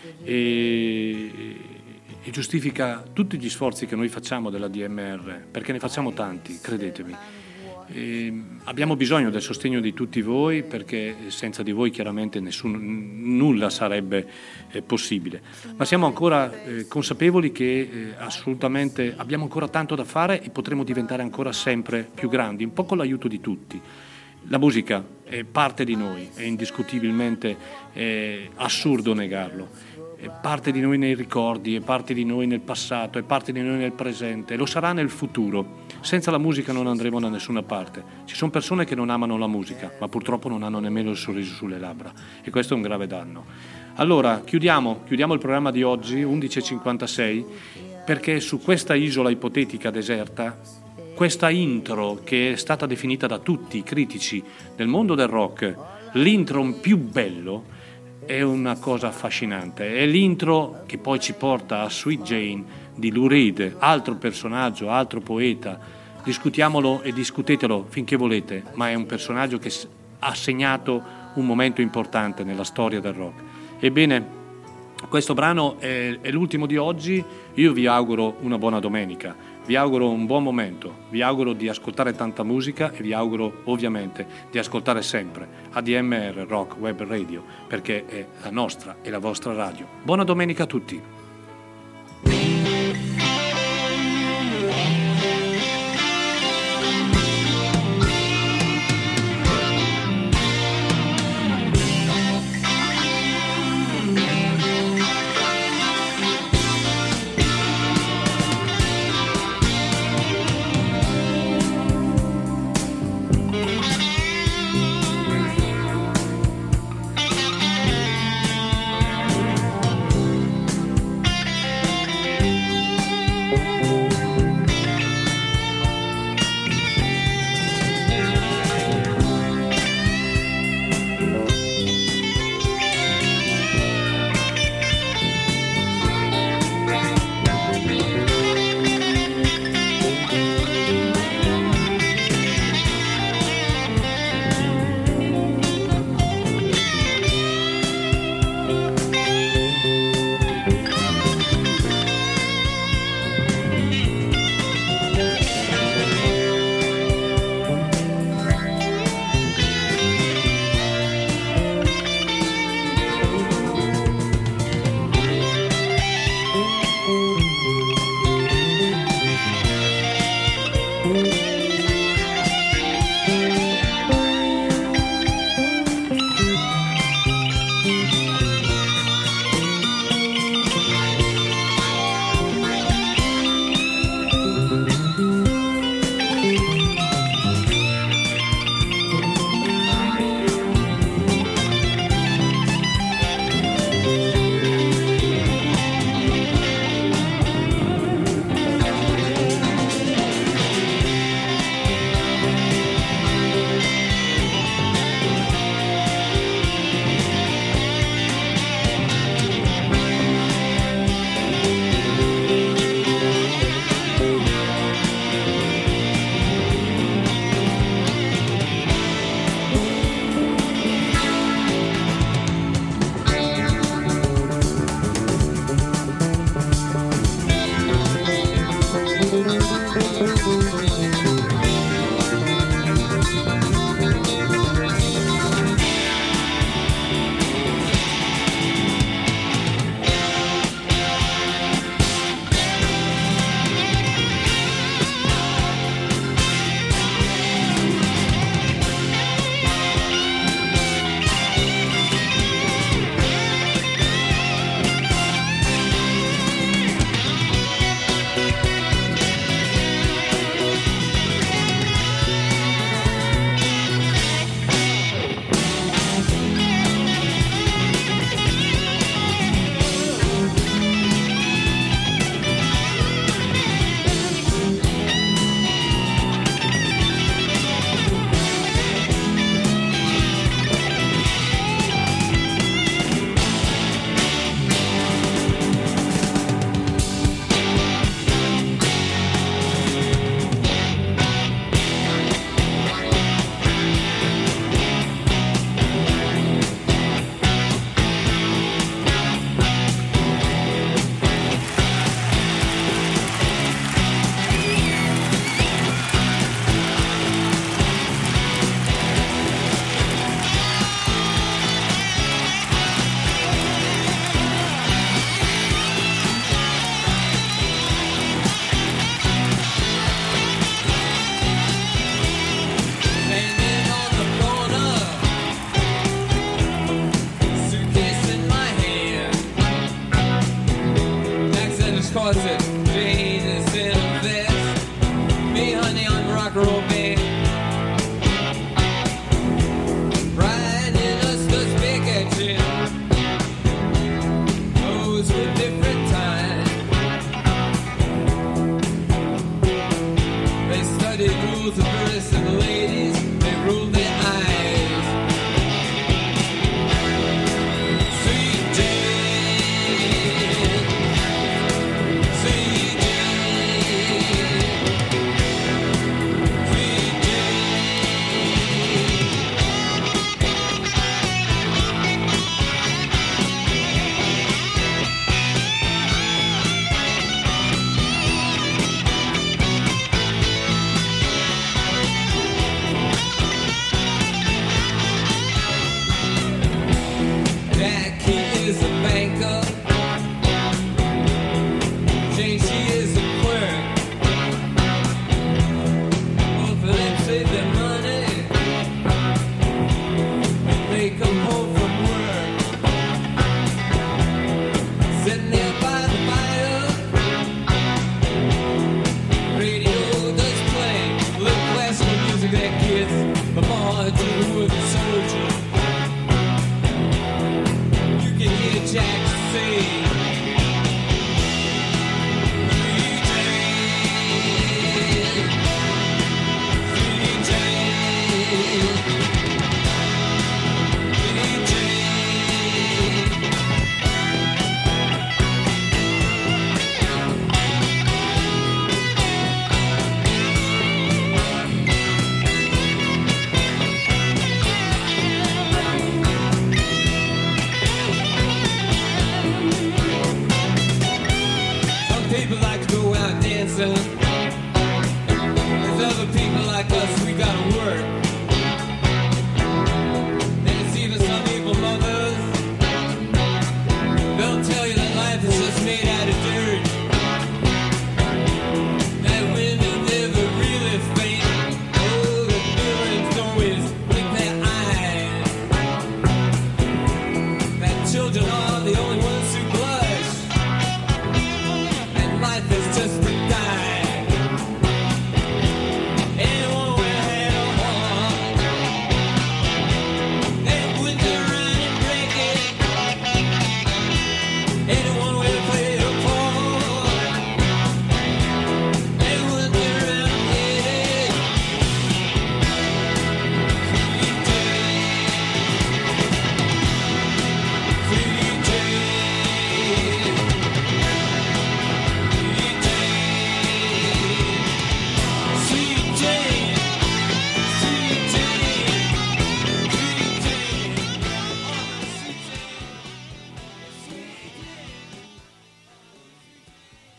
e giustifica tutti gli sforzi che noi facciamo della DMR, perché ne facciamo tanti, credetemi. Abbiamo bisogno del sostegno di tutti voi, perché senza di voi chiaramente nulla sarebbe possibile, ma siamo ancora consapevoli che assolutamente abbiamo ancora tanto da fare e potremo diventare ancora sempre più grandi, un po' con l'aiuto di tutti. La musica è parte di noi, è indiscutibilmente assurdo negarlo, è parte di noi nei ricordi, è parte di noi nel passato, è parte di noi nel presente, lo sarà nel futuro. Senza la musica non andremo da nessuna parte. Ci sono persone che non amano la musica, ma purtroppo non hanno nemmeno il sorriso sulle labbra e questo è un grave danno. Allora, chiudiamo il programma di oggi, 11:56, perché su questa isola ipotetica deserta, questa intro che è stata definita da tutti i critici del mondo del rock l'intro più bello, è una cosa affascinante. È l'intro che poi ci porta a Sweet Jane di Lou Reed, altro personaggio, altro poeta. Discutiamolo e discutetelo finché volete, ma è un personaggio che ha segnato un momento importante nella storia del rock. Ebbene, questo brano è l'ultimo di oggi. Io vi auguro una buona domenica. Vi auguro un buon momento, vi auguro di ascoltare tanta musica e vi auguro ovviamente di ascoltare sempre ADMR Rock Web Radio, perché è la nostra e la vostra radio. Buona domenica a tutti!